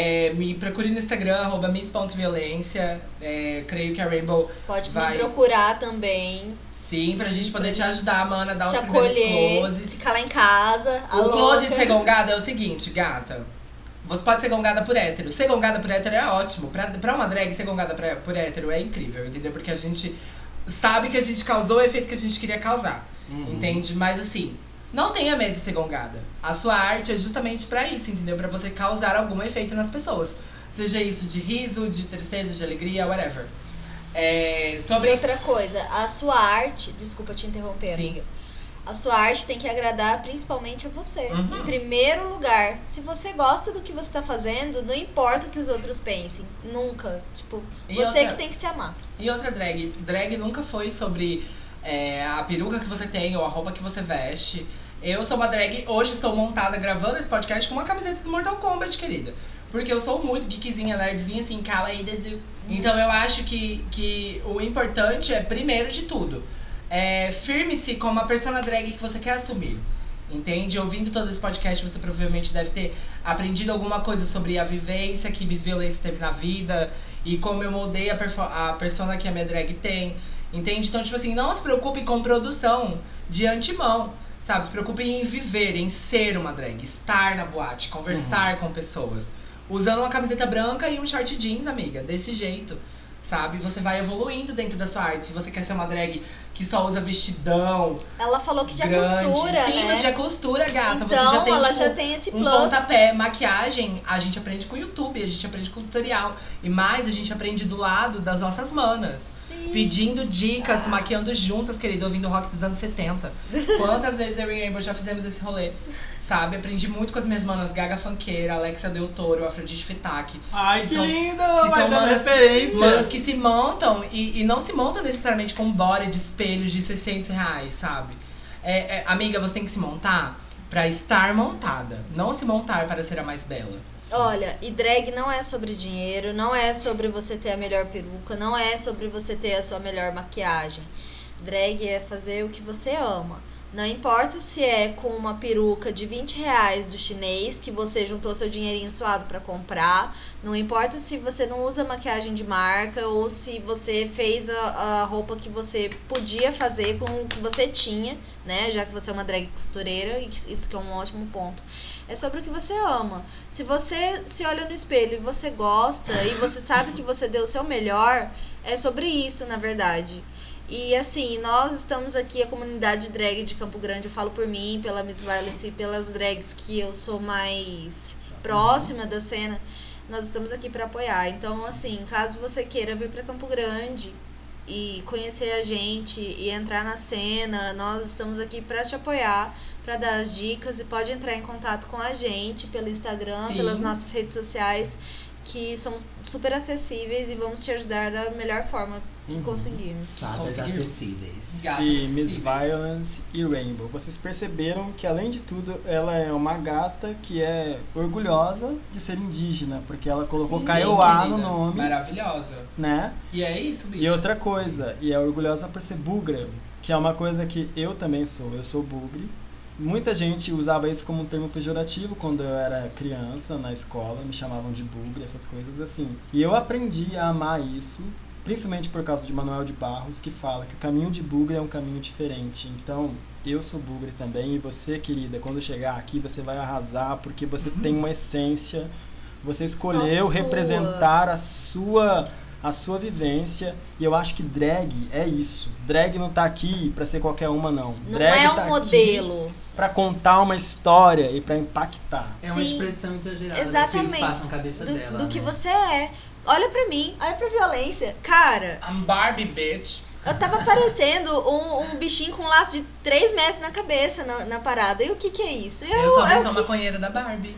Speaker 4: me procure no Instagram, @miss.violência. Creio que a Rainbow
Speaker 2: Pode
Speaker 4: vai...
Speaker 2: me procurar também.
Speaker 4: Sim, pra gente poder te ajudar, mana, dar os
Speaker 2: Te
Speaker 4: primeiros
Speaker 2: acolher,
Speaker 4: closes.
Speaker 2: ficar lá em casa.
Speaker 4: O close de ser gongada é o seguinte, gata. Você pode ser gongada por hétero. Ser gongada por hétero é ótimo. Pra uma drag, ser gongada por hétero é incrível, entendeu? Porque a gente sabe que a gente causou o efeito que a gente queria causar. Entende? Mas assim, não tenha medo de ser gongada. A sua arte é justamente pra isso, entendeu? Pra você causar algum efeito nas pessoas. Seja isso de riso, de tristeza, de alegria, whatever.
Speaker 2: E outra coisa, a sua arte... Desculpa te interromper,
Speaker 4: Sim.
Speaker 2: amiga. A sua arte tem que agradar principalmente a você. Em primeiro lugar, se você gosta do que você tá fazendo, não importa o que os outros pensem. Nunca. Tipo, você que tem que se amar.
Speaker 4: E outra drag. Drag nunca foi sobre a peruca que você tem ou a roupa que você veste. Eu sou uma drag, hoje estou montada gravando esse podcast com uma camiseta do Mortal Kombat, querida. Porque eu sou muito geekzinha, nerdzinha, assim, kawaii desu. Então eu acho que o importante é, primeiro de tudo, firme-se como a persona drag que você quer assumir. Entende? Ouvindo todo esse podcast, você provavelmente deve ter aprendido alguma coisa sobre a vivência que Miss Violência teve na vida e como eu moldei a persona que a minha drag tem. Entende? Então, tipo assim, não se preocupe com produção de antemão, sabe? Se preocupe em viver, em ser uma drag, estar na boate, conversar com pessoas. Usando uma camiseta branca e um short jeans, amiga, desse jeito. Sabe? Você vai evoluindo dentro da sua arte. Se você quer ser uma drag que só usa vestidão.
Speaker 2: Ela falou que já
Speaker 4: grande,
Speaker 2: costura,
Speaker 4: sim,
Speaker 2: né?
Speaker 4: você já costura, gata.
Speaker 2: Então,
Speaker 4: você já tem,
Speaker 2: ela já tem esse
Speaker 4: um
Speaker 2: plus.
Speaker 4: pontapé. Maquiagem, a gente aprende com o YouTube, a gente aprende com o tutorial. E mais, a gente aprende do lado das nossas manas.
Speaker 2: Sim.
Speaker 4: Pedindo dicas, maquiando juntas, querida, ouvindo rock dos anos 70. Quantas vezes eu e Rainbow já fizemos esse rolê? Sabe? Aprendi muito com as minhas manas Gaga Funkeira, Alexa Del Toro, Afrodite Fetac.
Speaker 3: Ai, que lindo!
Speaker 4: Que
Speaker 3: Vai
Speaker 4: são
Speaker 3: dando referência.
Speaker 4: manas que se montam e não se montam necessariamente com body de espelhos de R$600, sabe? Amiga, você tem que se montar pra estar montada, não se montar para ser a mais bela.
Speaker 2: Olha, e drag não é sobre dinheiro, não é sobre você ter a melhor peruca, não é sobre você ter a sua melhor maquiagem. Drag é fazer o que você ama. Não importa se é com uma peruca de R$20 do chinês, que você juntou seu dinheirinho suado pra comprar. Não importa se você não usa maquiagem de marca ou se você fez a roupa que você podia fazer com o que você tinha, né? Já que você é uma drag costureira, isso que é um ótimo ponto. É sobre o que você ama. Se você se olha no espelho e você gosta e você sabe que você deu o seu melhor, é sobre isso, na verdade. E assim, nós estamos aqui, a comunidade drag de Campo Grande, eu falo por mim, pela Miss Violence e pelas drags que eu sou mais próxima da cena, nós estamos aqui para apoiar. Então, assim, caso você queira vir para Campo Grande e conhecer a gente e entrar na cena, nós estamos aqui para te apoiar, para dar as dicas, e pode entrar em contato com a gente pelo Instagram,
Speaker 4: Sim.
Speaker 2: pelas nossas redes sociais, que somos super acessíveis e vamos te ajudar da melhor forma que conseguirmos.
Speaker 1: Fadas
Speaker 4: Conseguimos.
Speaker 1: acessíveis.
Speaker 4: Gatas
Speaker 3: E Miss
Speaker 4: acessíveis.
Speaker 3: Violence e Rainbow. Vocês perceberam que, além de tudo, ela é uma gata que é orgulhosa de ser indígena, porque ela colocou
Speaker 4: Sim,
Speaker 3: Kaiowá no
Speaker 4: querida.
Speaker 3: nome,
Speaker 4: Maravilhosa.
Speaker 3: né?
Speaker 4: E é isso, bicho.
Speaker 3: E outra coisa, e é orgulhosa por ser bugra, que é uma coisa que eu também sou. Eu sou bugre. Muita gente usava isso como um termo pejorativo quando eu era criança na escola, me chamavam de bugre, essas coisas assim. E eu aprendi a amar isso, principalmente por causa de Manuel de Barros, que fala que o caminho de bugre é um caminho diferente. Então, eu sou bugre também, e você, querida, quando chegar aqui, você vai arrasar, porque você tem uma essência, você escolheu
Speaker 2: Só sua.
Speaker 3: representar a sua vivência, e eu acho que drag é isso. Drag não tá aqui pra ser qualquer uma, não.
Speaker 2: Não
Speaker 3: Drag
Speaker 2: é um
Speaker 3: tá aqui
Speaker 2: modelo.
Speaker 3: pra contar uma história e pra impactar.
Speaker 1: É uma
Speaker 2: Sim,
Speaker 1: expressão exagerada
Speaker 2: exatamente.
Speaker 1: que passa na cabeça dela.
Speaker 2: Do que
Speaker 1: né?
Speaker 2: você é. Olha pra mim, olha pra violência. Cara,
Speaker 4: I'm Barbie, bitch.
Speaker 2: eu tava parecendo um bichinho com um laço de 3 metros na cabeça na parada. E o que é isso?
Speaker 4: Eu sou a
Speaker 2: é,
Speaker 4: versão maconheira da Barbie.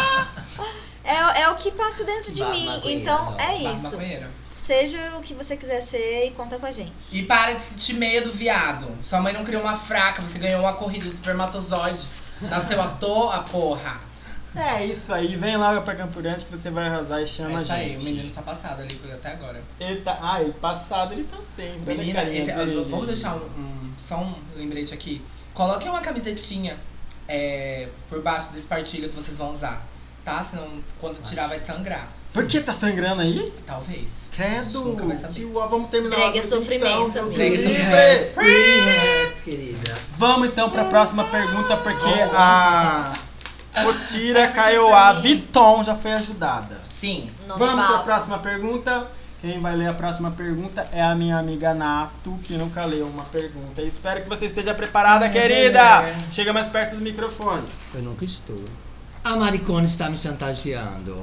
Speaker 2: é o que passa dentro de
Speaker 1: Barba
Speaker 2: mim.
Speaker 1: maconheira,
Speaker 2: Então,
Speaker 1: adoro.
Speaker 2: é
Speaker 4: Barbie
Speaker 2: isso.
Speaker 4: maconheira.
Speaker 2: Seja o que você quiser ser e conta com a gente.
Speaker 4: E para de sentir medo, viado. Sua mãe não criou uma fraca, você ganhou uma corrida de espermatozoide. Nasceu à toa, porra.
Speaker 3: É isso aí, vem logo pra Campo Grande que você vai arrasar e chama
Speaker 4: É
Speaker 3: a
Speaker 4: isso aí,
Speaker 3: gente.
Speaker 4: o menino tá passado ali até agora.
Speaker 3: Ele tá. Ele passado, ele tá sempre. olha a
Speaker 4: Menina,
Speaker 3: carinha dele.
Speaker 4: vamos deixar só um lembrete aqui. Coloquem uma camisetinha por baixo desse partilho que vocês vão usar, tá? Senão quando tirar vai sangrar.
Speaker 3: Por que tá sangrando aí?
Speaker 4: Talvez.
Speaker 3: Credo!
Speaker 4: Nunca vai saber.
Speaker 3: Que vamos terminar
Speaker 2: Drag
Speaker 3: logo
Speaker 2: é
Speaker 3: isso,
Speaker 2: sofrimento,
Speaker 3: então,
Speaker 2: amigo.
Speaker 3: Deus
Speaker 4: Drag é
Speaker 3: livre!
Speaker 1: Free, querida.
Speaker 3: Vamos então pra próxima pergunta, porque a Otira Kaiowá Viton já foi ajudada.
Speaker 4: Sim.
Speaker 2: Nome
Speaker 3: Vamos pra
Speaker 2: bafo.
Speaker 3: próxima pergunta. Quem vai ler a próxima pergunta é a minha amiga Nato, que nunca leu uma pergunta. E espero que você esteja preparada, querida! Chega mais perto do microfone.
Speaker 1: Eu nunca estou. A Maricona está me chantageando.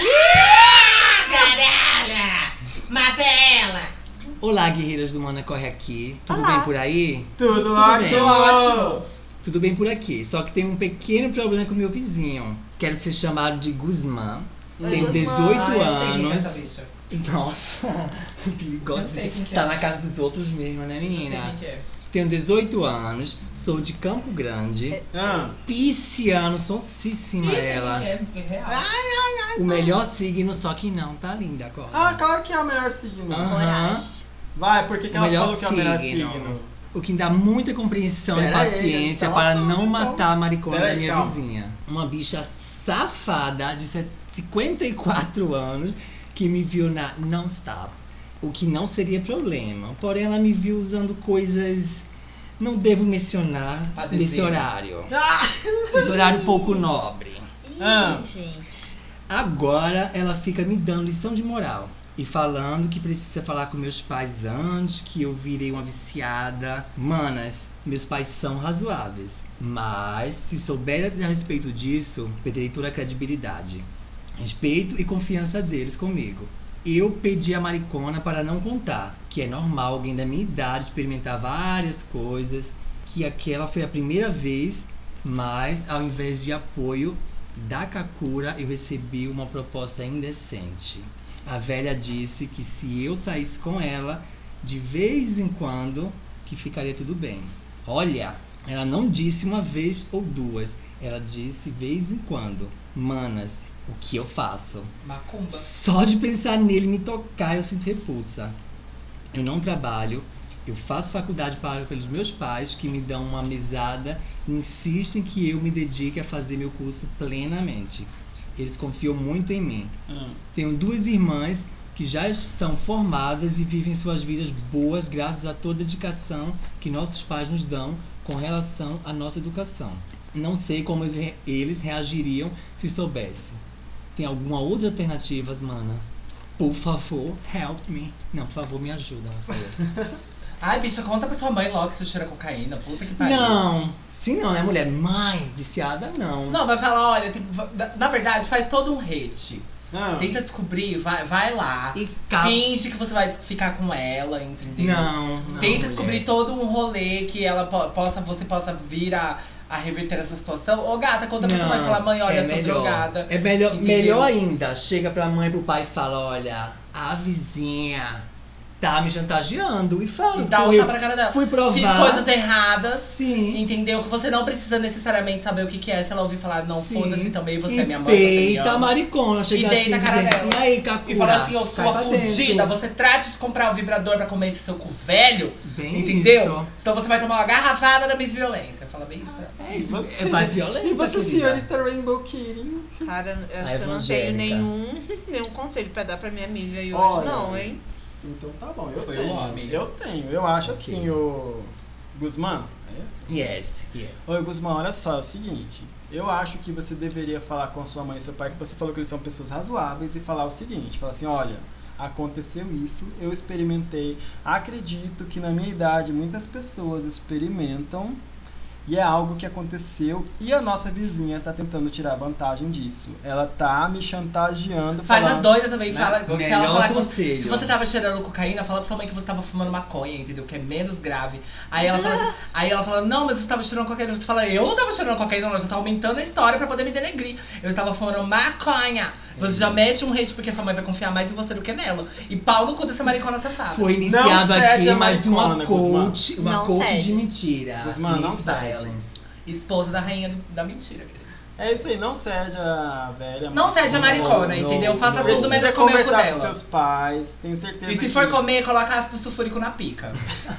Speaker 4: Caralho! Mata ela!
Speaker 1: Olá, guerreiras do Mana Corre Aqui. Tudo
Speaker 2: Olá.
Speaker 1: bem por aí?
Speaker 3: Tudo
Speaker 1: bem.
Speaker 3: ótimo!
Speaker 4: Ótimo.
Speaker 1: Tudo bem por aqui. Só que tem um pequeno problema com o meu vizinho. Quero ser chamado de Guzmán.
Speaker 2: Oi,
Speaker 1: Tenho
Speaker 2: Guzmán.
Speaker 1: 18
Speaker 4: Ah, eu sei quem que é essa
Speaker 1: anos.
Speaker 4: bicha.
Speaker 1: Nossa, gosto
Speaker 4: Eu sei
Speaker 1: de
Speaker 4: quem que é.
Speaker 1: tá na casa dos outros mesmo, né,
Speaker 4: Eu sei
Speaker 1: menina?
Speaker 4: quem que é.
Speaker 1: Tenho 18 anos, sou de Campo Grande.
Speaker 3: Ah,
Speaker 1: Pisciano, sonsíssima
Speaker 4: Isso
Speaker 1: ela.
Speaker 4: é real.
Speaker 1: O melhor signo, só que não, tá linda agora.
Speaker 3: claro que é o melhor signo.
Speaker 1: Aham.
Speaker 2: Coragem.
Speaker 3: Vai, por que
Speaker 1: O
Speaker 3: ela
Speaker 1: melhor
Speaker 3: falou que é o melhor
Speaker 1: signo.
Speaker 3: signo?
Speaker 1: O que dá muita compreensão e
Speaker 3: Espera aí,
Speaker 1: paciência
Speaker 3: só
Speaker 1: para
Speaker 3: uma
Speaker 1: não
Speaker 3: pausa,
Speaker 1: matar a maricona
Speaker 3: Pera
Speaker 1: da
Speaker 3: aí,
Speaker 1: minha
Speaker 3: calma.
Speaker 1: vizinha. Uma bicha safada de 54 anos que me viu na non-stop. O que não seria problema. Porém, ela me viu usando coisas. Não devo mencionar
Speaker 4: Pra
Speaker 1: nesse
Speaker 4: dizer.
Speaker 1: horário. Esse horário pouco nobre.
Speaker 3: Ah.
Speaker 2: Ih, gente.
Speaker 1: Agora ela fica me dando lição de moral e falando que precisa falar com meus pais antes, que eu virei uma viciada. Manas, meus pais são razoáveis, mas se souber a respeito disso, perderei toda a credibilidade, respeito e confiança deles comigo. Eu pedi a maricona para não contar, que é normal alguém da minha idade experimentar várias coisas, que aquela foi a primeira vez, mas ao invés de apoio da Kakura, eu recebi uma proposta indecente. A velha disse que se eu saísse com ela, de vez em quando, que ficaria tudo bem. Olha, ela não disse uma vez ou duas, ela disse vez em quando. Manas, o que eu faço?
Speaker 4: Macumba.
Speaker 1: Só de pensar nele me tocar eu sinto repulsa. Eu não trabalho, Eu faço faculdade paga pelos meus pais, que me dão uma mesada e insistem que eu me dedique a fazer meu curso plenamente. Eles confiam muito em mim. Tenho 2 irmãs que já estão formadas e vivem suas vidas boas graças a toda a dedicação que nossos pais nos dão com relação à nossa educação. Não sei como eles reagiriam se soubessem. Tem alguma outra alternativa, mana? Por favor, help me. Não, por favor, me ajuda, Rafael.
Speaker 4: Ai, bicha, conta pra sua mãe logo que você cheira cocaína. Puta que pariu.
Speaker 1: Não, sim não, né, mulher? Mãe, viciada não.
Speaker 4: Não, vai falar, olha, na verdade, faz todo um hate. Tenta descobrir, vai lá.
Speaker 1: E
Speaker 4: finge que você vai ficar com ela, entendeu?
Speaker 1: Não,
Speaker 4: Tenta descobrir todo um rolê que ela você possa vir a reverter essa situação. Ô gata, conta pra sua mãe e fala, mãe, olha, eu sou drogada.
Speaker 1: É melhor ainda, chega pra mãe e pro pai e fala, olha, a vizinha tá me chantageando e fala.
Speaker 4: E dá um tapa na cara dela.
Speaker 1: Fui provar.
Speaker 4: Fiz coisas erradas.
Speaker 1: Sim.
Speaker 4: Entendeu? Que você não precisa necessariamente saber o que é. Se ela ouvir falar, não, foda-se também, você é minha mãe,
Speaker 1: você
Speaker 4: me
Speaker 1: deita a maricona, chega
Speaker 4: e deita
Speaker 1: assim,
Speaker 4: a cara dela.
Speaker 1: E aí, Kakura,
Speaker 4: e fala assim, ô sua fudida, você trate de comprar um vibrador pra comer esse seu cu velho.
Speaker 1: Bem
Speaker 4: entendeu?
Speaker 1: Isso.
Speaker 4: Senão você vai tomar uma garrafada da Miss Violência. Fala bem isso pra ela.
Speaker 1: É isso, vai violenta,
Speaker 3: E você,
Speaker 1: querida?
Speaker 3: senhorita Rainbow Kitty?
Speaker 2: Cara, eu acho
Speaker 1: A
Speaker 2: que eu não tenho
Speaker 1: evangélica.
Speaker 2: nenhum conselho pra dar pra minha amiga hoje,
Speaker 3: Olha,
Speaker 2: não, hein?
Speaker 3: Então tá bom, eu
Speaker 4: Foi
Speaker 3: tenho.
Speaker 4: o homem.
Speaker 3: Eu tenho. Eu acho
Speaker 1: Ok.
Speaker 3: assim, o Guzmán.
Speaker 1: Yes.
Speaker 3: Oi, Guzmán, olha só, é o seguinte. Eu acho que você deveria falar com sua mãe e seu pai, que você falou que eles são pessoas razoáveis, e falar o seguinte, falar assim, olha, aconteceu isso, eu experimentei, acredito que na minha idade muitas pessoas experimentam, e é algo que aconteceu, e a nossa vizinha tá tentando tirar vantagem disso. Ela tá me chantageando,
Speaker 4: Faz
Speaker 3: falando,
Speaker 4: a doida também,
Speaker 3: né?
Speaker 4: fala. Se ela
Speaker 1: Melhor
Speaker 4: falar que
Speaker 1: conselho.
Speaker 4: se você tava cheirando cocaína, fala pra sua mãe que você tava fumando maconha, entendeu? Que é menos grave. Aí ela fala assim, aí ela fala, não, mas você tava cheirando cocaína. Você fala, eu não tava cheirando cocaína, não, eu só tava aumentando a história pra poder me denegrir. Eu estava fumando maconha. Você já mete um hate porque sua mãe vai confiar mais em você do que nela. E pau no cu dessa maricona safada.
Speaker 1: Foi iniciado
Speaker 3: cede
Speaker 1: aqui
Speaker 3: a
Speaker 1: mais uma
Speaker 3: maricona, Guzmán.
Speaker 1: coach, uma
Speaker 2: Não
Speaker 1: coach
Speaker 2: cede.
Speaker 1: de mentira.
Speaker 3: Guzmán, não
Speaker 1: Miss
Speaker 3: cede.
Speaker 1: Violence.
Speaker 4: Esposa da rainha da mentira, querido.
Speaker 3: É isso aí, não cede a velha.
Speaker 4: Não cede a maricona,
Speaker 1: não,
Speaker 4: entendeu? Faça
Speaker 1: não.
Speaker 4: tudo menos
Speaker 3: Precisa
Speaker 4: comer o cu
Speaker 3: conversar com
Speaker 4: dela.
Speaker 3: seus pais, tenho certeza
Speaker 4: E se
Speaker 3: que
Speaker 4: for comer, coloca ácido sulfúrico na pica.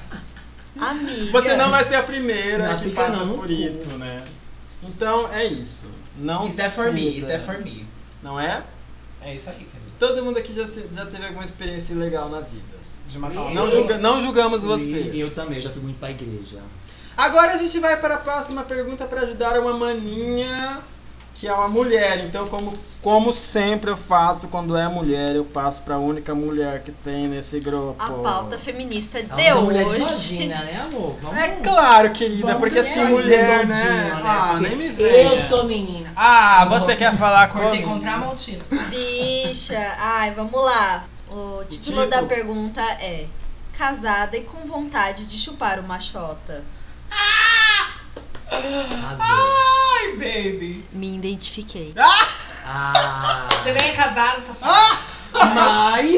Speaker 2: Amiga.
Speaker 3: você não vai ser a primeira
Speaker 1: Na
Speaker 3: que
Speaker 1: pica
Speaker 3: passa
Speaker 1: não, no
Speaker 3: por
Speaker 1: cu.
Speaker 3: isso, né? Então é isso. Não
Speaker 4: Isso é for me,
Speaker 3: ceda.
Speaker 4: isso é for me.
Speaker 3: Não é?
Speaker 4: É isso aí, querido.
Speaker 3: Todo mundo aqui já teve alguma experiência legal na vida.
Speaker 4: De matar uma
Speaker 3: Não julgamos você.
Speaker 1: Eu também, já fui muito pra igreja.
Speaker 3: Agora a gente vai para a próxima pergunta para ajudar uma maninha que é uma mulher. Então, como sempre eu faço quando é mulher, eu passo para a única mulher que tem nesse grupo.
Speaker 2: A pauta feminista de
Speaker 1: É uma mulher de
Speaker 2: hoje.
Speaker 1: vagina, né, amor? Vamos.
Speaker 3: É claro, querida,
Speaker 1: Vamos
Speaker 3: porque assim,
Speaker 1: fazer
Speaker 3: mulher, né?
Speaker 1: redondinho,
Speaker 3: Ah,
Speaker 1: Porque
Speaker 3: nem me venha.
Speaker 1: eu sou menina.
Speaker 3: Ah, você quer falar
Speaker 4: Cortei
Speaker 3: como?
Speaker 4: contra a Maltina.
Speaker 2: Bicha. Ai, vamos lá. O título
Speaker 3: título?
Speaker 2: da pergunta é: casada e com vontade de chupar uma xota.
Speaker 1: Arrasou.
Speaker 4: Ai, baby.
Speaker 2: Me identifiquei.
Speaker 1: Ah,
Speaker 4: Você nem é casada, safada.
Speaker 1: mas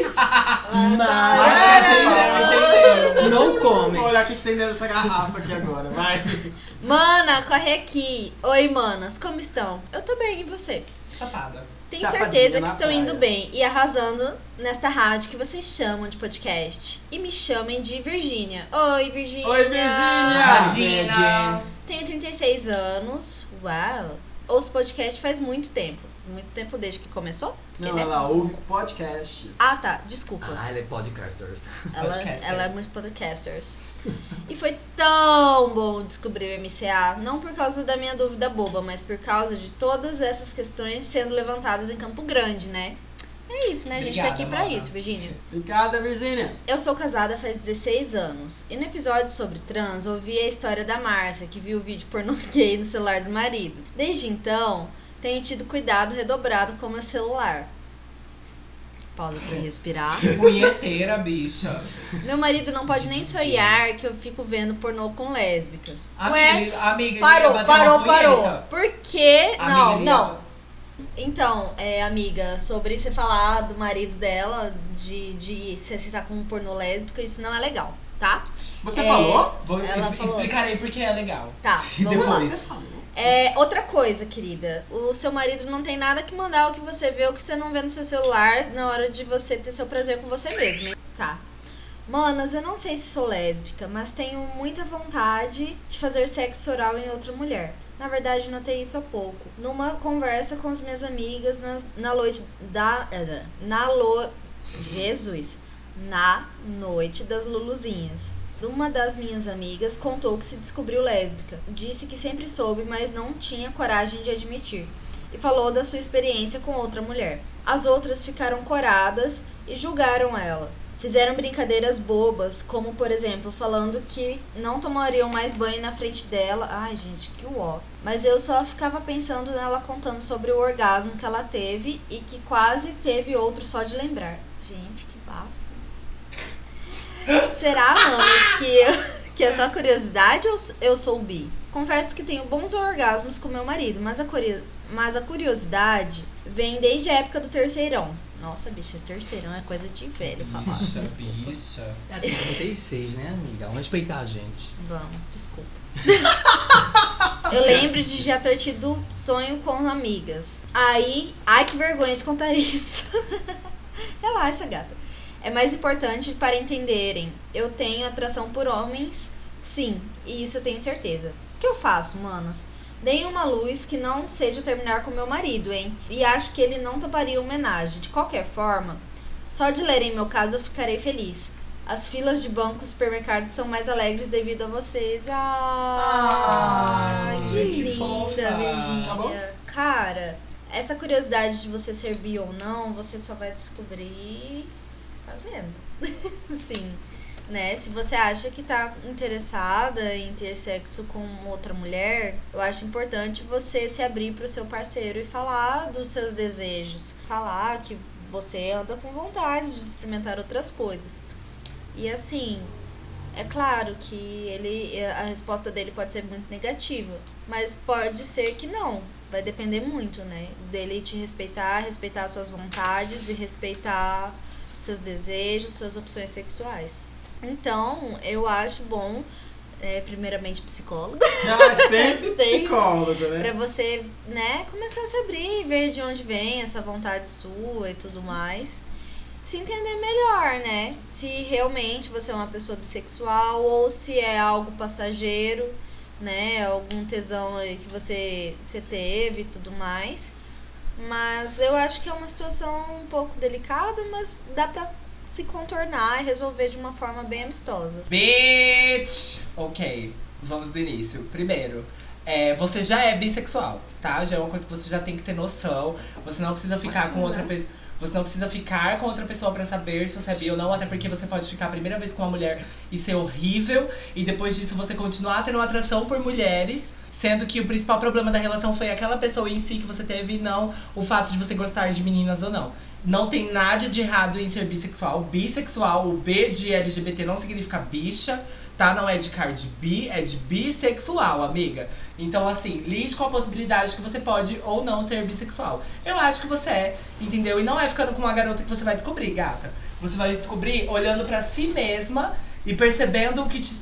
Speaker 1: não come.
Speaker 3: Vou olhar o que tem dentro dessa garrafa aqui agora, vai.
Speaker 2: Mana, corre aqui. Oi, manas, como estão? Eu tô bem, e você?
Speaker 4: Chapada.
Speaker 2: Tenho
Speaker 3: Chapadinha
Speaker 2: certeza que
Speaker 3: na
Speaker 2: estão
Speaker 3: praia.
Speaker 2: indo bem e arrasando nesta rádio que vocês chamam de podcast. E me chamem de Virgínia. Oi, Virgínia.
Speaker 3: Oi, Virgínia.
Speaker 4: Imagina.
Speaker 2: Tenho 36 anos. Uau. Ouço podcast faz muito tempo. Muito tempo desde que começou? Porque,
Speaker 3: Não,
Speaker 2: né?
Speaker 3: ela ouve podcasts.
Speaker 2: Ah, tá. Desculpa.
Speaker 1: Ah, ela é podcasters.
Speaker 2: Ela é muito podcasters. E foi tão bom descobrir o MCA, não por causa da minha dúvida boba, mas por causa de todas essas questões sendo levantadas em Campo Grande, né? É isso, né? A gente tá
Speaker 4: Obrigada,
Speaker 2: aqui pra
Speaker 4: Mona.
Speaker 2: isso, Virgínia.
Speaker 3: Obrigada, Virgínia.
Speaker 2: Eu sou casada faz 16 anos. E no episódio sobre trans, ouvi a história da Márcia, que viu o vídeo pornô gay no celular do marido. Desde então, tenho tido cuidado redobrado com meu celular. Pausa pra respirar.
Speaker 4: Punheteira, bicha.
Speaker 2: Meu marido não pode nem sonhar que eu fico vendo pornô com lésbicas.
Speaker 4: Amiga,
Speaker 2: Parou.
Speaker 4: punheta.
Speaker 2: Por quê? Não,
Speaker 4: Amiga,
Speaker 2: não. Então, amiga, sobre você falar do marido dela, de se tá com um pornô lésbico, isso não é legal, tá?
Speaker 3: Você falou?
Speaker 2: Ela falou.
Speaker 4: Explicarei porque é legal.
Speaker 2: Tá,
Speaker 4: E
Speaker 2: vamos lá.
Speaker 4: depois?
Speaker 2: Outra coisa, querida, o seu marido não tem nada que mandar o que você vê, o que você não vê no seu celular na hora de você ter seu prazer com você mesmo, hein? Tá. Manas, eu não sei se sou lésbica, mas tenho muita vontade de fazer sexo oral em outra mulher. Na verdade, notei isso há pouco. Numa conversa com as minhas amigas na noite das Luluzinhas. Uma das minhas amigas contou que se descobriu lésbica. Disse que sempre soube, mas não tinha coragem de admitir. E falou da sua experiência com outra mulher. As outras ficaram coradas e julgaram ela. Fizeram brincadeiras bobas, como, por exemplo, falando que não tomariam mais banho na frente dela. Ai, gente, que uó. Mas eu só ficava pensando nela contando sobre o orgasmo que ela teve e que quase teve outro só de lembrar. Gente, que bafo. Será, manas, que é só curiosidade ou eu sou bi? Confesso que tenho bons orgasmos com meu marido, mas a curiosidade vem desde a época do terceirão. Nossa, bicha, terceirão é coisa de velho falar.
Speaker 5: Bicha.
Speaker 1: É, tem 36, né, amiga? Vamos respeitar a gente.
Speaker 2: Vamos, desculpa. Eu lembro de já ter tido sonho com amigas. Ai, que vergonha de contar isso. Relaxa, gata. É mais importante para entenderem. Eu tenho atração por homens, sim, e isso eu tenho certeza. O que eu faço, manas? Deem uma luz que não seja terminar com meu marido, hein? E acho que ele não toparia homenagem. De qualquer forma, só de lerem meu caso eu ficarei feliz. As filas de bancos e supermercados são mais alegres devido a vocês. Que linda,
Speaker 3: fofa.
Speaker 2: Virgínia.
Speaker 3: Tá bom?
Speaker 2: Cara, essa curiosidade de você ser bi ou não, você só vai descobrir fazendo. Sim. Né? Se você acha que tá interessada em ter sexo com outra mulher, eu acho importante você se abrir pro seu parceiro e falar dos seus desejos. Falar que você anda com vontade de experimentar outras coisas. E assim, é claro que a resposta dele pode ser muito negativa, mas pode ser que não. Vai depender muito, né? Dele te respeitar suas vontades e respeitar seus desejos, suas opções sexuais. Então, eu acho bom, primeiramente psicólogo.
Speaker 3: Sempre psicólogo, né?
Speaker 2: Pra você, né, começar a se abrir, ver de onde vem essa vontade sua e tudo mais. Se entender melhor, né? Se realmente você é uma pessoa bissexual ou se é algo passageiro, né? Algum tesão aí que você teve e tudo mais. Mas eu acho que é uma situação um pouco delicada, mas dá pra se contornar e resolver de uma forma bem amistosa.
Speaker 4: Bitch! Ok, vamos do início. Primeiro, você já é bissexual, tá? Já é uma coisa que você já tem que ter noção. Você não precisa ficar com outra pessoa. Você não precisa ficar com outra pessoa pra saber se você é bi ou não, até porque você pode ficar a primeira vez com uma mulher e ser horrível, e depois disso você continuar tendo uma atração por mulheres, sendo que o principal problema da relação foi aquela pessoa em si que você teve e não o fato de você gostar de meninas ou não. Não tem nada de errado em ser bissexual. Bissexual, o B de LGBT não significa bicha, tá? Não é de Cardi B, é de bissexual, amiga. Então, assim, lide com a possibilidade que você pode ou não ser bissexual. Eu acho que você é, entendeu? E não é ficando com uma garota que você vai descobrir, gata. Você vai descobrir olhando pra si mesma e percebendo o que te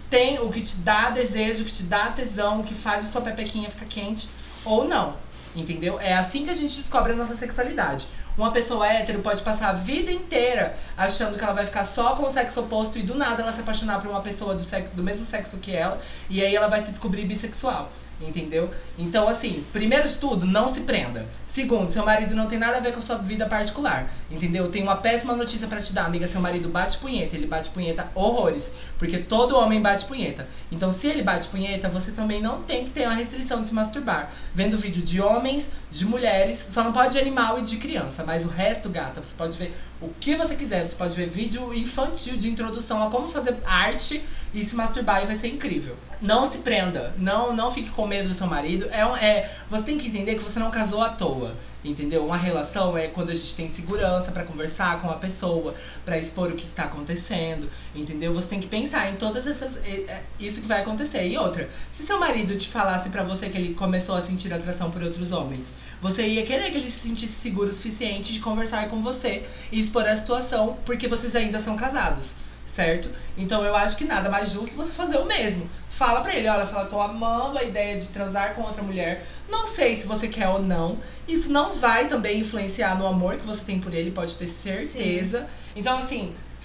Speaker 4: dá desejo, o que te dá tesão, o que faz a sua pepequinha ficar quente ou não. Entendeu? É assim que a gente descobre a nossa sexualidade. Uma pessoa hétero pode passar a vida inteira achando que ela vai ficar só com o sexo oposto e do nada ela se apaixonar por uma pessoa do mesmo sexo que ela, e aí ela vai se descobrir bissexual. Entendeu? Então, assim, primeiro de tudo, não se prenda. Segundo, seu marido não tem nada a ver com a sua vida particular. Entendeu? Eu tenho uma péssima notícia pra te dar, amiga. Seu marido bate punheta. Ele bate punheta horrores. Porque todo homem bate punheta. Então, se ele bate punheta, você também não tem que ter uma restrição de se masturbar. Vendo vídeo de homens, de mulheres. Só não pode de animal e de criança. Mas o resto, gata, você pode ver o que você quiser. Você pode ver vídeo infantil de introdução a como fazer arte e se masturbar, e vai ser incrível. Não se prenda, não fique com medo do seu marido. Você tem que entender que você não casou à toa, entendeu? Uma relação é quando a gente tem segurança pra conversar com a pessoa, pra expor o que tá acontecendo, entendeu? Você tem que pensar em todas isso que vai acontecer. E outra, se seu marido te falasse pra você que ele começou a sentir atração por outros homens, você ia querer que ele se sentisse seguro o suficiente de conversar com você e expor a situação, porque vocês ainda são casados. Certo? Então eu acho que nada mais justo você fazer o mesmo. Fala pra ele, olha, tô amando a ideia de transar com outra mulher. Não sei se você quer ou não. Isso não vai também influenciar no amor que você tem por ele, pode ter certeza. Sim. Então, assim,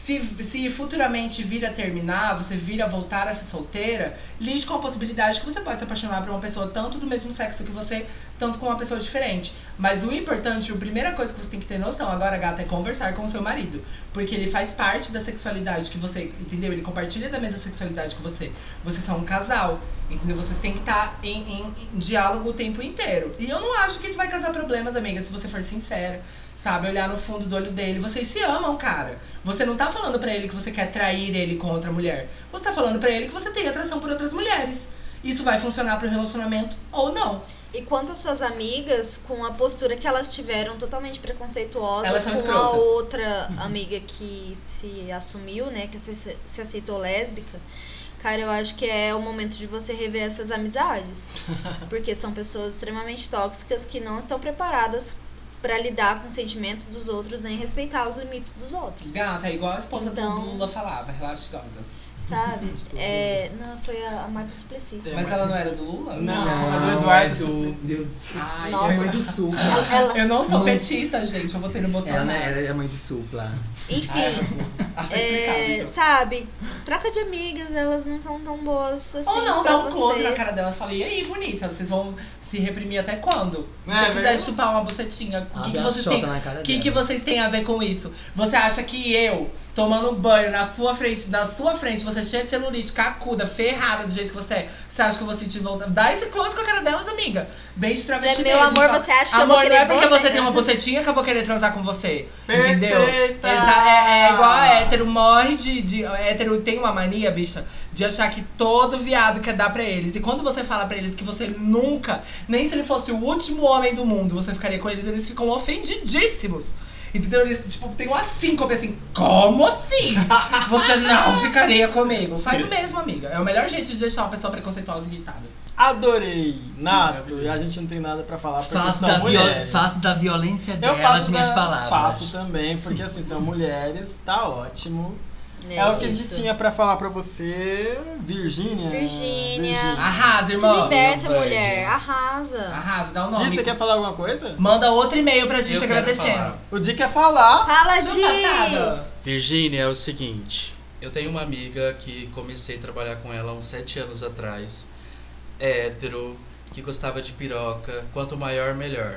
Speaker 4: Se futuramente vir a terminar, você vir a voltar a ser solteira, lide com a possibilidade que você pode se apaixonar por uma pessoa tanto do mesmo sexo que você, tanto com uma pessoa diferente. Mas o importante, a primeira coisa que você tem que ter noção agora, gata, é conversar com o seu marido. Porque ele faz parte da sexualidade que você, entendeu? Ele compartilha da mesma sexualidade que você. Vocês são um casal, entendeu? Vocês têm que estar em diálogo o tempo inteiro. E eu não acho que isso vai causar problemas, amiga, se você for sincera. Sabe, olhar no fundo do olho dele. Vocês se amam, cara. Você não tá falando pra ele que você quer trair ele com outra mulher. Você tá falando pra ele que você tem atração por outras mulheres. Isso vai funcionar pro relacionamento ou não.
Speaker 2: E quanto às suas amigas, com a postura que elas tiveram totalmente preconceituosa,
Speaker 4: Elas são
Speaker 2: com
Speaker 4: escrotas.
Speaker 2: a outra amiga que se assumiu, né, que se aceitou lésbica, cara, eu acho que é o momento de você rever essas amizades. Porque são pessoas extremamente tóxicas que não estão preparadas pra lidar com o sentimento dos outros, nem respeitar os limites dos outros.
Speaker 4: Gata, é igual a esposa
Speaker 2: Então-
Speaker 4: do Lula falava, relaxa, goza.
Speaker 2: Sabe? Não, foi a Marta Suplicy.
Speaker 4: Mas ela não era do Lula?
Speaker 3: Não,
Speaker 1: Não,
Speaker 3: a do Eduardo.
Speaker 1: do
Speaker 4: Ai,
Speaker 2: Nossa.
Speaker 1: é mãe do Sul.
Speaker 4: eu não sou
Speaker 1: Mãe-
Speaker 4: petista, gente. Eu votei no Bolsonaro.
Speaker 1: Ela é mãe do Supla.
Speaker 2: Enfim,
Speaker 4: Tá explicado, então.
Speaker 2: sabe? Troca de amigas, elas não são tão boas assim.
Speaker 4: Ou não,
Speaker 2: pra
Speaker 4: dá um close
Speaker 2: você.
Speaker 4: na cara delas e fala, e aí, bonita, vocês vão se reprimir até quando? Se
Speaker 3: É,
Speaker 4: eu quiser
Speaker 3: verdade.
Speaker 4: chupar uma bucetinha, o que
Speaker 1: Abre a
Speaker 4: vocês
Speaker 1: chota
Speaker 4: têm?
Speaker 1: na cara
Speaker 4: O que
Speaker 1: dela.
Speaker 4: vocês têm a ver com isso? Você acha que eu, tomando um banho na sua frente, você cheia de celulite, cacuda, ferrada do jeito que você acha que eu vou sentir volta? Dá esse close com a cara delas, amiga. Bem de travesti
Speaker 2: Meu
Speaker 4: mesmo,
Speaker 2: amor,
Speaker 4: fala,
Speaker 2: você acha que eu
Speaker 4: amor,
Speaker 2: vou querer
Speaker 4: não é porque você
Speaker 2: você?
Speaker 4: tem uma bucetinha que eu vou querer transar com você.
Speaker 3: Perfeita!
Speaker 4: Entendeu? É igual a hétero, morre de hétero tem uma mania, bicha, de achar que todo viado quer dar pra eles. E quando você fala pra eles que você nunca, nem se ele fosse o último homem do mundo, você ficaria com eles, eles ficam ofendidíssimos. Entendeu? Eles, tipo, tem uma síncope assim, como assim? Você não ficaria comigo? Faz o mesmo, amiga. É o melhor jeito de deixar uma pessoa preconceituosa e irritada.
Speaker 3: Adorei! Nato, e a gente não tem nada pra falar porque
Speaker 1: Faço
Speaker 3: são mulheres.
Speaker 1: faço da violência
Speaker 3: Eu
Speaker 1: delas
Speaker 3: faço
Speaker 1: minhas
Speaker 3: da-
Speaker 1: palavras.
Speaker 3: Faço também, porque assim, são mulheres, tá ótimo. É o que a gente
Speaker 2: isso.
Speaker 3: tinha pra falar pra você, Virgínia.
Speaker 2: Virgínia.
Speaker 4: Arrasa,
Speaker 2: Se
Speaker 4: irmão.
Speaker 2: liberta,
Speaker 5: Meu
Speaker 2: mulher.
Speaker 5: velho.
Speaker 2: Arrasa.
Speaker 4: Arrasa, dá o
Speaker 3: Gi,
Speaker 4: nome.
Speaker 3: você quer falar alguma coisa?
Speaker 4: Manda outro e-mail pra gente
Speaker 5: Eu quero
Speaker 4: agradecendo.
Speaker 5: falar.
Speaker 3: O Di quer falar.
Speaker 2: Fala,
Speaker 4: Chupa,
Speaker 2: Di!
Speaker 4: passada.
Speaker 5: Virgínia, é o seguinte. Eu tenho uma amiga que comecei a trabalhar com ela há uns 7 anos atrás. Hétero, que gostava de piroca. Quanto maior, melhor.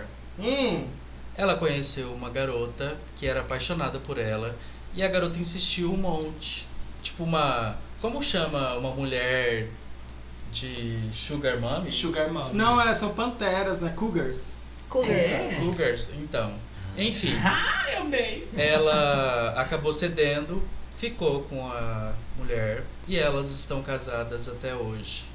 Speaker 5: Ela conheceu uma garota que era apaixonada por ela. E a garota insistiu um monte. Tipo uma... Como chama uma mulher de sugar mommy?
Speaker 4: Sugar Mom.
Speaker 3: Não, são panteras, né? Cougars.
Speaker 2: Cougars.
Speaker 5: Cougars, então. Enfim,
Speaker 4: Ai, amei.
Speaker 5: ela acabou cedendo, ficou com a mulher e elas estão casadas até hoje.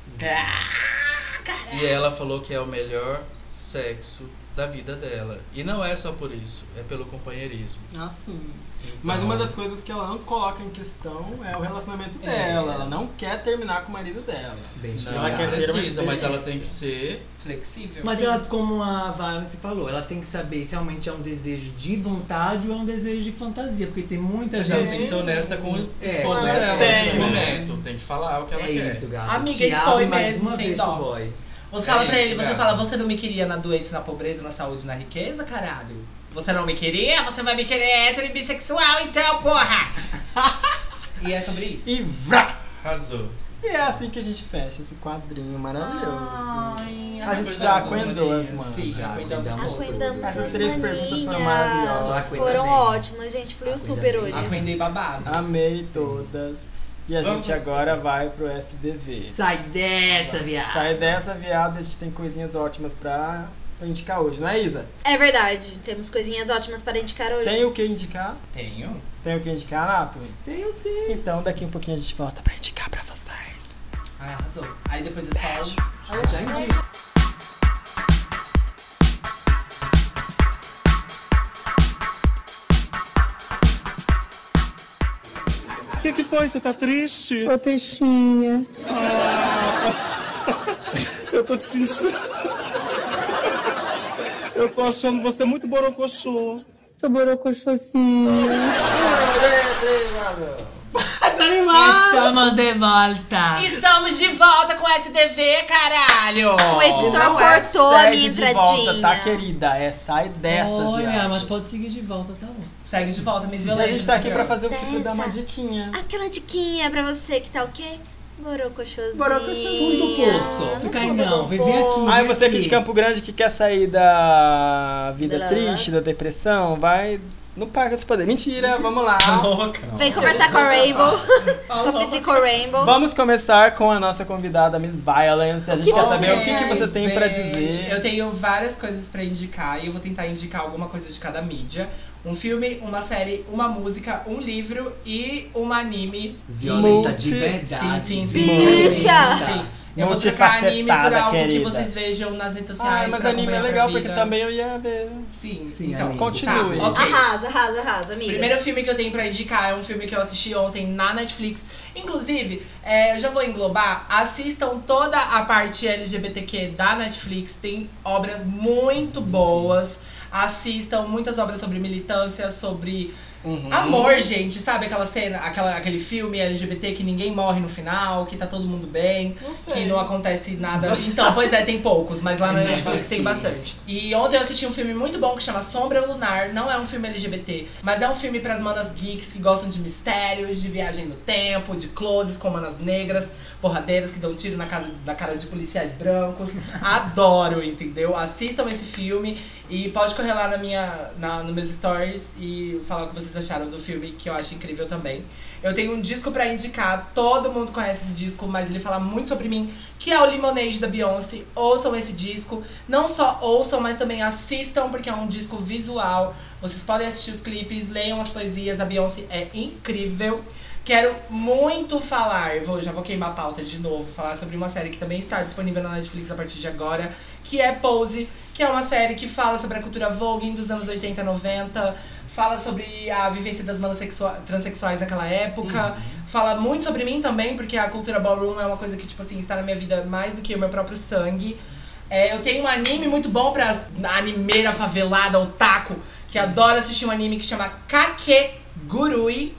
Speaker 5: E ela falou que é o melhor sexo da vida dela. E não é só por isso, é pelo companheirismo.
Speaker 3: Ah, sim.
Speaker 5: Então,
Speaker 3: Mas uma das coisas que ela não coloca em questão é o relacionamento dela. Ela não quer terminar com o marido dela.
Speaker 1: Bem
Speaker 5: Não,
Speaker 3: Ela quer ter uma
Speaker 5: precisa, mas ela tem que
Speaker 3: experiência.
Speaker 5: ser...
Speaker 4: Flexível.
Speaker 1: Mas
Speaker 2: Sim.
Speaker 1: ela, como a Valence falou, ela tem que saber se realmente é um desejo de vontade ou é um desejo de fantasia. Porque tem muita
Speaker 5: Ela
Speaker 1: gente.
Speaker 5: tem que ser honesta com o
Speaker 1: É,
Speaker 5: esposo
Speaker 2: tem,
Speaker 5: dela
Speaker 3: né?
Speaker 5: nesse momento. Tem que falar o que ela
Speaker 1: É
Speaker 5: quer.
Speaker 1: isso, gata.
Speaker 4: Amiga,
Speaker 1: Te
Speaker 4: expõe
Speaker 1: abre mais
Speaker 4: mesmo,
Speaker 1: uma
Speaker 4: sem
Speaker 1: vez
Speaker 4: dó.
Speaker 1: pro boy.
Speaker 4: Você fala pra
Speaker 5: isso,
Speaker 4: ele, você
Speaker 5: gata.
Speaker 4: fala, você não me queria na doença, na pobreza, na saúde, na riqueza, caralho? Você não me queria? Você vai me querer hétero e bissexual, então, porra! E é sobre isso.
Speaker 3: E vrá!
Speaker 5: Arrasou.
Speaker 3: E é assim que a gente fecha esse quadrinho maravilhoso.
Speaker 4: Ai,
Speaker 3: A gente já acuendou as mãos.
Speaker 4: Sim, já acuendamos
Speaker 1: acuendamos.
Speaker 4: todas.
Speaker 2: Acuendamos
Speaker 3: Essas
Speaker 2: as
Speaker 3: três perguntas foram maravilhosas.
Speaker 2: maninhas.
Speaker 1: Acuenda
Speaker 2: Foram
Speaker 1: bem.
Speaker 2: ótimas, gente. Fluiu
Speaker 1: Acuenda
Speaker 2: super
Speaker 1: bem.
Speaker 2: hoje.
Speaker 4: Acuendei babado.
Speaker 3: Amei todas. E a
Speaker 5: Vamos.
Speaker 3: gente agora vai pro SDV.
Speaker 1: Sai dessa, viado.
Speaker 3: Sai dessa, viado, a gente tem coisinhas ótimas pra indicar hoje, não é, Isa?
Speaker 2: É verdade. Temos coisinhas ótimas para indicar hoje.
Speaker 3: Tem o que indicar?
Speaker 4: Tenho.
Speaker 3: Tem o que indicar, Nato?
Speaker 1: Tenho sim.
Speaker 3: Então daqui um pouquinho a gente volta pra indicar pra vocês.
Speaker 4: Ai, arrasou. Aí depois é só...
Speaker 1: Eu já indico.
Speaker 6: O que foi? Você tá triste?
Speaker 7: Ô, Teixinha.
Speaker 6: Eu tô te sentindo. Eu tô achando você muito borocochô.
Speaker 7: Tô borocochosinha.
Speaker 1: Estamos de volta.
Speaker 4: Estamos de volta com o SDV, caralho!
Speaker 2: O editor
Speaker 3: Não é
Speaker 2: cortou a
Speaker 3: segue
Speaker 2: minha
Speaker 3: de
Speaker 2: entradinha.
Speaker 3: volta, tá, querida? É sai dessa,
Speaker 1: Olha,
Speaker 3: viado.
Speaker 1: mas pode seguir de volta, tá bom.
Speaker 4: Segue de volta, Miss
Speaker 3: E a
Speaker 4: Violência.
Speaker 3: gente tá aqui pra fazer o quê? Pra
Speaker 2: Pensa.
Speaker 3: dar uma diquinha.
Speaker 2: Aquela diquinha pra você que tá o quê? Borocochosinho.
Speaker 3: Borocochosinho.
Speaker 1: Fundo do poço.
Speaker 2: No
Speaker 1: Fica aí
Speaker 2: fundo
Speaker 1: não,
Speaker 2: do
Speaker 1: vem aqui.
Speaker 2: poço.
Speaker 3: Ai, você aqui de Campo Grande que quer sair da vida
Speaker 2: Da-
Speaker 3: triste, da depressão, vai no Parque dos Poderes. Mentira, vamos lá.
Speaker 4: Louca.
Speaker 2: Vem conversar com a Rainbow, com a
Speaker 4: Louca.
Speaker 2: Psico Rainbow.
Speaker 3: Vamos começar com a nossa convidada, Miss Violence. A gente quer saber o que você tem pra
Speaker 4: Gente,
Speaker 3: dizer.
Speaker 4: Eu tenho várias coisas pra indicar e eu vou tentar indicar alguma coisa de cada mídia. Um filme, uma série, uma música, um livro e um anime.
Speaker 1: Violenta de
Speaker 3: Multi-
Speaker 1: verdade.
Speaker 4: Sim, sim,
Speaker 2: Bicha!
Speaker 4: Sim. Eu vou trocar anime por
Speaker 3: Multifacetada,
Speaker 4: algo
Speaker 3: querida.
Speaker 4: que vocês vejam nas redes sociais.
Speaker 3: Ah, mas
Speaker 4: pra
Speaker 3: anime é
Speaker 4: acompanhar
Speaker 3: legal
Speaker 4: pra
Speaker 3: porque
Speaker 4: vida.
Speaker 3: também eu ia ver.
Speaker 4: Sim,
Speaker 1: Sim,
Speaker 4: então.
Speaker 1: amiga.
Speaker 3: Continue.
Speaker 4: Tá, ok.
Speaker 2: Arrasa, amiga.
Speaker 4: O primeiro filme que eu tenho pra indicar é um filme que eu assisti ontem na Netflix. Inclusive, eu já vou englobar, assistam toda a parte LGBTQ da Netflix. Tem obras muito boas. Assistam muitas obras sobre militância, sobre amor, gente. Sabe aquela cena, aquele filme LGBT que ninguém morre no final, que tá todo mundo bem,
Speaker 3: Não sei.
Speaker 4: que não acontece nada. Então, pois é, tem poucos, mas lá na
Speaker 1: Não,
Speaker 4: Netflix tem
Speaker 1: aqui.
Speaker 4: bastante. E ontem eu assisti um filme muito bom que chama Sombra Lunar. Não é um filme LGBT, mas é um filme pras manas geeks que gostam de mistérios, de viagem no tempo, de closes com manas negras, porradeiras que dão tiro na cara de policiais brancos. Adoro, entendeu? Assistam esse filme e pode correr lá nos meus stories e falar o que vocês acharam do filme, que eu acho incrível também. Eu tenho um disco pra indicar, todo mundo conhece esse disco, mas ele fala muito sobre mim, que é o Lemonade da Beyoncé. Ouçam esse disco, não só ouçam, mas também assistam, porque é um disco visual. Vocês podem assistir os clipes, leiam as poesias, a Beyoncé é incrível. Quero muito falar, já vou queimar a pauta de novo, falar sobre uma série que também está disponível na Netflix a partir de agora, que é Pose, que é uma série que fala sobre a cultura Vogue dos anos 80 e 90, fala sobre a vivência das manas transexuais naquela época, fala muito sobre mim também, porque a cultura ballroom é uma coisa que, tipo assim, está na minha vida mais do que o meu próprio sangue. Eu tenho um anime muito bom pra animeira favelada, otaku, que adora assistir um anime que chama Kakegurui.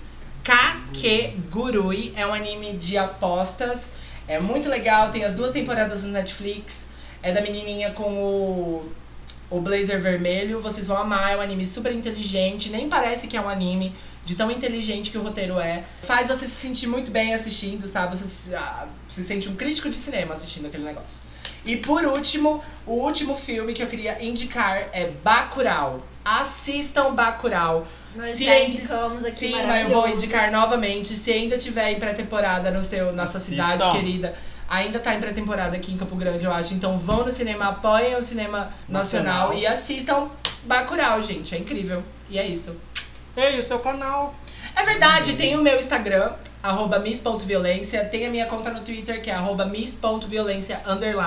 Speaker 4: Kakegurui é um anime de apostas, é muito legal, tem as 2 temporadas no Netflix, é da menininha com o blazer vermelho, vocês vão amar, é um anime super inteligente, nem parece que é um anime, de tão inteligente que o roteiro é. Faz você se sentir muito bem assistindo, sabe? Você se sente um crítico de cinema assistindo aquele negócio. E por último, o último filme que eu queria indicar é Bacurau. Assistam Bacurau.
Speaker 2: Nós
Speaker 4: Se
Speaker 2: já
Speaker 4: ainda-
Speaker 2: indicamos aqui,
Speaker 4: Sim, mas eu
Speaker 2: maravilhoso.
Speaker 4: vou indicar novamente. Se ainda tiver em pré-temporada na sua
Speaker 3: Assistam.
Speaker 4: cidade querida, ainda tá em pré-temporada aqui em Campo Grande, eu acho. Então vão no cinema, apoiem o cinema nacional e assistam Bacurau, gente. É incrível. E é isso.
Speaker 3: Ei, o seu canal.
Speaker 4: É verdade, tem o meu Instagram, @miss.violência. Tem a minha conta no Twitter, que é @miss.violência_.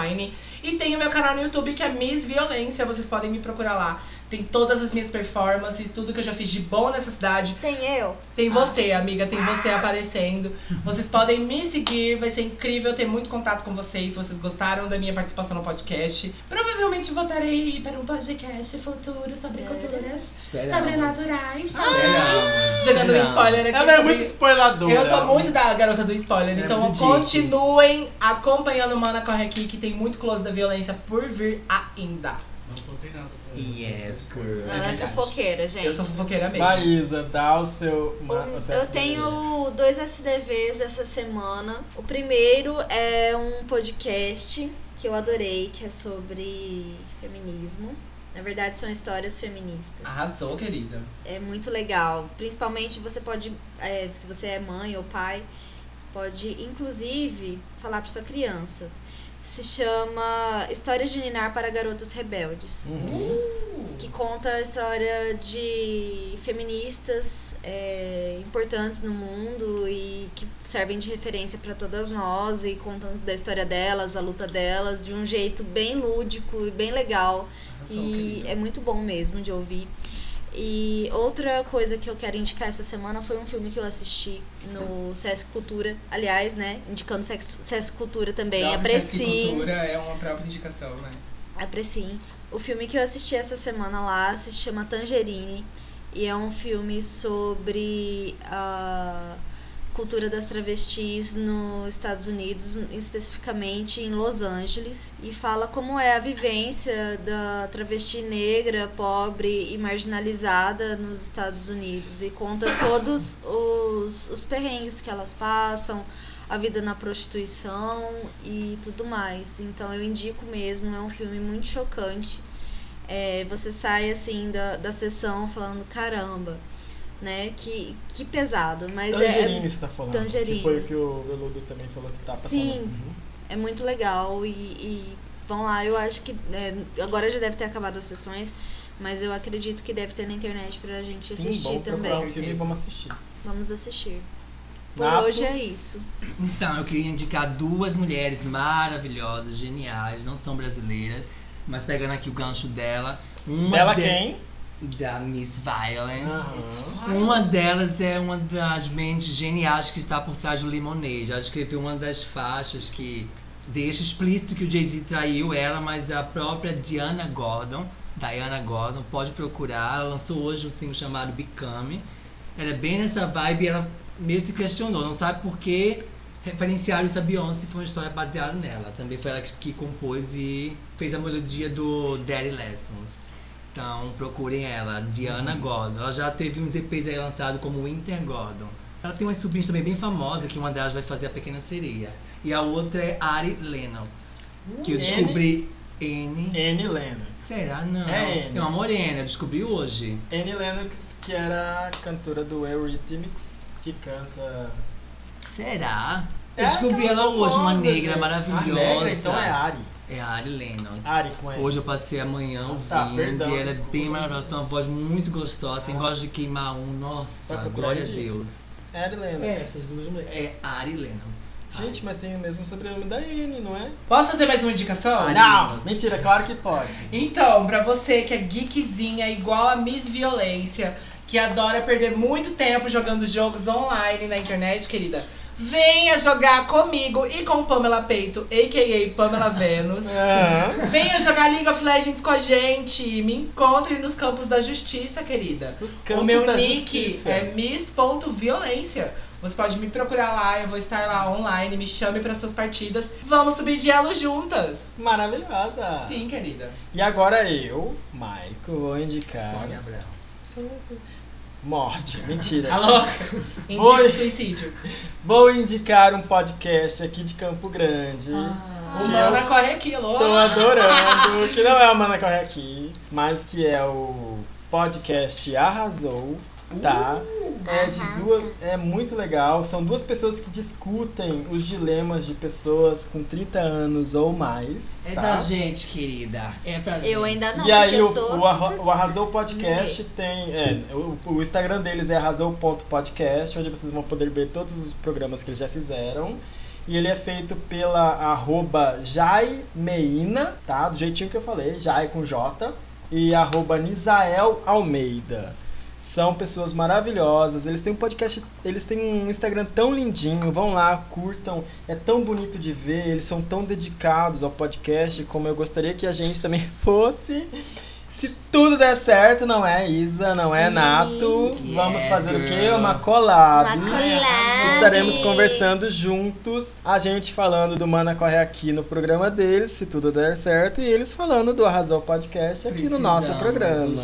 Speaker 4: E tem o meu canal no YouTube, que é Miss Violência. Vocês podem me procurar lá. Tem todas as minhas performances, tudo que eu já fiz de bom nessa cidade.
Speaker 2: Tem eu.
Speaker 4: Tem você, amiga, tem você aparecendo. Vocês podem me seguir, vai ser incrível ter muito contato com vocês. Se vocês gostaram da minha participação no podcast, provavelmente voltarei para um podcast futuro sobre culturas sobrenaturais, talvez. Jogando um spoiler aqui.
Speaker 3: Ela é
Speaker 4: sobre-
Speaker 3: muito spoiladora.
Speaker 4: Eu sou muito da garota do spoiler, então
Speaker 1: muito
Speaker 4: continuem acompanhando o Mana Corre Aqui, que tem muito close da violência por vir ainda.
Speaker 5: Não contei nada pra ela.
Speaker 1: Yes, girl.
Speaker 2: Ela é
Speaker 4: verdade.
Speaker 2: fofoqueira, gente.
Speaker 4: Eu sou fofoqueira mesmo.
Speaker 3: Maísa, dá o seu... o seu
Speaker 2: Eu
Speaker 3: SDV.
Speaker 2: tenho 2 SDVs dessa semana. O primeiro é um podcast que eu adorei, que é sobre feminismo. Na verdade, são histórias feministas.
Speaker 4: Arrasou, querida.
Speaker 2: É muito legal. Principalmente você pode, se você é mãe ou pai, pode inclusive falar para sua criança. Se chama Histórias de Ninar para Garotas Rebeldes. Que conta a história de feministas importantes no mundo e que servem de referência para todas nós, e contando da história delas, a luta delas, de um jeito bem lúdico e bem legal.
Speaker 4: Arrasou,
Speaker 2: E
Speaker 4: querida.
Speaker 2: é muito bom mesmo de ouvir. E outra coisa que eu quero indicar essa semana foi um filme que eu assisti no Sesc Cultura. Aliás, né, indicando Sesc Cultura também.
Speaker 4: Própria Sesc
Speaker 2: Apreciem.
Speaker 4: Cultura é uma própria indicação, né?
Speaker 2: Apreciem. O filme que eu assisti essa semana lá se chama Tangerine. E é um filme sobre cultura das travestis nos Estados Unidos, especificamente em Los Angeles, e fala como é a vivência da travesti negra, pobre e marginalizada nos Estados Unidos, e conta todos os perrengues que elas passam, a vida na prostituição e tudo mais. Então eu indico mesmo, é um filme muito chocante. Você sai assim da sessão falando, caramba, né? Que pesado. Mas
Speaker 3: Tangerine você tá falando.
Speaker 2: Tangerine.
Speaker 3: Que foi o que o Veludo também falou que tá passando.
Speaker 2: Sim, é muito legal e vão lá, eu acho que agora já deve ter acabado as sessões, mas eu acredito que deve ter na internet pra gente assistir também.
Speaker 3: Procurar um filme e vamos assistir.
Speaker 2: Vamos assistir. Por
Speaker 3: Nato.
Speaker 2: hoje é isso.
Speaker 1: Então, eu queria indicar 2 mulheres maravilhosas, geniais, não são brasileiras, mas pegando aqui o gancho dela.
Speaker 3: Quem?
Speaker 1: Da Miss Violence. Uma delas é uma das mentes geniais que está por trás do Lemonade. Ela escreveu uma das faixas que deixa explícito que o Jay-Z traiu ela, mas a própria Diana Gordon, pode procurar. Ela lançou hoje um single chamado Become. Ela é bem nessa vibe e ela meio se questionou, não sabe por que referenciaram isso a Beyoncé, foi uma história baseada nela. Também foi ela que compôs e fez a melodia do Daddy Lessons. Então procurem ela, Diana Gordon. Ela já teve uns EPs aí lançados como Winter Gordon. Ela tem umas sobrinhas também bem famosas, que uma delas vai fazer a Pequena Sereia. E a outra é Ari Lennox, que eu descobri...
Speaker 3: Annie Lennox.
Speaker 1: Será? Não.
Speaker 3: É
Speaker 1: uma morena, eu descobri hoje.
Speaker 3: Annie Lennox, que era cantora do Eurythmics, que canta...
Speaker 1: Será? Eu descobri ela hoje, uma negra maravilhosa.
Speaker 3: A negra, então é Ari.
Speaker 1: É a Ari Lennox.
Speaker 3: Ari com ela.
Speaker 1: Hoje eu passei a manhã ouvindo e ela é bem maravilhosa, tem uma voz muito gostosa, sem gosta de queimar nossa, glória a Deus.
Speaker 3: É Ari Lennox.
Speaker 1: Essas 2 mulheres. É Ari Lennox.
Speaker 3: Gente, mas tem o mesmo sobrenome da Anne, não é?
Speaker 4: Posso fazer mais uma indicação?
Speaker 3: Não, mentira, claro que pode.
Speaker 4: Então, pra você que é geekzinha igual a Miss Violência, que adora perder muito tempo jogando jogos online na internet, querida, venha jogar comigo e com Pamela Peito, a.k.a. Pamela Vênus. Venha jogar League of Legends com a gente. Me encontre nos Campos da Justiça, querida. O meu nick é miss.violência. Você pode me procurar lá, eu vou estar lá online, me chame para suas partidas. Vamos subir de elo juntas.
Speaker 3: Maravilhosa.
Speaker 4: Sim, querida.
Speaker 3: E agora eu, Maico, vou indicar...
Speaker 1: Sônia Abrão.
Speaker 3: Morte, mentira.
Speaker 4: Alô? Indica suicídio.
Speaker 3: Vou indicar um podcast aqui de Campo Grande.
Speaker 4: O Mana Corre Aqui, alô?
Speaker 3: Tô adorando, que não é o Mana Corre Aqui, mas que é o podcast Arrasou. Tá? É muito legal. São 2 pessoas que discutem os dilemas de pessoas com 30 anos ou mais.
Speaker 1: É
Speaker 3: tá?
Speaker 1: da gente, querida. É pra gente.
Speaker 2: Eu ainda não,
Speaker 3: e aí
Speaker 2: eu sou...
Speaker 3: o Arrasou Podcast tem... o Instagram deles é arrasou.podcast, onde vocês vão poder ver todos os programas que eles já fizeram. E ele é feito pela @Jaimeina, tá? Do jeitinho que eu falei, Jai com J. E @Nisael Almeida. São pessoas maravilhosas, eles têm um podcast, eles têm um Instagram tão lindinho, vão lá, curtam, é tão bonito de ver, eles são tão dedicados ao podcast como eu gostaria que a gente também fosse. Se tudo der certo, não é Isa, não é Nato, vamos fazer o quê? Uma collab. Estaremos conversando juntos, a gente falando do Mana Corre Aqui no programa deles, se tudo der certo, e eles falando do Arrasou Podcast aqui no nosso programa.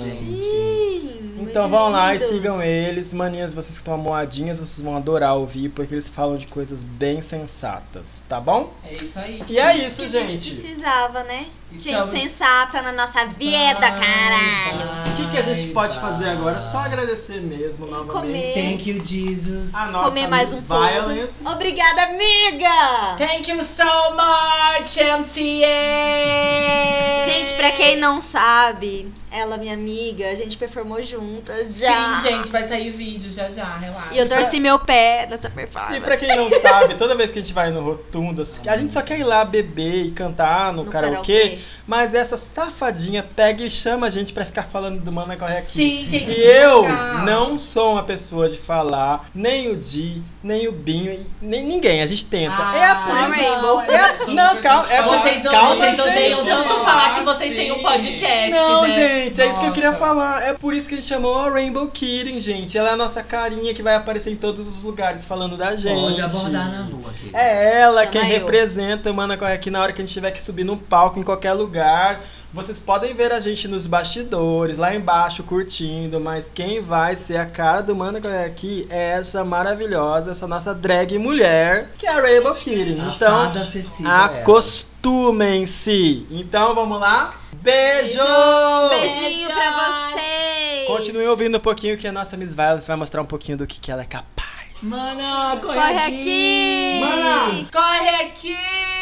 Speaker 3: Então vão lá e sigam eles. Maninhas, vocês que estão amoadinhas, vocês vão adorar ouvir, porque eles falam de coisas bem sensatas, tá bom?
Speaker 4: É isso aí.
Speaker 3: E é isso,
Speaker 2: que
Speaker 3: gente.
Speaker 2: A gente precisava, né?
Speaker 4: Estamos...
Speaker 2: Gente sensata na nossa vida, caralho.
Speaker 3: O que a gente pode fazer agora? Só agradecer mesmo, novamente.
Speaker 2: Comer.
Speaker 1: Thank you, Jesus.
Speaker 3: A nossa
Speaker 2: Comer mais
Speaker 3: Miss
Speaker 2: um pouco.
Speaker 3: Violence.
Speaker 2: Obrigada, amiga!
Speaker 4: Thank you so much, MCA!
Speaker 2: Gente, pra quem não sabe, ela, minha amiga, a gente performou juntas já.
Speaker 4: Sim, gente, vai sair vídeo já, relaxa.
Speaker 2: E eu torci meu pé nessa performance.
Speaker 3: E pra quem não sabe, toda vez que a gente vai no Rotundas, a gente só quer ir lá beber e cantar no karaokê, mas essa safadinha pega e chama a gente pra ficar falando do Mana Corre Aqui.
Speaker 4: Sim, tem que
Speaker 3: E eu
Speaker 4: divulgar.
Speaker 3: não sou uma pessoa de falar, nem o Di, nem o Binho, nem ninguém, a gente tenta. É a
Speaker 2: Rainbow.
Speaker 3: Não, calma,
Speaker 4: Vocês
Speaker 3: calma,
Speaker 4: odeiam tanto
Speaker 3: gente.
Speaker 4: falar que vocês têm um podcast,
Speaker 3: Não,
Speaker 4: né?
Speaker 3: gente, é isso que eu queria
Speaker 1: Nossa.
Speaker 3: falar. É por isso que a gente chamou a Rainbow Kitten, gente. Ela é a nossa carinha que vai aparecer em todos os lugares falando da gente.
Speaker 1: Pode abordar na lua aqui.
Speaker 3: É ela
Speaker 2: Chama
Speaker 3: quem
Speaker 2: eu.
Speaker 3: representa, Mana Corre Aqui na hora que a gente tiver que subir no palco em qualquer lugar. Vocês podem ver a gente nos bastidores, lá embaixo, curtindo, mas quem vai ser a cara do Mana Corre Aqui é essa maravilhosa, essa nossa drag mulher, que é a Rainbow Kitten.
Speaker 1: A
Speaker 3: Então,
Speaker 1: fada acessível.
Speaker 3: acostumem-se. Então, vamos lá? Beijo!
Speaker 2: Beijinho pra vocês!
Speaker 3: Continuem ouvindo um pouquinho que a nossa Miss Violence vai mostrar um pouquinho do que ela é capaz.
Speaker 1: Mana, corre
Speaker 2: Corre
Speaker 1: aqui!
Speaker 2: aqui!
Speaker 3: Mana!
Speaker 4: Corre aqui!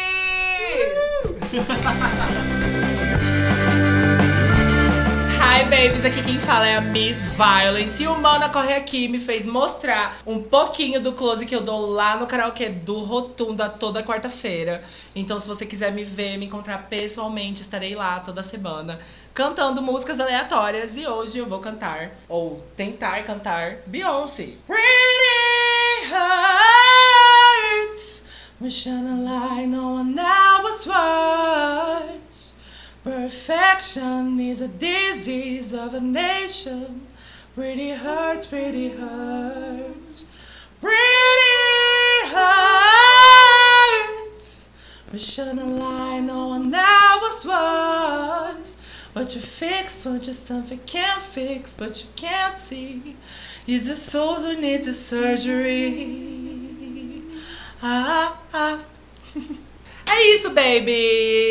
Speaker 4: Hi babies, aqui quem fala é a Miss Violence. E o Mana Corre Aqui me fez mostrar um pouquinho do close que eu dou lá no karaokê do Rotunda toda quarta-feira. Então se você quiser me ver, me encontrar pessoalmente, estarei lá toda semana cantando músicas aleatórias. E hoje eu vou cantar, ou tentar cantar, Beyoncé. Pretty hearts, we shine a light no one else was. Perfection is a disease of a nation. Pretty hurts, pretty hurts. Pretty hurts. We shine a light no one else was. What you fix, what you something can't fix, but you can't see. Is your soul who needs a surgery. Ah, ah. É isso, baby!